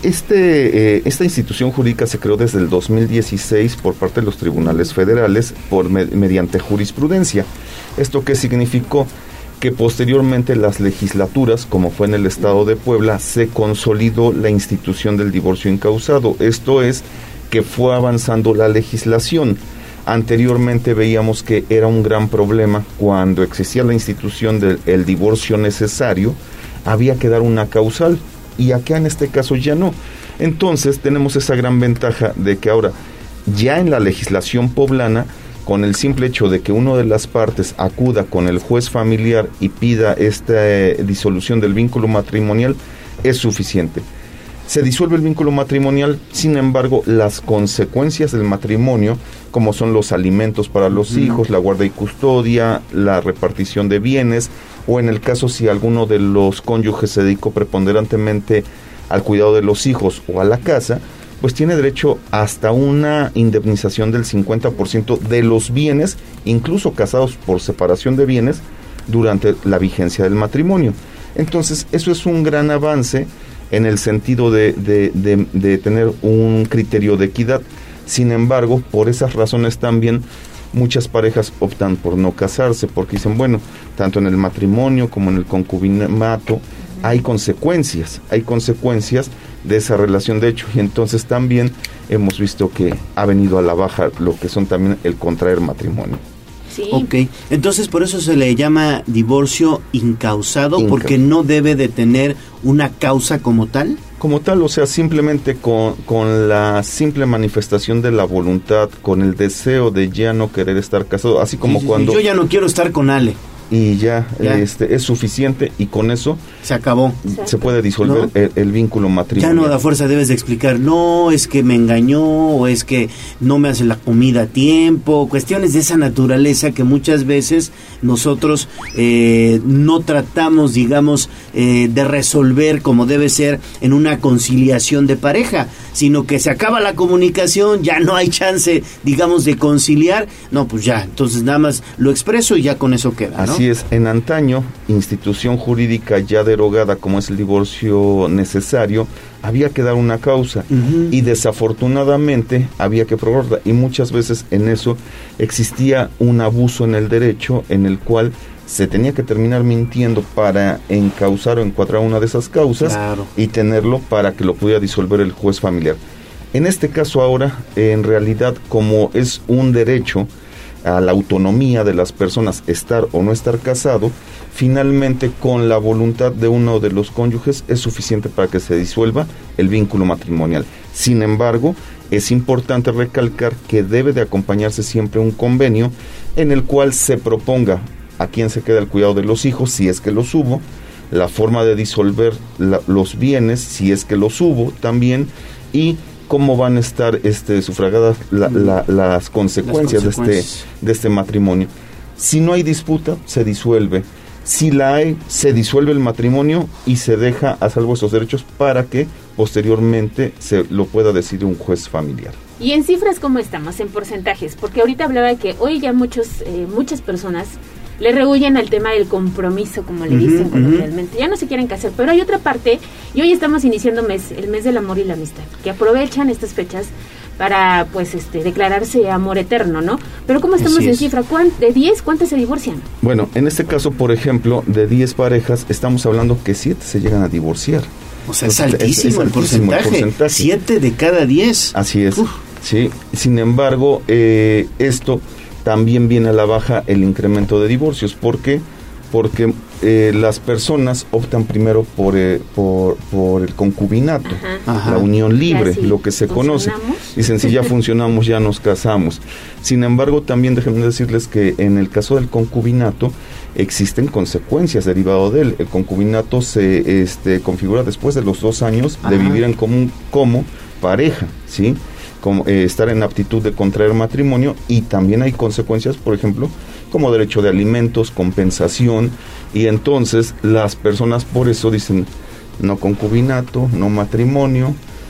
Este, eh, esta institución jurídica se creó desde el dos mil dieciséis por parte de los tribunales federales por me, mediante jurisprudencia. ¿Esto qué significó? Que posteriormente las legislaturas, como fue en el estado de Puebla, se consolidó la institución del divorcio incausado. Esto es, que fue avanzando la legislación. Anteriormente veíamos que era un gran problema cuando existía la institución del el divorcio necesario, había que dar una causal, y acá en este caso ya no. Entonces tenemos esa gran ventaja de que ahora, ya en la legislación poblana, con el simple hecho de que una de las partes acuda con el juez familiar y pida esta eh, disolución del vínculo matrimonial, es suficiente. Se disuelve el vínculo matrimonial, sin embargo, las consecuencias del matrimonio, como son los alimentos para los uh-huh. hijos, la guarda y custodia, la repartición de bienes, o en el caso si alguno de los cónyuges se dedicó preponderantemente al cuidado de los hijos o a la casa, pues tiene derecho hasta una indemnización del cincuenta por ciento de los bienes, incluso casados por separación de bienes, durante la vigencia del matrimonio. Entonces, eso es un gran avance en el sentido de, de, de, de tener un criterio de equidad. Sin embargo, por esas razones también muchas parejas optan por no casarse, porque dicen, bueno, tanto en el matrimonio como en el concubinato hay consecuencias, hay consecuencias de esa relación de hecho, y entonces también hemos visto que ha venido a la baja lo que son también el contraer matrimonio. Sí. Ok, entonces por eso se le llama divorcio incausado, Inca. porque no debe de tener una causa como tal. Como tal, o sea, simplemente con, con la simple manifestación de la voluntad, con el deseo de ya no querer estar casado, así como Sí, sí, cuando... sí. Yo ya no quiero estar con Ale. Y ya, Ya. este es suficiente, y con eso se acabó. Se puede disolver ¿No? el, el vínculo matrimonial. Ya no da fuerza, debes de explicar, no, es que me engañó, o es que no me hace la comida a tiempo, cuestiones de esa naturaleza que muchas veces nosotros eh, no tratamos, digamos, eh, de resolver como debe ser en una conciliación de pareja, sino que se acaba la comunicación, ya no hay chance, digamos, de conciliar, no, pues ya, entonces nada más lo expreso y ya con eso queda, ¿no? Así es, en antaño, institución jurídica ya derogada como es el divorcio necesario, había que dar una causa uh-huh. y desafortunadamente había que prorrogarla, y muchas veces en eso existía un abuso en el derecho en el cual se tenía que terminar mintiendo para encauzar o encuadrar una de esas causas claro. y tenerlo para que lo pudiera disolver el juez familiar. En este caso ahora, en realidad, como es un derecho a la autonomía de las personas, estar o no estar casado, finalmente con la voluntad de uno de los cónyuges es suficiente para que se disuelva el vínculo matrimonial. Sin embargo, es importante recalcar que debe de acompañarse siempre un convenio en el cual se proponga a quién se queda el cuidado de los hijos, si es que los hubo, la forma de disolver la, los bienes, si es que los hubo también, y cómo van a estar este, sufragadas la, la, las, consecuencias las consecuencias de este, de este matrimonio. Si no hay disputa, se disuelve. Si la hay, se disuelve el matrimonio y se deja a salvo esos derechos para que posteriormente se lo pueda decidir un juez familiar. ¿Y en cifras cómo estamos, en porcentajes? Porque ahorita hablaba de que hoy ya muchos, eh, muchas personas le rehuyen al tema del compromiso, como le dicen uh-huh, coloquialmente. Uh-huh. Ya no se quieren casar, pero hay otra parte, y hoy estamos iniciando mes, el mes del amor y la amistad, que aprovechan estas fechas para, pues, este, declararse amor eterno, ¿no? Pero ¿cómo estamos en cifra? ¿De diez cuántas se divorcian? Bueno, en este caso, por ejemplo, de diez parejas, estamos hablando que siete se llegan a divorciar. O sea, es altísimo, es, es altísimo el, porcentaje. el porcentaje. siete de cada diez. Así es. Uf. Sí. Sin embargo, eh, esto también viene a la baja el incremento de divorcios. ¿Por qué? Porque eh, las personas optan primero por, eh, por, por el concubinato, Ajá. la unión libre, sí, lo que se conoce. Dicen, si ya funcionamos, ya nos casamos. Sin embargo, también déjenme decirles que en el caso del concubinato existen consecuencias derivadas de él. El concubinato se este, configura después de los dos años Ajá. de vivir en común como pareja, ¿sí? Como, eh, estar en aptitud de contraer matrimonio, y también hay consecuencias, por ejemplo, como derecho de alimentos, compensación, y entonces las personas por eso dicen no concubinato, no matrimonio,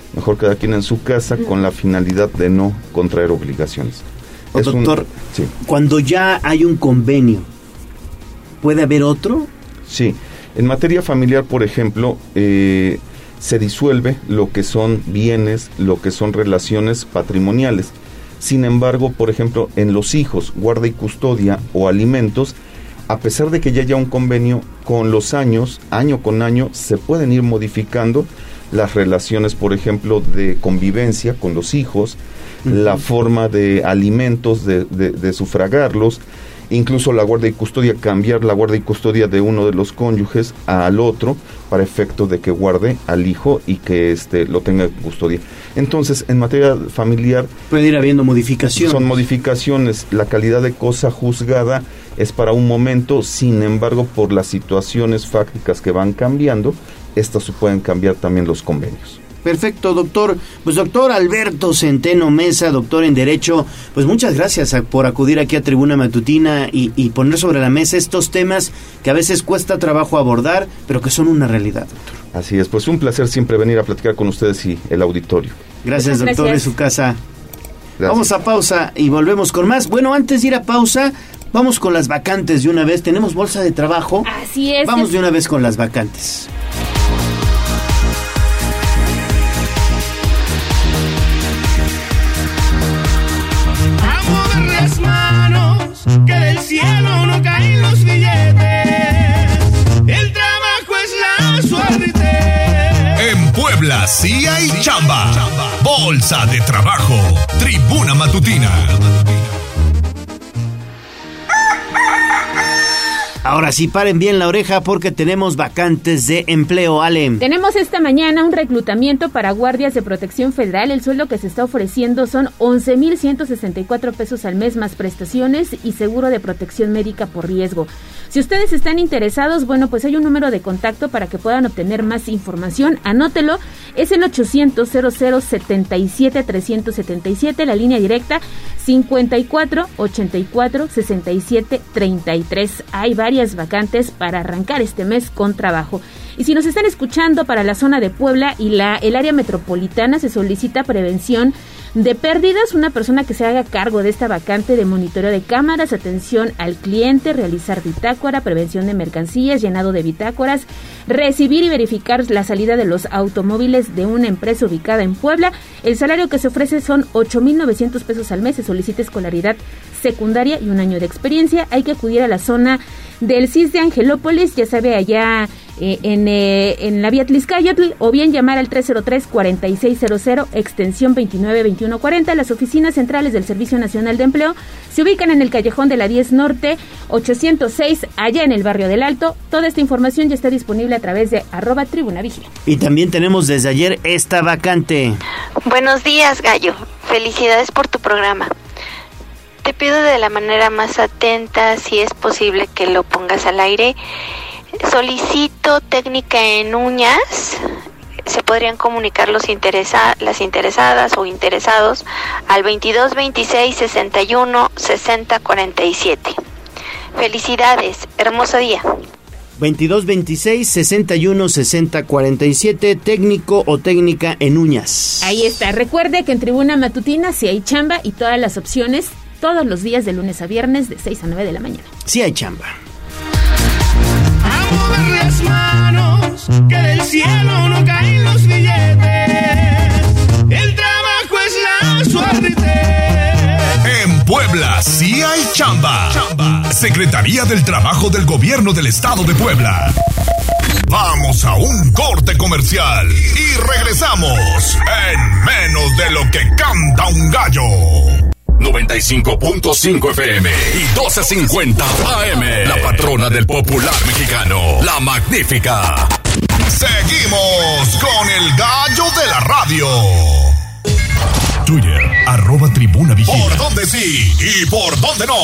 mejor cada quien en su casa, con la finalidad de no contraer obligaciones. O, doctor, un, sí. cuando ya hay un convenio, ¿puede haber otro? Sí, en materia familiar, por ejemplo, eh, se disuelve lo que son bienes, lo que son relaciones patrimoniales. Sin embargo, por ejemplo, en los hijos, guarda y custodia o alimentos, a pesar de que ya haya un convenio, con los años, año con año, se pueden ir modificando las relaciones, por ejemplo, de convivencia con los hijos, uh-huh. la forma de alimentos, de, de, de sufragarlos, incluso la guarda y custodia, cambiar la guarda y custodia de uno de los cónyuges al otro para efecto de que guarde al hijo y que este lo tenga en custodia. Entonces, en materia familiar puede ir habiendo modificaciones. Son modificaciones. La calidad de cosa juzgada es para un momento, sin embargo, por las situaciones fácticas que van cambiando, estas se pueden cambiar también los convenios. Perfecto, doctor. Pues doctor Alberto Centeno Mesa, doctor en Derecho, pues muchas gracias a, por acudir aquí a Tribuna Matutina y, y poner sobre la mesa estos temas que a veces cuesta trabajo abordar, pero que son una realidad, doctor. Así es, pues un placer siempre venir a platicar con ustedes y el auditorio. Gracias, muchas doctor, gracias. en su casa. Gracias. Vamos a pausa y volvemos con más. Bueno, antes de ir a pausa, vamos con las vacantes de una vez. Tenemos bolsa de trabajo. Así es. Vamos de una vez con las vacantes. Manos, que del cielo no caen los billetes. El trabajo es la suerte. En Puebla sí hay chamba. Bolsa de trabajo. Tribuna Matutina. Ahora sí, paren bien la oreja porque tenemos vacantes de empleo, Ale. Tenemos esta mañana un reclutamiento para guardias de protección federal. El sueldo que se está ofreciendo son once mil ciento sesenta y cuatro pesos al mes más prestaciones y seguro de protección médica por riesgo. Si ustedes están interesados, bueno, pues hay un número de contacto para que puedan obtener más información. Anótelo, es el ochocientos cero cero setenta y siete trescientos setenta y siete, la línea directa cincuenta y cuatro ochenta y cuatro sesenta y siete treinta y tres. Hay varias vacantes para arrancar este mes con trabajo. Y si nos están escuchando para la zona de Puebla y la el área metropolitana, se solicita prevención de pérdidas, una persona que se haga cargo de esta vacante de monitoreo de cámaras, atención al cliente, realizar bitácora, prevención de mercancías, llenado de bitácoras, recibir y verificar la salida de los automóviles de una empresa ubicada en Puebla. El salario que se ofrece son ocho mil novecientos pesos al mes, se solicita escolaridad secundaria y un año de experiencia. Hay que acudir a la zona del C I S de Angelópolis, ya sabe, allá eh, en, eh, en la vía Tliscayotl, o bien llamar al tres cero tres, cuarenta y seis cero cero, extensión veintinueve veintiuno cuarenta. Las oficinas centrales del Servicio Nacional de Empleo se ubican en el callejón de la diez Norte, ochocientos seis, allá en el barrio del Alto. Toda esta información ya está disponible a través de arroba Tribuna Vigila. Y también tenemos desde ayer esta vacante. Buenos días, Gallo. Felicidades por tu programa. Te pido de la manera más atenta, si es posible que lo pongas al aire. Solicito técnica en uñas. Se podrían comunicar los interesa- las interesadas o interesados al veintidós veintiséis sesenta y uno sesenta cuarenta y siete. Felicidades, hermoso día. veintidós veintiséis sesenta y uno sesenta cuarenta y siete, técnico o técnica en uñas. Ahí está. Recuerde que en Tribuna Matutina sí hay chamba y todas las opciones todos los días de lunes a viernes de seis a nueve de la mañana. Sí hay chamba. A mover las manos, que del cielo no caen los billetes. El trabajo es la suerte. En Puebla sí hay chamba. Chamba. Secretaría del Trabajo del Gobierno del Estado de Puebla. Vamos a un corte comercial y regresamos en menos de lo que canta un gallo. noventa y cinco punto cinco F M y doce cincuenta A M. La patrona del popular mexicano, la magnífica. Seguimos con el gallo de la radio. Twitter, arroba Tribuna Vigila. ¿Por dónde sí y por dónde no?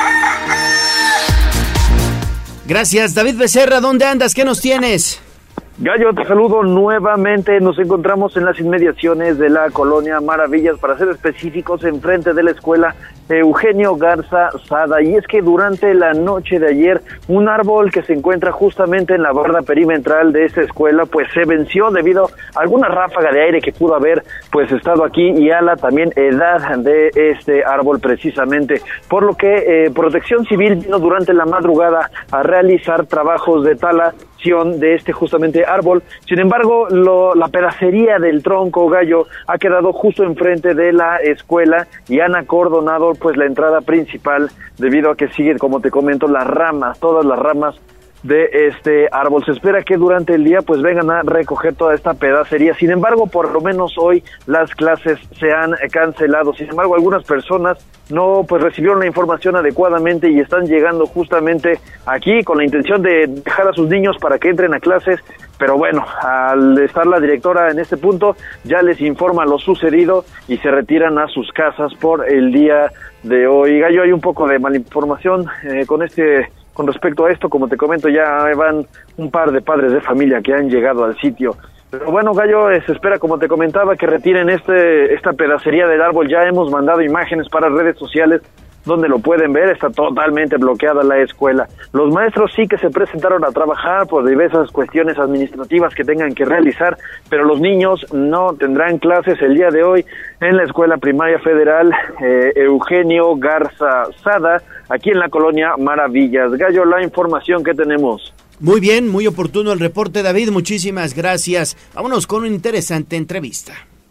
Gracias, David Becerra. ¿Dónde andas? ¿Qué nos tienes? Gallo, te saludo nuevamente. Nos encontramos en las inmediaciones de la colonia Maravillas, para ser específicos, enfrente de la escuela Eugenio Garza Sada. Y es que durante la noche de ayer, un árbol que se encuentra justamente en la barda perimetral de esta escuela, pues se venció debido a alguna ráfaga de aire que pudo haber pues estado aquí, y a la también edad de este árbol precisamente, por lo que eh, Protección Civil vino durante la madrugada a realizar trabajos de tala de este justamente árbol. Sin embargo, lo, la pedacería del tronco, Gallo, ha quedado justo enfrente de la escuela y han acordonado pues la entrada principal, debido a que siguen, como te comento, las ramas, todas las ramas de este árbol. Se espera que durante el día pues vengan a recoger toda esta pedacería. Sin embargo, por lo menos hoy las clases se han cancelado. Sin embargo, algunas personas no pues recibieron la información adecuadamente y están llegando justamente aquí con la intención de dejar a sus niños para que entren a clases. Pero bueno, al estar la directora en este punto, ya les informa lo sucedido y se retiran a sus casas por el día de hoy. Gallo, hay un poco de malinformación eh, con este Con respecto a esto. Como te comento, ya van un par de padres de familia que han llegado al sitio. Pero bueno, Gallo, eh, se espera, como te comentaba, que retiren este esta pedacería del árbol. Ya hemos mandado imágenes para redes sociales donde lo pueden ver. Está totalmente bloqueada la escuela. Los maestros sí que se presentaron a trabajar por diversas cuestiones administrativas que tengan que realizar, pero los niños no tendrán clases el día de hoy en la Escuela Primaria Federal eh, Eugenio Garza Sada, aquí en la colonia Maravillas. Gallo, la información que tenemos. Muy bien, muy oportuno el reporte, David, muchísimas gracias. Vámonos con una interesante entrevista.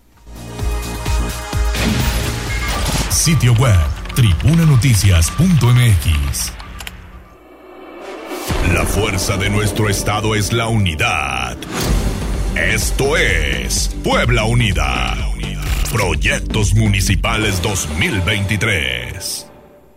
Sitio web tribuna noticias punto m x. La fuerza de nuestro estado es la unidad. Esto es Puebla Unida. Proyectos Municipales dos mil veintitrés.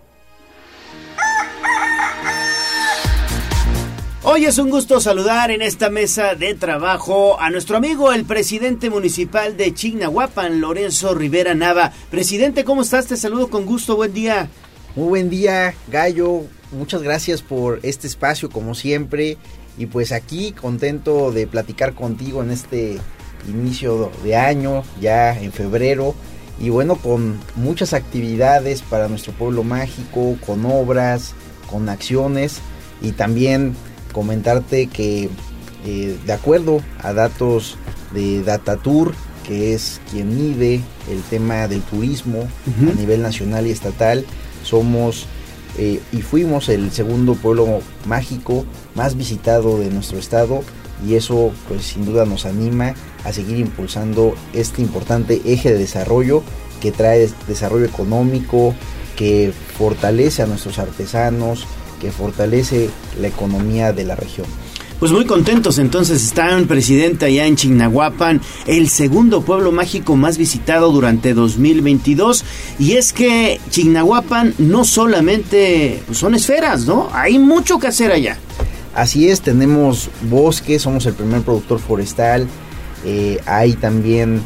Hoy es un gusto saludar en esta mesa de trabajo a nuestro amigo, el presidente municipal de Chignahuapan, Lorenzo Rivera Nava. Presidente, ¿cómo estás? Te saludo con gusto, buen día. Muy buen día, Gallo. Muchas gracias por este espacio, como siempre. Y pues aquí contento de platicar contigo en este inicio de año, ya en febrero. Y bueno, con muchas actividades para nuestro pueblo mágico, con obras, con acciones, y también comentarte que eh, de acuerdo a datos de Datatur, que es quien mide el tema del turismo uh-huh. a nivel nacional y estatal, somos eh, y fuimos el segundo pueblo mágico más visitado de nuestro estado, y eso pues sin duda nos anima a seguir impulsando este importante eje de desarrollo que trae desarrollo económico, que fortalece a nuestros artesanos, que fortalece la economía de la región. Pues muy contentos entonces están, presidente, allá en Chignahuapan, el segundo pueblo mágico más visitado durante dos mil veintidós, y es que Chignahuapan no solamente son esferas, ¿no? Hay mucho que hacer allá. Así es, tenemos bosques, somos el primer productor forestal, eh, hay también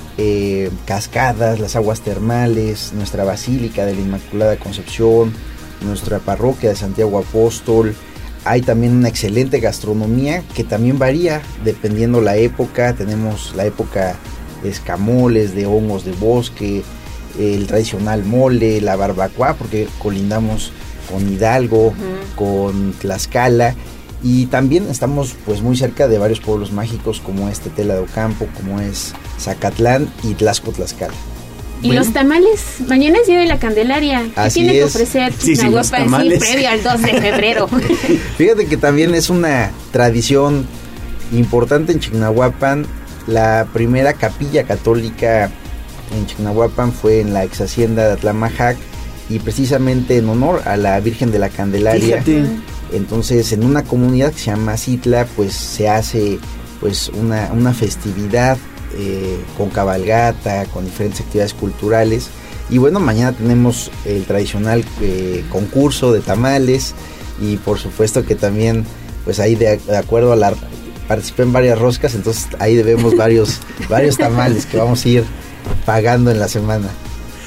eh, cascadas, las aguas termales, nuestra Basílica de la Inmaculada Concepción, nuestra parroquia de Santiago Apóstol. Hay también una excelente gastronomía que también varía dependiendo la época. Tenemos la época de escamoles, de hongos de bosque, el tradicional mole, la barbacoa, porque colindamos con Hidalgo, uh-huh. con Tlaxcala, y también estamos pues muy cerca de varios pueblos mágicos como es Tetela de Ocampo, como es Zacatlán y Tlaxco Tlaxcala. ¿Y bueno, los tamales? Mañana es Día de la Candelaria. ¿Qué Así tiene es. que ofrecer sí, Chignahuapan sí, previo al dos de febrero? Fíjate que también es una tradición importante en Chignahuapan. La primera capilla católica en Chignahuapan fue en la ex hacienda de Atlamajac, y precisamente en honor a la Virgen de la Candelaria. Fíjate. Entonces, en una comunidad que se llama Citla, pues se hace pues una, una festividad Eh, con cabalgata, con diferentes actividades culturales. Y bueno, mañana tenemos el tradicional eh, concurso de tamales, y por supuesto que también pues ahí de, de acuerdo a la participé en varias roscas, entonces ahí debemos varios varios tamales que vamos a ir pagando en la semana.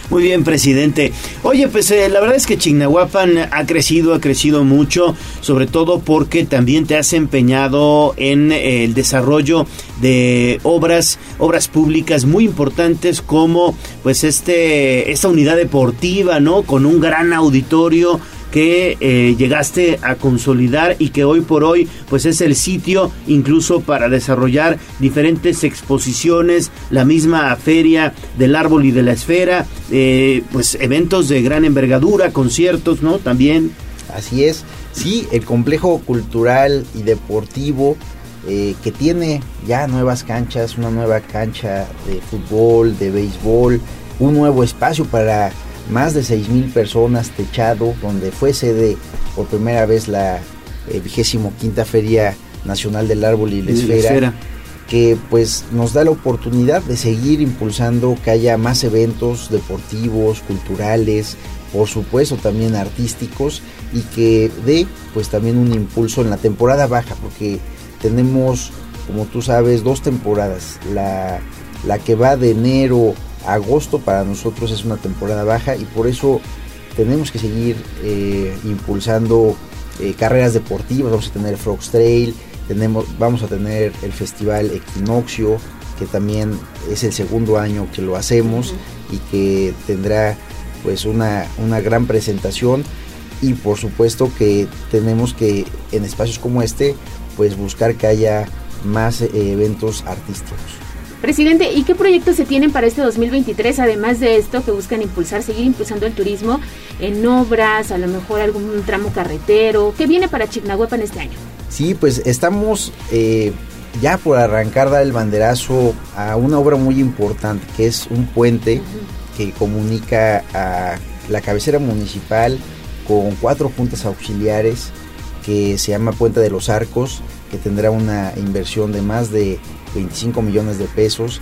Muy bien, presidente. Oye, pues eh, la verdad es que Chignahuapan ha crecido, ha crecido mucho, sobre todo porque también te has empeñado en eh, el desarrollo de obras, obras públicas muy importantes como pues este esta unidad deportiva, ¿no? Con un gran auditorio que eh, llegaste a consolidar y que hoy por hoy pues es el sitio incluso para desarrollar diferentes exposiciones, la misma feria del árbol y de la esfera, eh, pues eventos de gran envergadura, conciertos, ¿no? También. Así es, sí, el complejo cultural y deportivo eh, que tiene ya nuevas canchas, una nueva cancha de fútbol, de béisbol, un nuevo espacio para más de seis mil personas, techado, donde fue sede por primera vez la eh, vigésimo quinta Feria Nacional del Árbol y la Esfera, la esfera, que pues nos da la oportunidad de seguir impulsando que haya más eventos deportivos, culturales, por supuesto también artísticos, y que dé pues también un impulso en la temporada baja, porque tenemos, como tú sabes, dos temporadas, la, la que va de enero agosto para nosotros es una temporada baja y por eso tenemos que seguir eh, impulsando eh, carreras deportivas. Vamos a tener Frogs Trail, tenemos, vamos a tener el Festival Equinoccio, que también es el segundo año que lo hacemos y que tendrá pues una, una gran presentación, y por supuesto que tenemos que en espacios como este pues buscar que haya más eh, eventos artísticos. Presidente, ¿y qué proyectos se tienen para este dos mil veintitrés, además de esto que buscan impulsar, seguir impulsando el turismo en obras, a lo mejor algún tramo carretero? ¿Qué viene para Chignahuapan este año? Sí, pues estamos eh, ya por arrancar, dar el banderazo a una obra muy importante, que es un puente uh-huh. que comunica a la cabecera municipal con cuatro juntas auxiliares, que se llama Puente de los Arcos, que tendrá una inversión de más de veinticinco millones de pesos,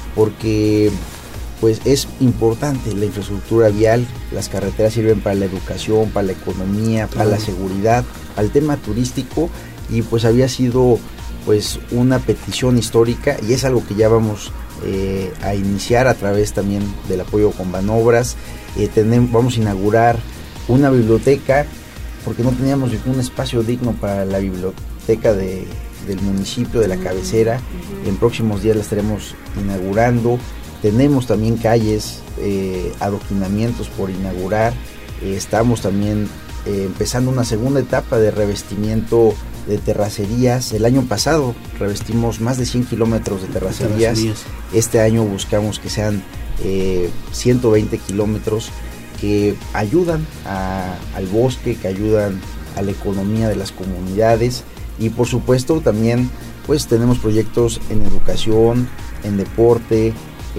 porque pues es importante la infraestructura vial. Las carreteras sirven para la educación, para la economía, para la seguridad, para el tema turístico, y pues había sido pues una petición histórica y es algo que ya vamos eh, a iniciar a través también del apoyo con Banobras. Eh, tenemos, vamos a inaugurar una biblioteca, porque no teníamos ningún espacio digno para la biblioteca de del municipio, de la cabecera. Uh-huh. En próximos días la estaremos inaugurando. Tenemos también calles, eh, adoquinamientos por inaugurar. Eh, estamos también eh, empezando una segunda etapa de revestimiento de terracerías. El año pasado revestimos más de cien kilómetros de terracerías. terracerías. Este año buscamos que sean eh, ciento veinte kilómetros, que ayudan a, al bosque, que ayudan a la economía de las comunidades. Y por supuesto también pues tenemos proyectos en educación, en deporte,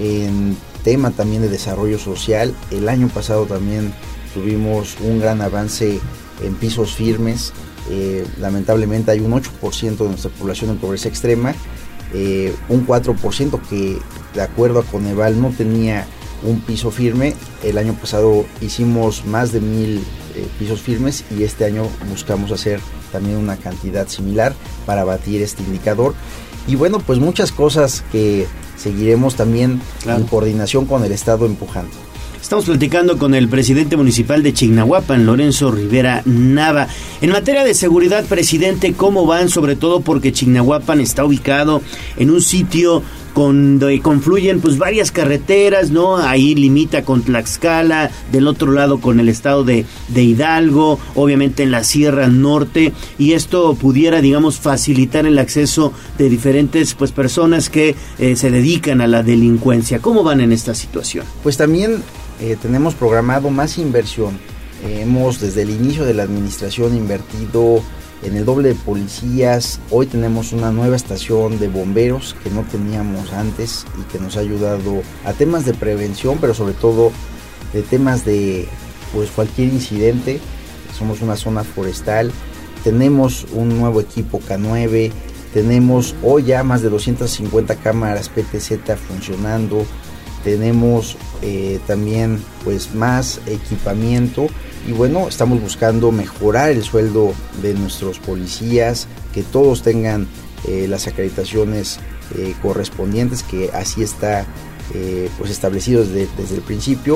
en tema también de desarrollo social. El año pasado también tuvimos un gran avance en pisos firmes. Eh, lamentablemente hay un ocho por ciento de nuestra población en pobreza extrema, eh, un cuatro por ciento que de acuerdo a Coneval no tenía un piso firme. El año pasado hicimos más de mil eh, pisos firmes y este año buscamos hacer también una cantidad similar para batir este indicador. Y bueno, pues muchas cosas que seguiremos también claro. en coordinación con el Estado empujando. Estamos platicando con el presidente municipal de Chignahuapan, Lorenzo Rivera Nava. En materia de seguridad, presidente, ¿cómo van? Sobre todo porque Chignahuapan está ubicado en un sitio donde confluyen pues varias carreteras, ¿no? Ahí limita con Tlaxcala, del otro lado con el estado de, de Hidalgo, obviamente en la Sierra Norte, y esto pudiera, digamos, facilitar el acceso de diferentes pues personas que eh, se dedican a la delincuencia. ¿Cómo van en esta situación? Pues también eh, tenemos programado más inversión. Eh, hemos desde el inicio de la administración invertido en el doble de policías. Hoy tenemos una nueva estación de bomberos que no teníamos antes y que nos ha ayudado a temas de prevención, pero sobre todo de temas de pues cualquier incidente. Somos una zona forestal. Tenemos un nuevo equipo K nueve. Tenemos hoy ya más de doscientas cincuenta cámaras P T Z funcionando. Tenemos eh, también pues más equipamiento. Y bueno, estamos buscando mejorar el sueldo de nuestros policías, que todos tengan eh, las acreditaciones eh, correspondientes, que así está eh, pues establecido desde, desde el principio.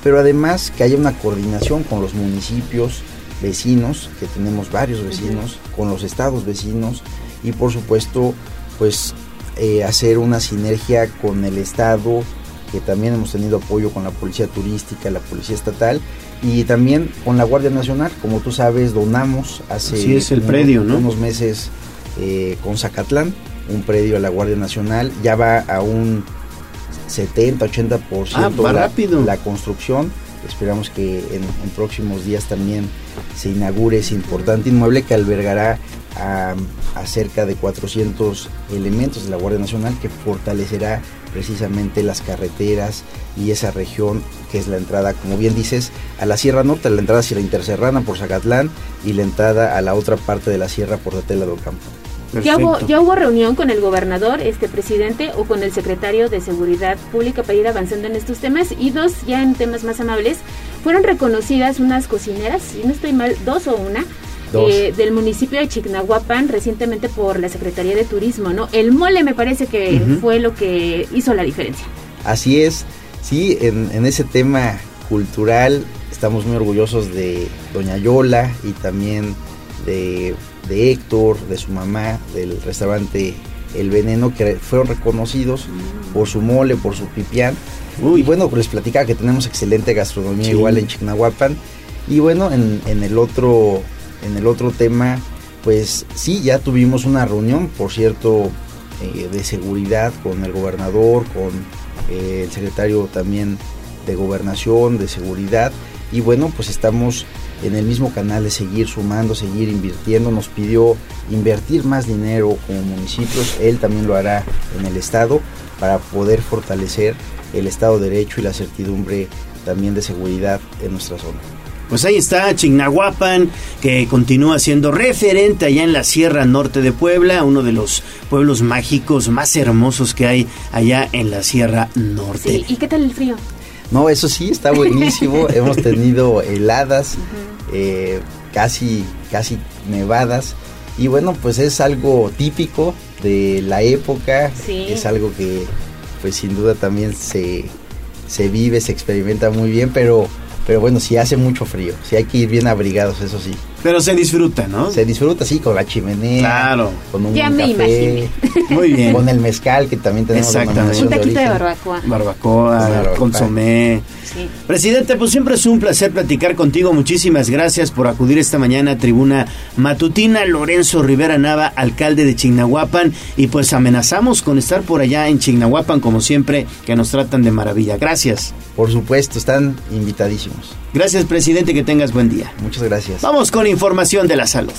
pero además que haya una coordinación con los municipios vecinos, que tenemos varios vecinos, con los estados vecinos y por supuesto pues eh, hacer una sinergia con el estado, que también hemos tenido apoyo con la policía turística, la policía estatal y también con la Guardia Nacional. Como tú sabes, donamos hace sí, es el unos, predio, ¿no? unos meses eh, con Zacatlán un predio a la Guardia Nacional, ya va a un setenta, ochenta por ciento ah, la, rápido. la construcción. Esperamos que en, en próximos días también se inaugure ese importante inmueble que albergará a, a cerca de cuatrocientos elementos de la Guardia Nacional, que fortalecerá precisamente las carreteras y esa región que es la entrada, como bien dices, a la Sierra Norte, la entrada hacia la Interserrana por Zacatlán y la entrada a la otra parte de la sierra por Tetela do Campo. ¿Ya hubo, ¿Ya hubo reunión con el gobernador, este presidente, o con el secretario de Seguridad Pública para ir avanzando en estos temas? Y dos, ya en temas más amables, fueron reconocidas unas cocineras, si no estoy mal, dos o una, eh, del municipio de Chignahuapan recientemente por la Secretaría de Turismo, ¿no? El mole me parece que uh-huh. fue lo que hizo la diferencia. Así es, sí, en, en ese tema cultural estamos muy orgullosos de doña Yola y también de... de Héctor, de su mamá, del restaurante El Veneno, que fueron reconocidos mm. por su mole, por su pipián. Uy. Y bueno, pues les platicaba que tenemos excelente gastronomía sí. igual en Chignahuapan. Y bueno, en, en el otro, en el otro tema, pues sí, ya tuvimos una reunión, por cierto, eh, de seguridad con el gobernador, con eh, el secretario también de Gobernación, de Seguridad. Y bueno, pues estamos en el mismo canal de seguir sumando, seguir invirtiendo. Nos pidió invertir más dinero como municipios, él también lo hará en el estado para poder fortalecer el Estado de Derecho y la certidumbre también de seguridad en nuestra zona. Pues ahí está Chignahuapan, que continúa siendo referente allá en la Sierra Norte de Puebla, uno de los pueblos mágicos más hermosos que hay allá en la Sierra Norte. Sí, ¿y qué tal el frío? No, eso sí, está buenísimo. Hemos tenido heladas, uh-huh. eh, casi, casi nevadas. Y bueno, pues es algo típico de la época. Sí. Es algo que, pues sin duda también se, se vive, se experimenta muy bien, pero... Pero bueno, sí hace mucho frío, sí hay que ir bien abrigados, eso sí. Pero se disfruta, ¿no? Se disfruta, sí, con la chimenea. Claro. Con un ya buen me café. imaginé. Muy bien. Con el mezcal, que también tenemos exactamente. Un taquito de, de barbacoa. Barbacoa, barbacoa. consomé. Sí. Presidente, pues siempre es un placer platicar contigo. Muchísimas gracias por acudir esta mañana a Tribuna Matutina. Lorenzo Rivera Nava, alcalde de Chignahuapan. Y pues amenazamos con estar por allá en Chignahuapan, como siempre, que nos tratan de maravilla. Gracias. Por supuesto, están invitadísimos. Gracias, presidente, que tengas buen día. Muchas gracias. Vamos con información de la salud.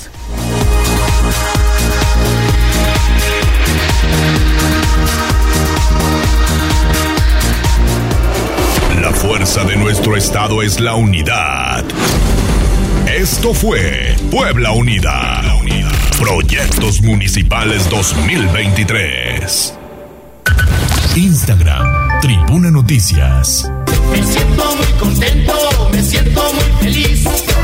La fuerza de nuestro estado es la unidad. Esto fue Puebla Unida. Proyectos Municipales dos mil veintitrés. Instagram, Tribuna Noticias. Me siento muy contento, me siento muy feliz.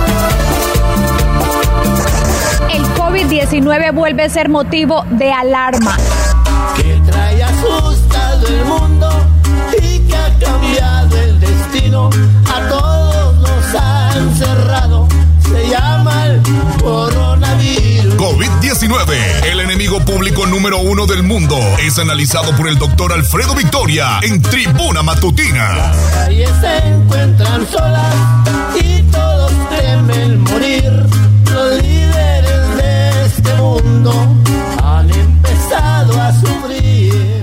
El COVID diecinueve vuelve a ser motivo de alarma. Que trae asustado el mundo y que ha cambiado el destino. A todos nos han cerrado. Se llama el coronavirus. COVID diecinueve, el enemigo público número uno del mundo, es analizado por el doctor Alfredo Victoria en Tribuna Matutina. Las calles se encuentran solas y todos temen morir. Los líderes de este mundo han empezado a sufrir.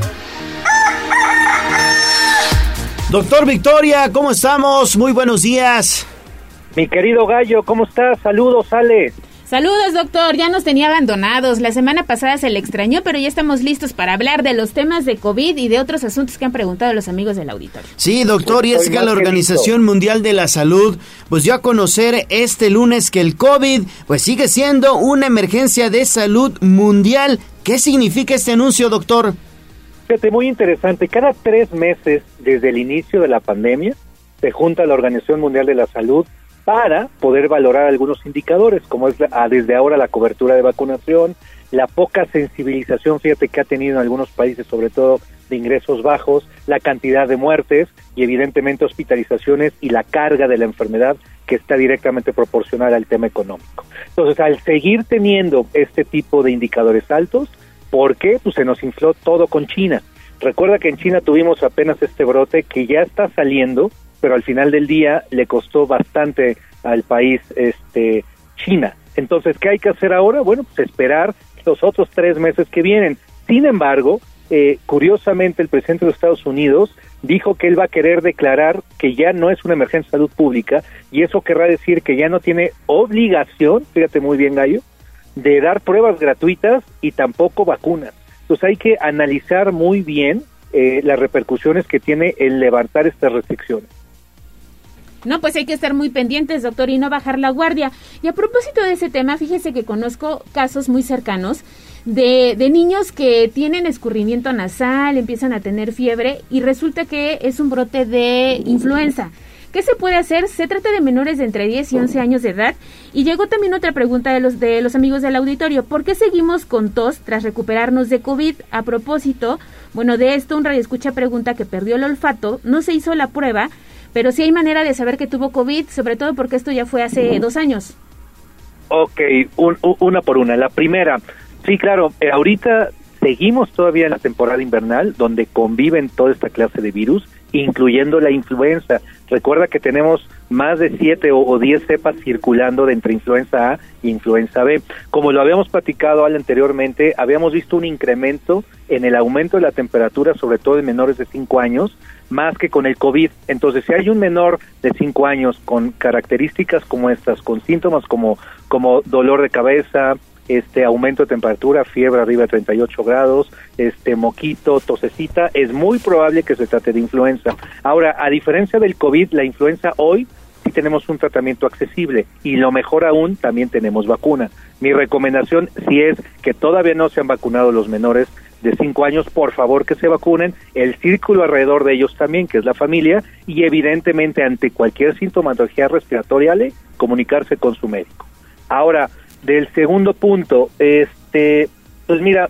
Doctor Victoria, ¿cómo estamos? Muy buenos días. Mi querido Gallo, ¿cómo estás? Saludos, Ale. Saludos, doctor. Ya nos tenía abandonados. La semana pasada se le extrañó, pero ya estamos listos para hablar de los temas de COVID y de otros asuntos que han preguntado los amigos del auditorio. Sí, doctor, y es que la Organización Mundial de la Salud pues dio a conocer este lunes que el COVID pues sigue siendo una emergencia de salud mundial. ¿Qué significa este anuncio, doctor? Fíjate, muy interesante. Cada tres meses desde el inicio de la pandemia se junta la Organización Mundial de la Salud para poder valorar algunos indicadores, como es la, desde ahora la cobertura de vacunación, la poca sensibilización, fíjate, que ha tenido en algunos países, sobre todo de ingresos bajos, la cantidad de muertes y evidentemente hospitalizaciones y la carga de la enfermedad que está directamente proporcional al tema económico. Entonces, al seguir teniendo este tipo de indicadores altos, ¿por qué? Pues se nos infló todo con China. Recuerda que en China tuvimos apenas este brote que ya está saliendo, pero al final del día le costó bastante al país este China. Entonces, ¿qué hay que hacer ahora? Bueno, pues esperar los otros tres meses que vienen. Sin embargo, eh, curiosamente el presidente de los Estados Unidos dijo que él va a querer declarar que ya no es una emergencia de salud pública, y eso querrá decir que ya no tiene obligación, fíjate muy bien, Gallo, de dar pruebas gratuitas y tampoco vacunas. Entonces hay que analizar muy bien eh, las repercusiones que tiene el levantar estas restricciones. No, pues hay que estar muy pendientes, doctor, y no bajar la guardia. Y a propósito de ese tema, fíjese que conozco casos muy cercanos de, de niños que tienen escurrimiento nasal, empiezan a tener fiebre y resulta que es un brote de influenza. ¿Qué se puede hacer? Se trata de menores de entre diez y once años de edad. Y llegó también otra pregunta de los de los amigos del auditorio. ¿Por qué seguimos con tos tras recuperarnos de COVID? A propósito, bueno, de esto un radioescucha pregunta que perdió el olfato, no se hizo la prueba, pero sí hay manera de saber que tuvo COVID, sobre todo porque esto ya fue hace dos años. Ok, un, una por una. La primera, sí, claro, eh, ahorita seguimos todavía en la temporada invernal, donde conviven toda esta clase de virus, incluyendo la influenza. Recuerda que tenemos más de siete o diez cepas circulando de entre influenza A e influenza B. Como lo habíamos platicado al anteriormente, habíamos visto un incremento en el aumento de la temperatura, sobre todo en menores de cinco años, más que con el COVID. Entonces, si hay un menor de cinco años con características como estas, con síntomas como, como dolor de cabeza, este aumento de temperatura, fiebre arriba de treinta y ocho grados, este moquito, tosecita, es muy probable que se trate de influenza. Ahora, a diferencia del COVID, la influenza hoy sí tenemos un tratamiento accesible y lo mejor aún, también tenemos vacuna. Mi recomendación sí es que todavía no se han vacunado los menores de cinco años, por favor que se vacunen, el círculo alrededor de ellos también, que es la familia, y evidentemente ante cualquier sintomatología respiratoria, comunicarse con su médico. Ahora, del segundo punto, este, pues mira,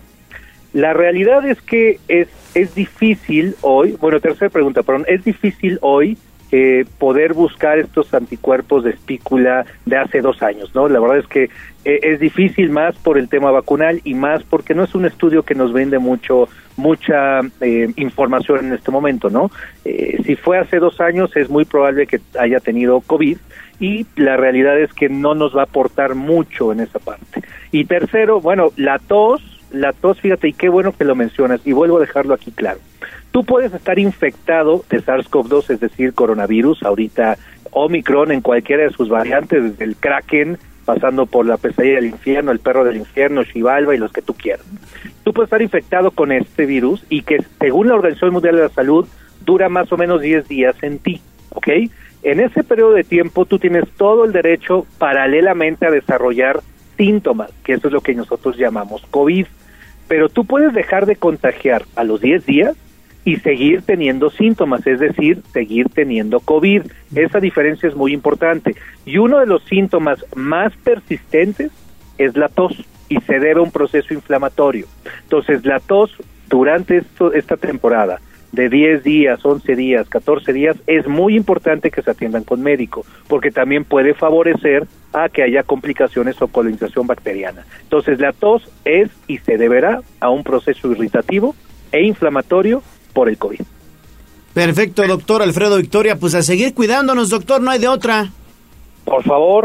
la realidad es que es es difícil hoy, bueno, tercera pregunta, perdón, es difícil hoy eh, poder buscar estos anticuerpos de espícula de hace dos años, ¿no? La verdad es que eh, es difícil más por el tema vacunal y más porque no es un estudio que nos brinde mucho, mucha eh, información en este momento, ¿no? Eh, si fue hace dos años es muy probable que haya tenido COVID, y la realidad es que no nos va a aportar mucho en esa parte. Y tercero, bueno, la tos, la tos, fíjate, y qué bueno que lo mencionas, y vuelvo a dejarlo aquí claro. Tú puedes estar infectado de SARS-CoV dos, es decir, coronavirus, ahorita Omicron en cualquiera de sus variantes, desde el Kraken, pasando por la pesadilla del infierno, el perro del infierno, Xibalba y los que tú quieras. Tú puedes estar infectado con este virus y que, según la Organización Mundial de la Salud, dura más o menos diez días en ti, ¿ok? En ese periodo de tiempo tú tienes todo el derecho paralelamente a desarrollar síntomas, que eso es lo que nosotros llamamos COVID, pero tú puedes dejar de contagiar a los diez días y seguir teniendo síntomas, es decir, seguir teniendo COVID. Esa diferencia es muy importante. Y uno de los síntomas más persistentes es la tos y se debe a un proceso inflamatorio. Entonces, la tos durante esto, esta temporada, de diez días, once días, catorce días, es muy importante que se atiendan con médico, porque también puede favorecer a que haya complicaciones o colonización bacteriana. Entonces, la tos es y se deberá a un proceso irritativo e inflamatorio por el COVID. Perfecto, doctor Alfredo Victoria, pues a seguir cuidándonos, doctor, no hay de otra. Por favor.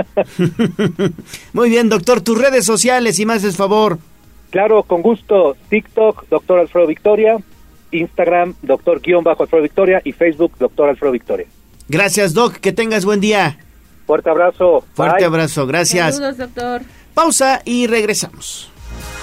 Muy bien, doctor, tus redes sociales, si me haces favor. Claro, con gusto. TikTok, doctor Alfredo Victoria. Instagram, doctor guión bajo Alfredo Victoria, y Facebook, doctor Alfredo Victoria. Gracias, doc, que tengas buen día. Fuerte abrazo. Fuerte Bye. abrazo, gracias. Saludos, doctor. Pausa y regresamos.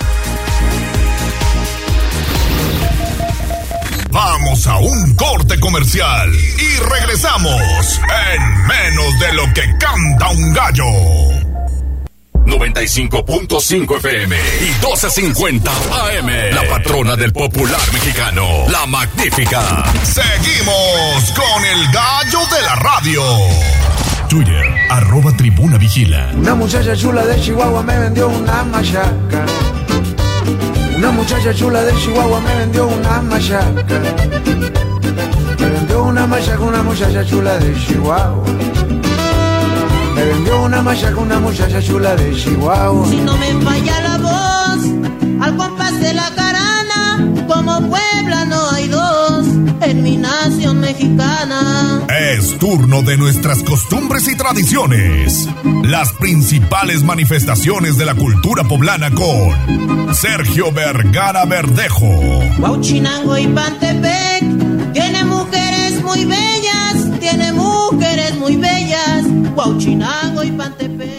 Vamos a un corte comercial y regresamos en menos de lo que canta un gallo. noventa y cinco punto cinco F M y doce cincuenta A M. La patrona del popular mexicano, la magnífica. Seguimos con el gallo de la radio. Twitter, arroba Tribuna Vigila. Una muchacha chula de Chihuahua me vendió una machaca. Una muchacha chula de Chihuahua me vendió una machaca. Me vendió una machaca una muchacha chula de Chihuahua. Me vendió una machaca una muchacha chula de Chihuahua. Si no me falla la voz, al compás de la carana, como Puebla no hay dos en mi nación mexicana. Es turno de nuestras costumbres y tradiciones. Las principales manifestaciones de la cultura poblana con Sergio Vergara Verdejo. Huauchinango y Pantepec tiene mujeres muy bellas, tiene mujeres muy bellas. Huauchinango y Pantepec.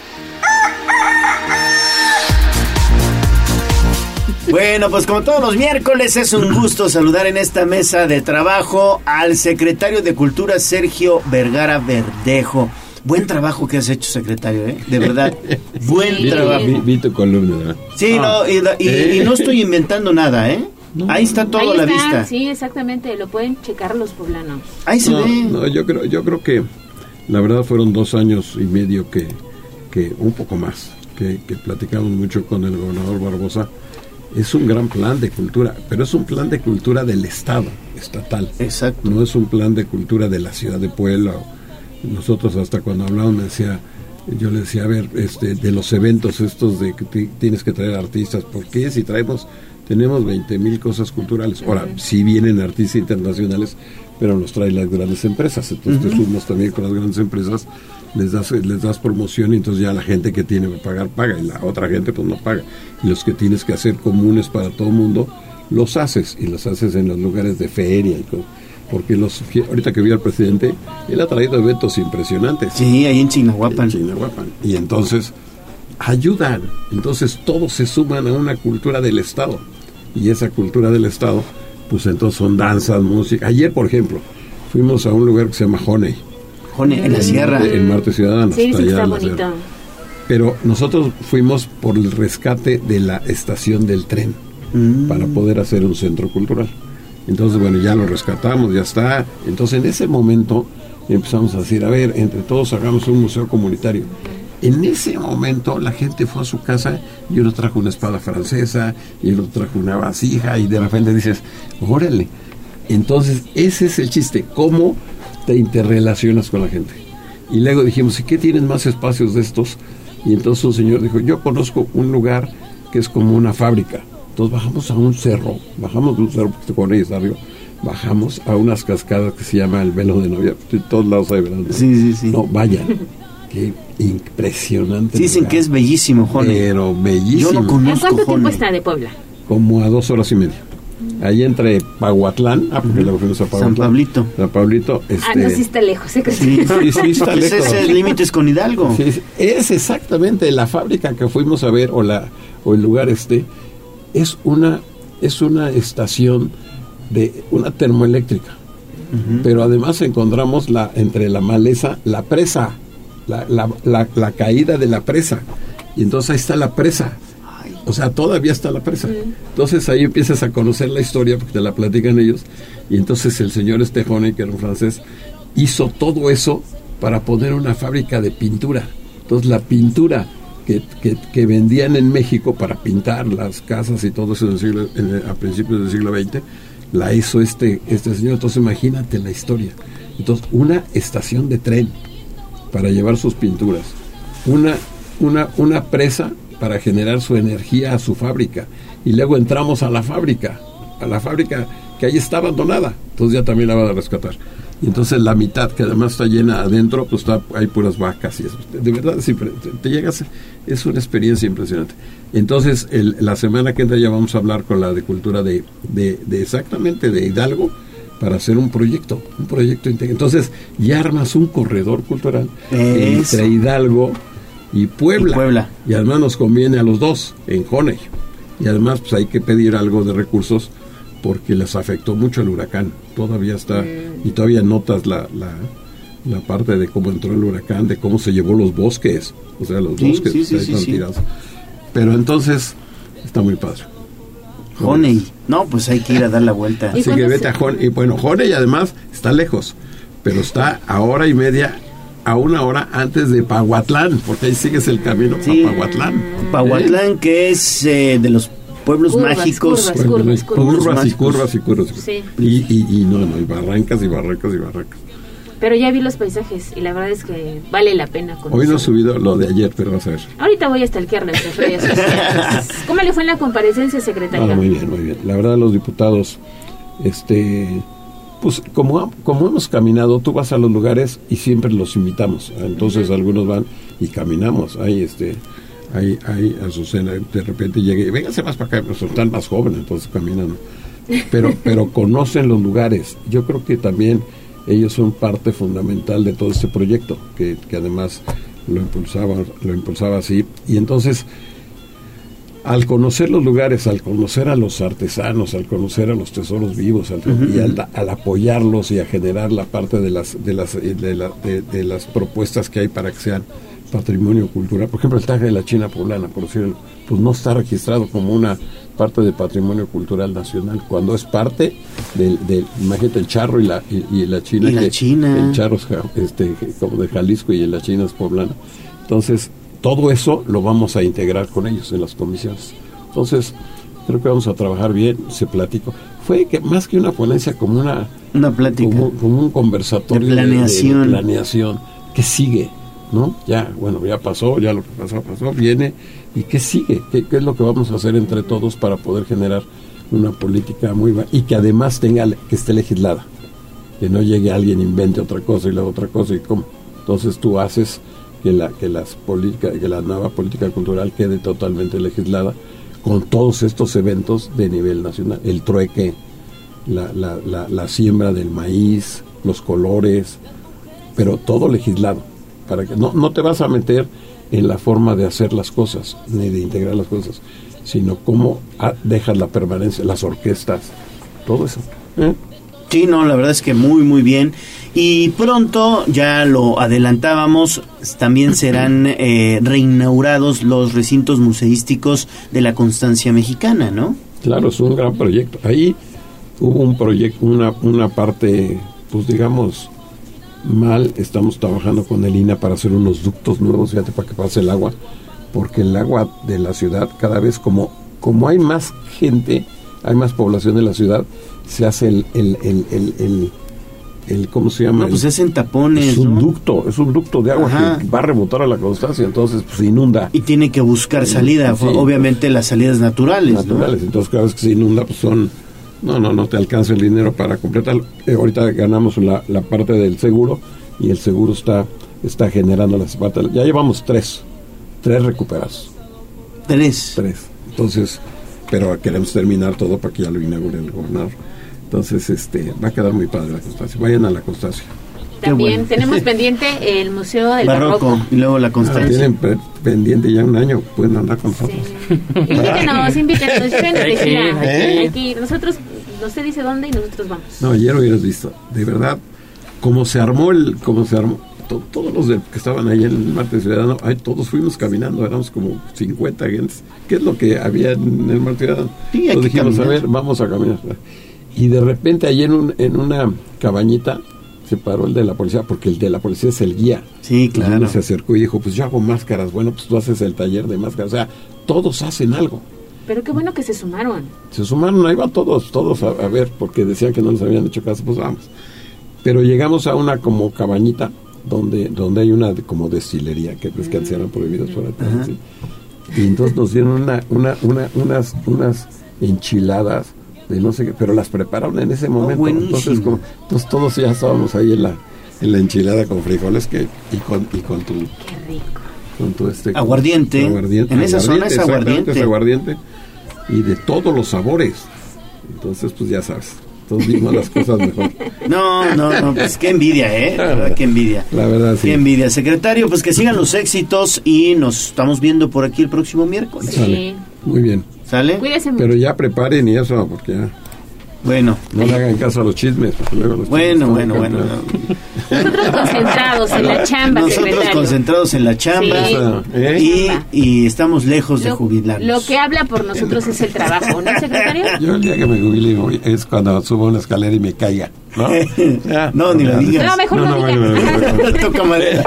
Bueno, pues como todos los miércoles es un gusto saludar en esta mesa de trabajo al secretario de Cultura, Sergio Vergara Verdejo. Buen trabajo que has hecho, secretario, ¿eh? De verdad, buen vi, trabajo. Vi, vi tu columna, ¿verdad? Sí, ah. no, y, y, ¿Eh? y no estoy inventando nada, ¿eh? No. Ahí está todo Ahí a la está, vista. Sí, exactamente, lo pueden checar los poblanos. Ahí se no, ve. No, yo creo, yo creo que la verdad fueron dos años y medio que, que un poco más, que, que platicamos mucho con el gobernador Barbosa. Es un gran plan de cultura, pero es un plan de cultura del Estado, estatal. Exacto. No es un plan de cultura de la ciudad de Puebla. Nosotros hasta cuando hablábamos me decía, yo le decía, a ver, este, de los eventos estos de que t- tienes que traer artistas, ¿por qué? Si traemos, tenemos veinte mil cosas culturales. Ahora, uh-huh. sí vienen artistas internacionales, pero los traen las grandes empresas. Entonces uh-huh. te sumas también con las grandes empresas, les das les das promoción y entonces ya la gente que tiene que pagar paga y la otra gente pues no paga. Y los que tienes que hacer comunes para todo el mundo los haces y los haces en los lugares de feria y cosas. Porque los ahorita que vi al presidente, él ha traído eventos impresionantes. Sí, ahí en Chignahuapan. En Chignahuapan. Y entonces ayudan. Entonces todos se suman a una cultura del Estado. Y esa cultura del Estado, pues entonces son danzas, música. Ayer, por ejemplo, fuimos a un lugar que se llama Honey. Honey, en la sierra. En Marte Ciudadano. Sí, sí, está bonito. Pero nosotros fuimos por el rescate de la estación del tren mm. para poder hacer un centro cultural. Entonces, bueno, ya lo rescatamos, ya está. Entonces, en ese momento empezamos a decir, a ver, entre todos hagamos un museo comunitario. En ese momento la gente fue a su casa y uno trajo una espada francesa y el otro trajo una vasija y de repente dices, órale. Entonces, ese es el chiste, cómo te interrelacionas con la gente. Y luego dijimos, ¿y qué tienen más espacios de estos? Y entonces un señor dijo, yo conozco un lugar que es como una fábrica. Entonces bajamos a un cerro, bajamos de un cerro, porque con ellos arriba, bajamos a unas cascadas que se llama el Velo de Novia. De todos lados hay verano. Sí, sí, sí. No, vayan. Qué impresionante. Sí, dicen lugar. Que es bellísimo, Jone. Pero bellísimo. Yo lo conozco, ¿En cuánto Jone? tiempo está de Puebla? Como a dos horas y media. Ahí entre Pahuatlán, ah, porque luego fuimos a Pahuatlán. San Pablito. San Pablito, este... Ah, no, sí está lejos, ¿eh? Sí, sí, sí está lejos. Ese es límites con Hidalgo. Sí, es exactamente la fábrica que fuimos a ver, o la o el lugar este, es una, es una estación de una termoeléctrica. Uh-huh. Pero además encontramos la, entre la maleza, la presa, la, la, la, la caída de la presa. Y entonces ahí está la presa. O sea, todavía está la presa. Entonces ahí empiezas a conocer la historia porque te la platican ellos. Y entonces el señor Estejone, que era un francés, hizo todo eso para poner una fábrica de pintura. Entonces la pintura que, que, que vendían en México para pintar las casas y todo eso en el siglo, en, a principios del siglo veinte, la hizo este, este señor. Entonces imagínate la historia. Entonces una estación de tren para llevar sus pinturas. Una, una, una presa para generar su energía a su fábrica. Y luego entramos a la fábrica, a la fábrica que ahí está abandonada. Entonces ya también la van a rescatar. Y entonces la mitad, que además está llena adentro, pues está, hay puras vacas y eso. De verdad, siempre te, te llegas, es una experiencia impresionante. Entonces, el, la semana que entra ya vamos a hablar con la de cultura de, de, de exactamente de Hidalgo, para hacer un proyecto, un proyecto integral. Entonces, ya armas un corredor cultural eso. Entre Hidalgo y Puebla. y Puebla. Y además nos conviene a los dos, en Honey. Y además, pues hay que pedir algo de recursos porque les afectó mucho el huracán. Todavía está, mm. y todavía notas la, la, la parte de cómo entró el huracán, de cómo se llevó los bosques. O sea, los sí, bosques sí, sí, están sí, tirados. Sí. Pero entonces, está muy padre. Honey, no, pues hay que ir a dar la vuelta. Así que vete a Honey. Y bueno, Honey además está lejos, pero está a hora y media, a una hora antes de Pahuatlán, porque ahí sigues el camino sí. para Pahuatlán. Pahuatlán, ¿Eh? que es eh, de los pueblos Curvas, mágicos. curvas, curvas, curvas. Curvas y curvas y curvas. Sí. Y, y, y no, no, y barrancas y barrancas y barrancas. Pero ya vi los paisajes y la verdad es que vale la pena conocer. Hoy no he subido lo de ayer, pero vas a ver. Ahorita voy a stalkear nuestras redes sociales. ¿Cómo le fue en la comparecencia, secretaria? Ah, muy bien, muy bien. La verdad, los diputados, este, pues como, como hemos caminado, tú vas a los lugares y siempre los invitamos. Entonces uh-huh. algunos van y caminamos. Ahí, este, ahí, ahí Azucena de repente llega y véngase más para acá, pero son tan más jóvenes, entonces caminan. Pero, pero conocen los lugares. Yo creo que también ellos son parte fundamental de todo este proyecto, que, que además lo impulsaba, lo impulsaba así. Y entonces, al conocer los lugares, al conocer a los artesanos, al conocer a los tesoros vivos, al, uh-huh. y al, al apoyarlos y a generar la parte de las de las de, la, de, de las propuestas que hay para que sean patrimonio cultural. Por ejemplo, el traje de la China poblana, por decirlo, pues no está registrado como una parte de patrimonio cultural nacional, cuando es parte del, del imagínate el charro y la y, y la China, y la que China. El charro es este como de Jalisco y la China es poblana. Entonces, todo eso lo vamos a integrar con ellos en las comisiones. Entonces, creo que vamos a trabajar bien, se platicó. Fue que más que una ponencia, como una una plática, como, como un conversatorio de planeación. De, de planeación que sigue, ¿no? Ya, bueno, ya pasó, ya lo que pasó, pasó, viene. ¿Y qué sigue? ¿Qué, qué es lo que vamos a hacer entre todos para poder generar una política muy buena y que además tenga, que esté legislada? Que no llegue alguien, invente otra cosa y la otra cosa y cómo. Entonces tú haces que la que las política, que la nueva política cultural quede totalmente legislada con todos estos eventos de nivel nacional. El trueque, la, la, la, la siembra del maíz, los colores, pero todo legislado. Para que no, no te vas a meter en la forma de hacer las cosas, ni de integrar las cosas, sino cómo ah, dejas la permanencia, las orquestas, todo eso. ¿Eh? Sí, no, la verdad es que muy, muy bien. Y pronto, ya lo adelantábamos, también serán eh, reinaugurados los recintos museísticos de la Constancia Mexicana, ¿no? Claro, es un gran proyecto. Ahí hubo un proyecto, una, una parte, pues digamos, mal, estamos trabajando con el I N A para hacer unos ductos nuevos, fíjate, para que pase el agua, porque el agua de la ciudad cada vez, como como hay más gente, hay más población de la ciudad, se hace el el el el, el, el ¿cómo se llama? No, pues es en tapones, es un ¿no? ducto, es un ducto de agua. Ajá. Que va a rebotar a la Constancia, entonces pues se inunda. Y tiene que buscar salida, sí, obviamente pues, las salidas naturales, naturales, ¿no? Entonces cada vez que se inunda pues son No, no, no te alcanza el dinero para completarlo. Eh, ahorita ganamos la, la parte del seguro y el seguro está está generando las partes. Ya llevamos tres, tres recuperados. Tres. Tres. Entonces, pero queremos terminar todo para que ya lo inaugure el gobernador. Entonces, este, va a quedar muy padre la Constancia. Vayan a la Constancia. También bueno. Tenemos pendiente el Museo del Barroco. Barroco y luego la Constancia. Ah, tienen pe- pendiente ya un año, pueden andar con nosotros. Sí. Invítenos, invítenos, hay que ir, ¿Eh? hay que ir. Nosotros, no se dice dónde y nosotros vamos. No, ayer hubieras visto, de verdad, cómo se armó el, cómo se armó, to, todos los de, que estaban ahí en el Martes Ciudadano, ahí todos fuimos caminando, éramos como cincuenta gentes. ¿Qué es lo que había en el Martes Ciudadano? Sí, hay Nos que dijimos, caminar. a ver, vamos a caminar. Y de repente allí en, un, en una cabañita se paró el de la policía, porque el de la policía es el guía. Sí, claro. Y uno se acercó y dijo, pues yo hago máscaras. Bueno, pues tú haces el taller de máscaras. O sea, todos hacen algo. Pero qué bueno que se sumaron. Se sumaron, ahí van todos, todos a, a ver, porque decían que no les habían hecho caso, pues vamos. Pero llegamos a una como cabañita, donde donde hay una de, como destilería, que pues que antes eran prohibidas por acá, ¿sí? Y entonces nos dieron una, una, una, unas, unas enchiladas de no sé qué, pero las prepararon en ese momento. Oh, entonces, como, entonces todos ya estábamos ahí en la, en la enchilada con frijoles que, y con, y con tu, qué rico. con tu este aguardiente. aguardiente. En esa aguardiente, zona es aguardiente. Es aguardiente. Y de todos los sabores. Entonces, pues ya sabes, todos vimos las cosas mejor. No, no, no, pues qué envidia, ¿eh? La verdad, qué envidia. La verdad, sí. Qué envidia. Secretario, pues que sigan los éxitos y nos estamos viendo por aquí el próximo miércoles. Sí. Sale. Muy bien. ¿Sale? Cuídese mucho. Pero ya preparen y eso, porque ya... Bueno. No le hagan caso a los chismes, porque luego los Bueno, chismes bueno, bueno. Nosotros concentrados en la chamba, Nosotros secretario. concentrados en la chamba. Sí. ¿Eh? y, y estamos lejos de Lo, jubilarnos. lo que habla por nosotros es el trabajo, ¿no, secretario? Yo el día que me jubile es cuando subo una escalera y me caiga, ¿no? Ya, no, ni lo digas. No, mejor no, no, no digas. Bueno, toca madera.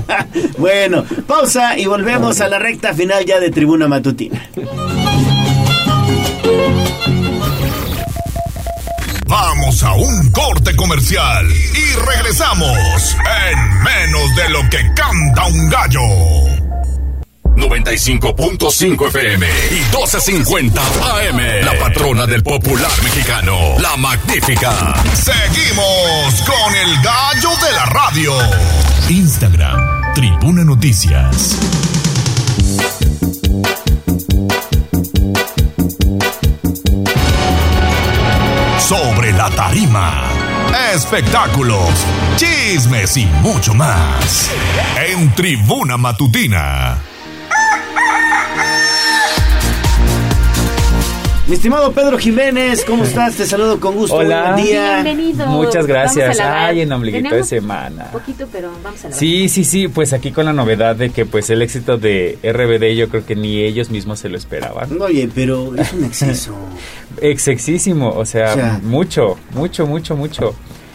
Bueno, pausa y volvemos a la recta final ya de Tribuna Matutina. Vamos a un corte comercial y regresamos en menos de lo que canta un gallo. noventa y cinco punto cinco F M y doce cincuenta A M. La patrona del popular mexicano, la magnífica. Seguimos con el gallo de la radio. Instagram, Tribuna Noticias. Sobre la tarima, espectáculos, chismes y mucho más. En Tribuna Matutina. Mi estimado Pedro Jiménez, ¿cómo estás? Te saludo con gusto. Hola. Buen día. Bienvenido. Muchas gracias. Ay, en ombliguito de Tenemos semana. Poquito, pero vamos a la Sí, sí, sí, pues aquí con la novedad de que pues el éxito de R B D yo creo que ni ellos mismos se lo esperaban. Oye, pero es un exceso. Excesísimo, o sea, O sea. mucho, mucho, mucho, mucho.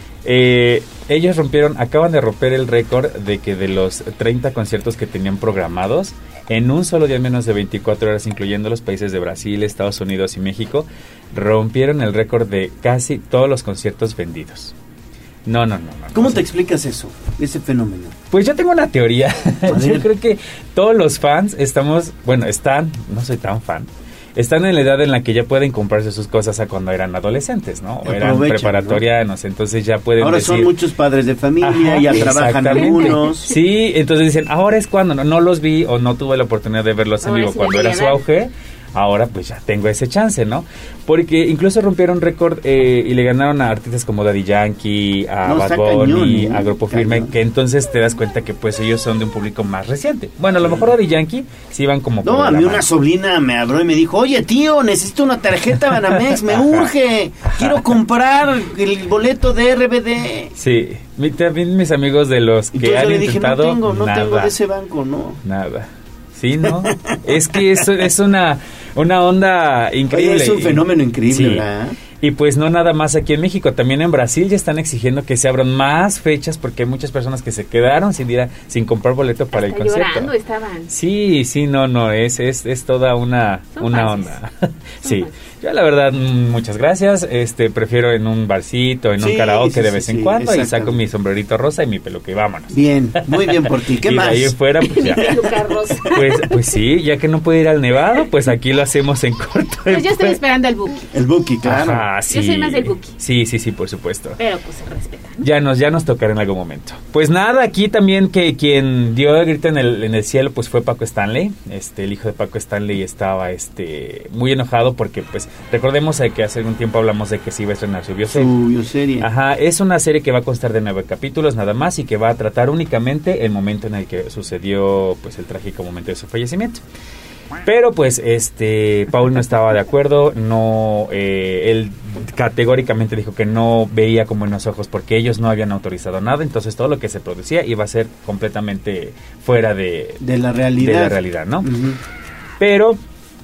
Eh, ellos rompieron, acaban de romper el récord de que de los treinta conciertos que tenían programados, en un solo día, menos de veinticuatro horas, incluyendo los países de Brasil, Estados Unidos y México, rompieron el récord de casi todos los conciertos vendidos. No, no, no. no ¿Cómo no te sé. explicas eso, ese fenómeno? Pues yo tengo una teoría. Yo ver. creo que todos los fans estamos, bueno, están, no soy tan fan, están en la edad en la que ya pueden comprarse sus cosas a cuando eran adolescentes, ¿no? O eran Aprovechan, preparatorianos, entonces ya pueden Ahora decir... son muchos padres de familia, Ajá, ya trabajan exactamente. algunos. Sí, entonces dicen, ahora es cuando, no, no los vi o no tuve la oportunidad de verlos en Ahora vivo sí cuando voy a era su dar. auge. Ahora pues ya tengo ese chance, ¿no? Porque incluso rompieron récord eh, y le ganaron a artistas como Daddy Yankee, a No, Bad está Bunny, cañón, ¿eh? a Grupo Firme, Cañón. que entonces te das cuenta que pues ellos son de un público más reciente. Bueno, a lo mejor Daddy Yankee sí iban como... No, por a la mí una mano. sobrina me habló y me dijo, oye tío, necesito una tarjeta Banamex, me urge, quiero comprar el boleto de R B D. Sí, mi- también mis amigos de los que Entonces han yo le dije, no intentado... tengo, no nada. tengo de ese banco, no. Nada. Sí, ¿no? Es que eso es una, una onda increíble. Oye, es un fenómeno increíble, Sí. ¿verdad? Y pues no nada más aquí en México, también en Brasil ya están exigiendo que se abran más fechas porque hay muchas personas que se quedaron sin ir a- sin comprar boleto para Hasta el concierto. llorando estaban. Sí, sí, no, no, es, es, es toda una, Son una fases. onda. Sí, yo la verdad, mm, muchas gracias, este, prefiero en un barcito, en Sí, un karaoke sí, de sí, vez en sí, cuando y saco exactamente. mi sombrerito rosa y mi peluca y vámonos. Bien, muy bien por ti. ¿Qué y más? de ahí en fuera, pues ya. Peluca rosa. Pues, pues sí, ya que no puede ir al Nevado, pues aquí lo hacemos en corto. Pues yo estoy esperando al Buki, El Buki, claro. Ajá, sí. Yo soy más del Buki. Sí, sí, sí, por supuesto. pero pues se respeta, ¿no? Ya nos, ya nos tocará en algún momento. Pues nada, aquí también que quien dio el grito en el, en el cielo, pues fue Paco Stanley. Este, el hijo de Paco Stanley estaba, este, muy enojado porque, pues, recordemos eh, que hace algún tiempo hablamos de que se iba a estrenar su bioserie. Su bioserie. Ajá, es una serie que va a constar de nueve capítulos nada más y que va a tratar únicamente el momento en el que sucedió, pues, el trágico momento de su fallecimiento. Pero pues este Paul no estaba de acuerdo, no eh, él categóricamente dijo que no veía como en los ojos porque ellos no habían autorizado nada, entonces todo lo que se producía iba a ser completamente fuera de, De la realidad. de la realidad, ¿no? Ujú. Pero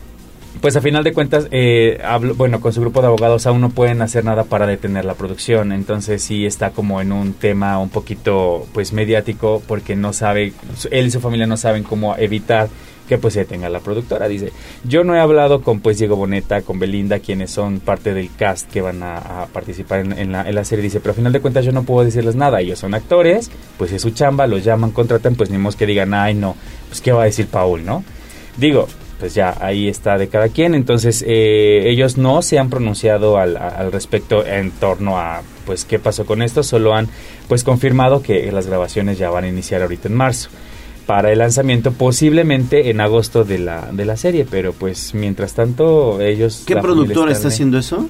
pues a final de cuentas, eh, hablo, bueno, con su grupo de abogados aún no pueden hacer nada para detener la producción, entonces sí está como en un tema un poquito pues mediático porque no sabe, él y su familia no saben cómo evitar que pues se detenga la productora. Dice, yo no he hablado con pues Diego Boneta, con Belinda, quienes son parte del cast que van a, a participar en, en, la, en la serie, dice, pero a final de cuentas yo no puedo decirles nada, ellos son actores, pues es su chamba, los llaman, contratan, pues ni modo que digan, ay no, pues qué va a decir Paul, ¿no? Digo, pues ya ahí está de cada quien, entonces eh, ellos no se han pronunciado al, al respecto en torno a pues qué pasó con esto, solo han pues confirmado que las grabaciones ya van a iniciar ahorita en marzo para el lanzamiento posiblemente en agosto de la de la serie, pero pues mientras tanto ellos... ¿Qué la familia productora está Stanley- haciendo eso?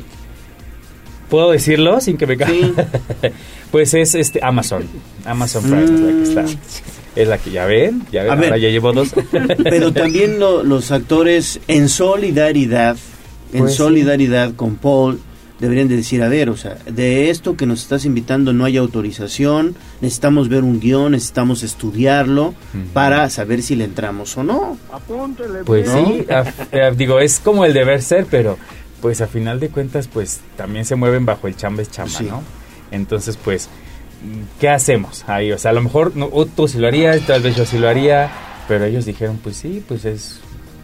¿Puedo decirlo sin que me caiga? Sí. Pues es este Amazon, Amazon Prime es la que está. Es la que ya ven, ya ven, A ver. ahora ya llevo dos. Pero también lo- los actores en solidaridad, en Pues sí. solidaridad con Paul, deberían de decir, a ver, o sea, de esto que nos estás invitando no hay autorización, necesitamos ver un guión, necesitamos estudiarlo Ujú. para saber si le entramos o no. Pues ¿no? sí, a- eh, digo, es como el deber ser, pero pues a final de cuentas, pues también se mueven bajo el chamba es chamba, Sí. ¿no? Entonces, pues, ¿qué hacemos ahí? O sea, a lo mejor no, o tú sí lo harías, tal vez yo sí lo haría, pero ellos dijeron, pues sí, pues es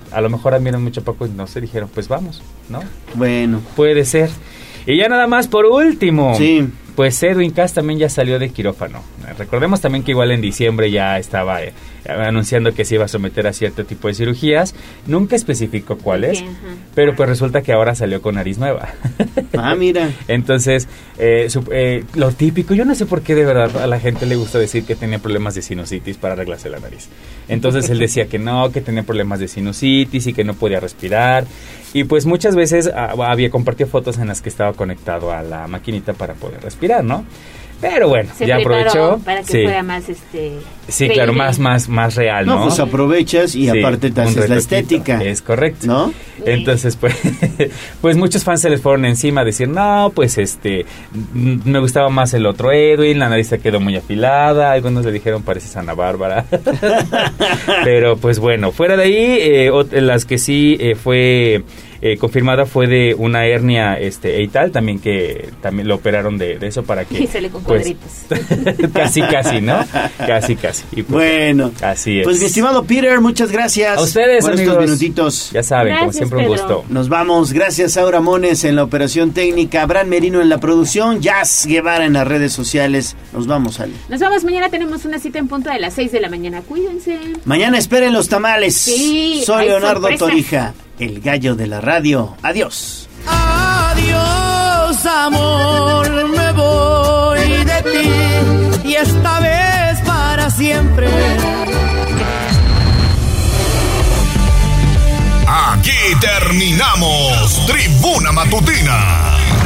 a lo mejor admiran mucho a Paco y no se dijeron, pues vamos, ¿no? Bueno. Puede ser. Y ya nada más por último. Sí. Pues Edwin Cass también ya salió de quirófano. Recordemos también que igual en diciembre ya estaba eh, anunciando que se iba a someter a cierto tipo de cirugías. Nunca especificó cuáles, okay, pero pues resulta que ahora salió con nariz nueva. Ah, mira. Entonces, eh, su, eh, lo típico, yo no sé por qué de verdad a la gente le gusta decir que tenía problemas de sinusitis para arreglarse la nariz. Entonces él decía que no, que tenía problemas de sinusitis y que no podía respirar. Y pues muchas veces ah, había compartido fotos en las que estaba conectado a la maquinita para poder respirar, ¿no? Pero bueno, se ya aprovechó para que sí. fuera más este sí, creíble. Claro, más más más real, ¿no? No, pues aprovechas y sí, aparte te haces la estética. Es correcto. ¿No? Entonces, pues pues muchos fans se les fueron encima a decir, "No, pues este me gustaba más el otro Edwin, la nariz se quedó muy afilada." Algunos le dijeron, "Pareces Ana Bárbara." Pero pues bueno, fuera de ahí eh, las que sí eh, fue Eh, confirmada fue de una hernia este y tal, también que también lo operaron de, de eso para que y se le con pues, cuadritos. casi casi, ¿no? Casi casi. Y pues, bueno, así es. Pues mi estimado Peter, muchas gracias a ustedes, por amigos. estos minutitos. Ya saben, gracias, como siempre Pedro. un gusto. Nos vamos, gracias a Aura Mones en la operación técnica, Abraham Merino en la producción, Jazz Guevara en las redes sociales. Nos vamos, Ale. Nos vamos, mañana tenemos una cita en punto de las seis de la mañana. Cuídense. Mañana esperen los tamales. Sí, soy Leonardo sorpresas. Torija, el gallo de la radio. Adiós. Adiós, amor, me voy de ti y esta vez para siempre. Aquí terminamos Tribuna Matutina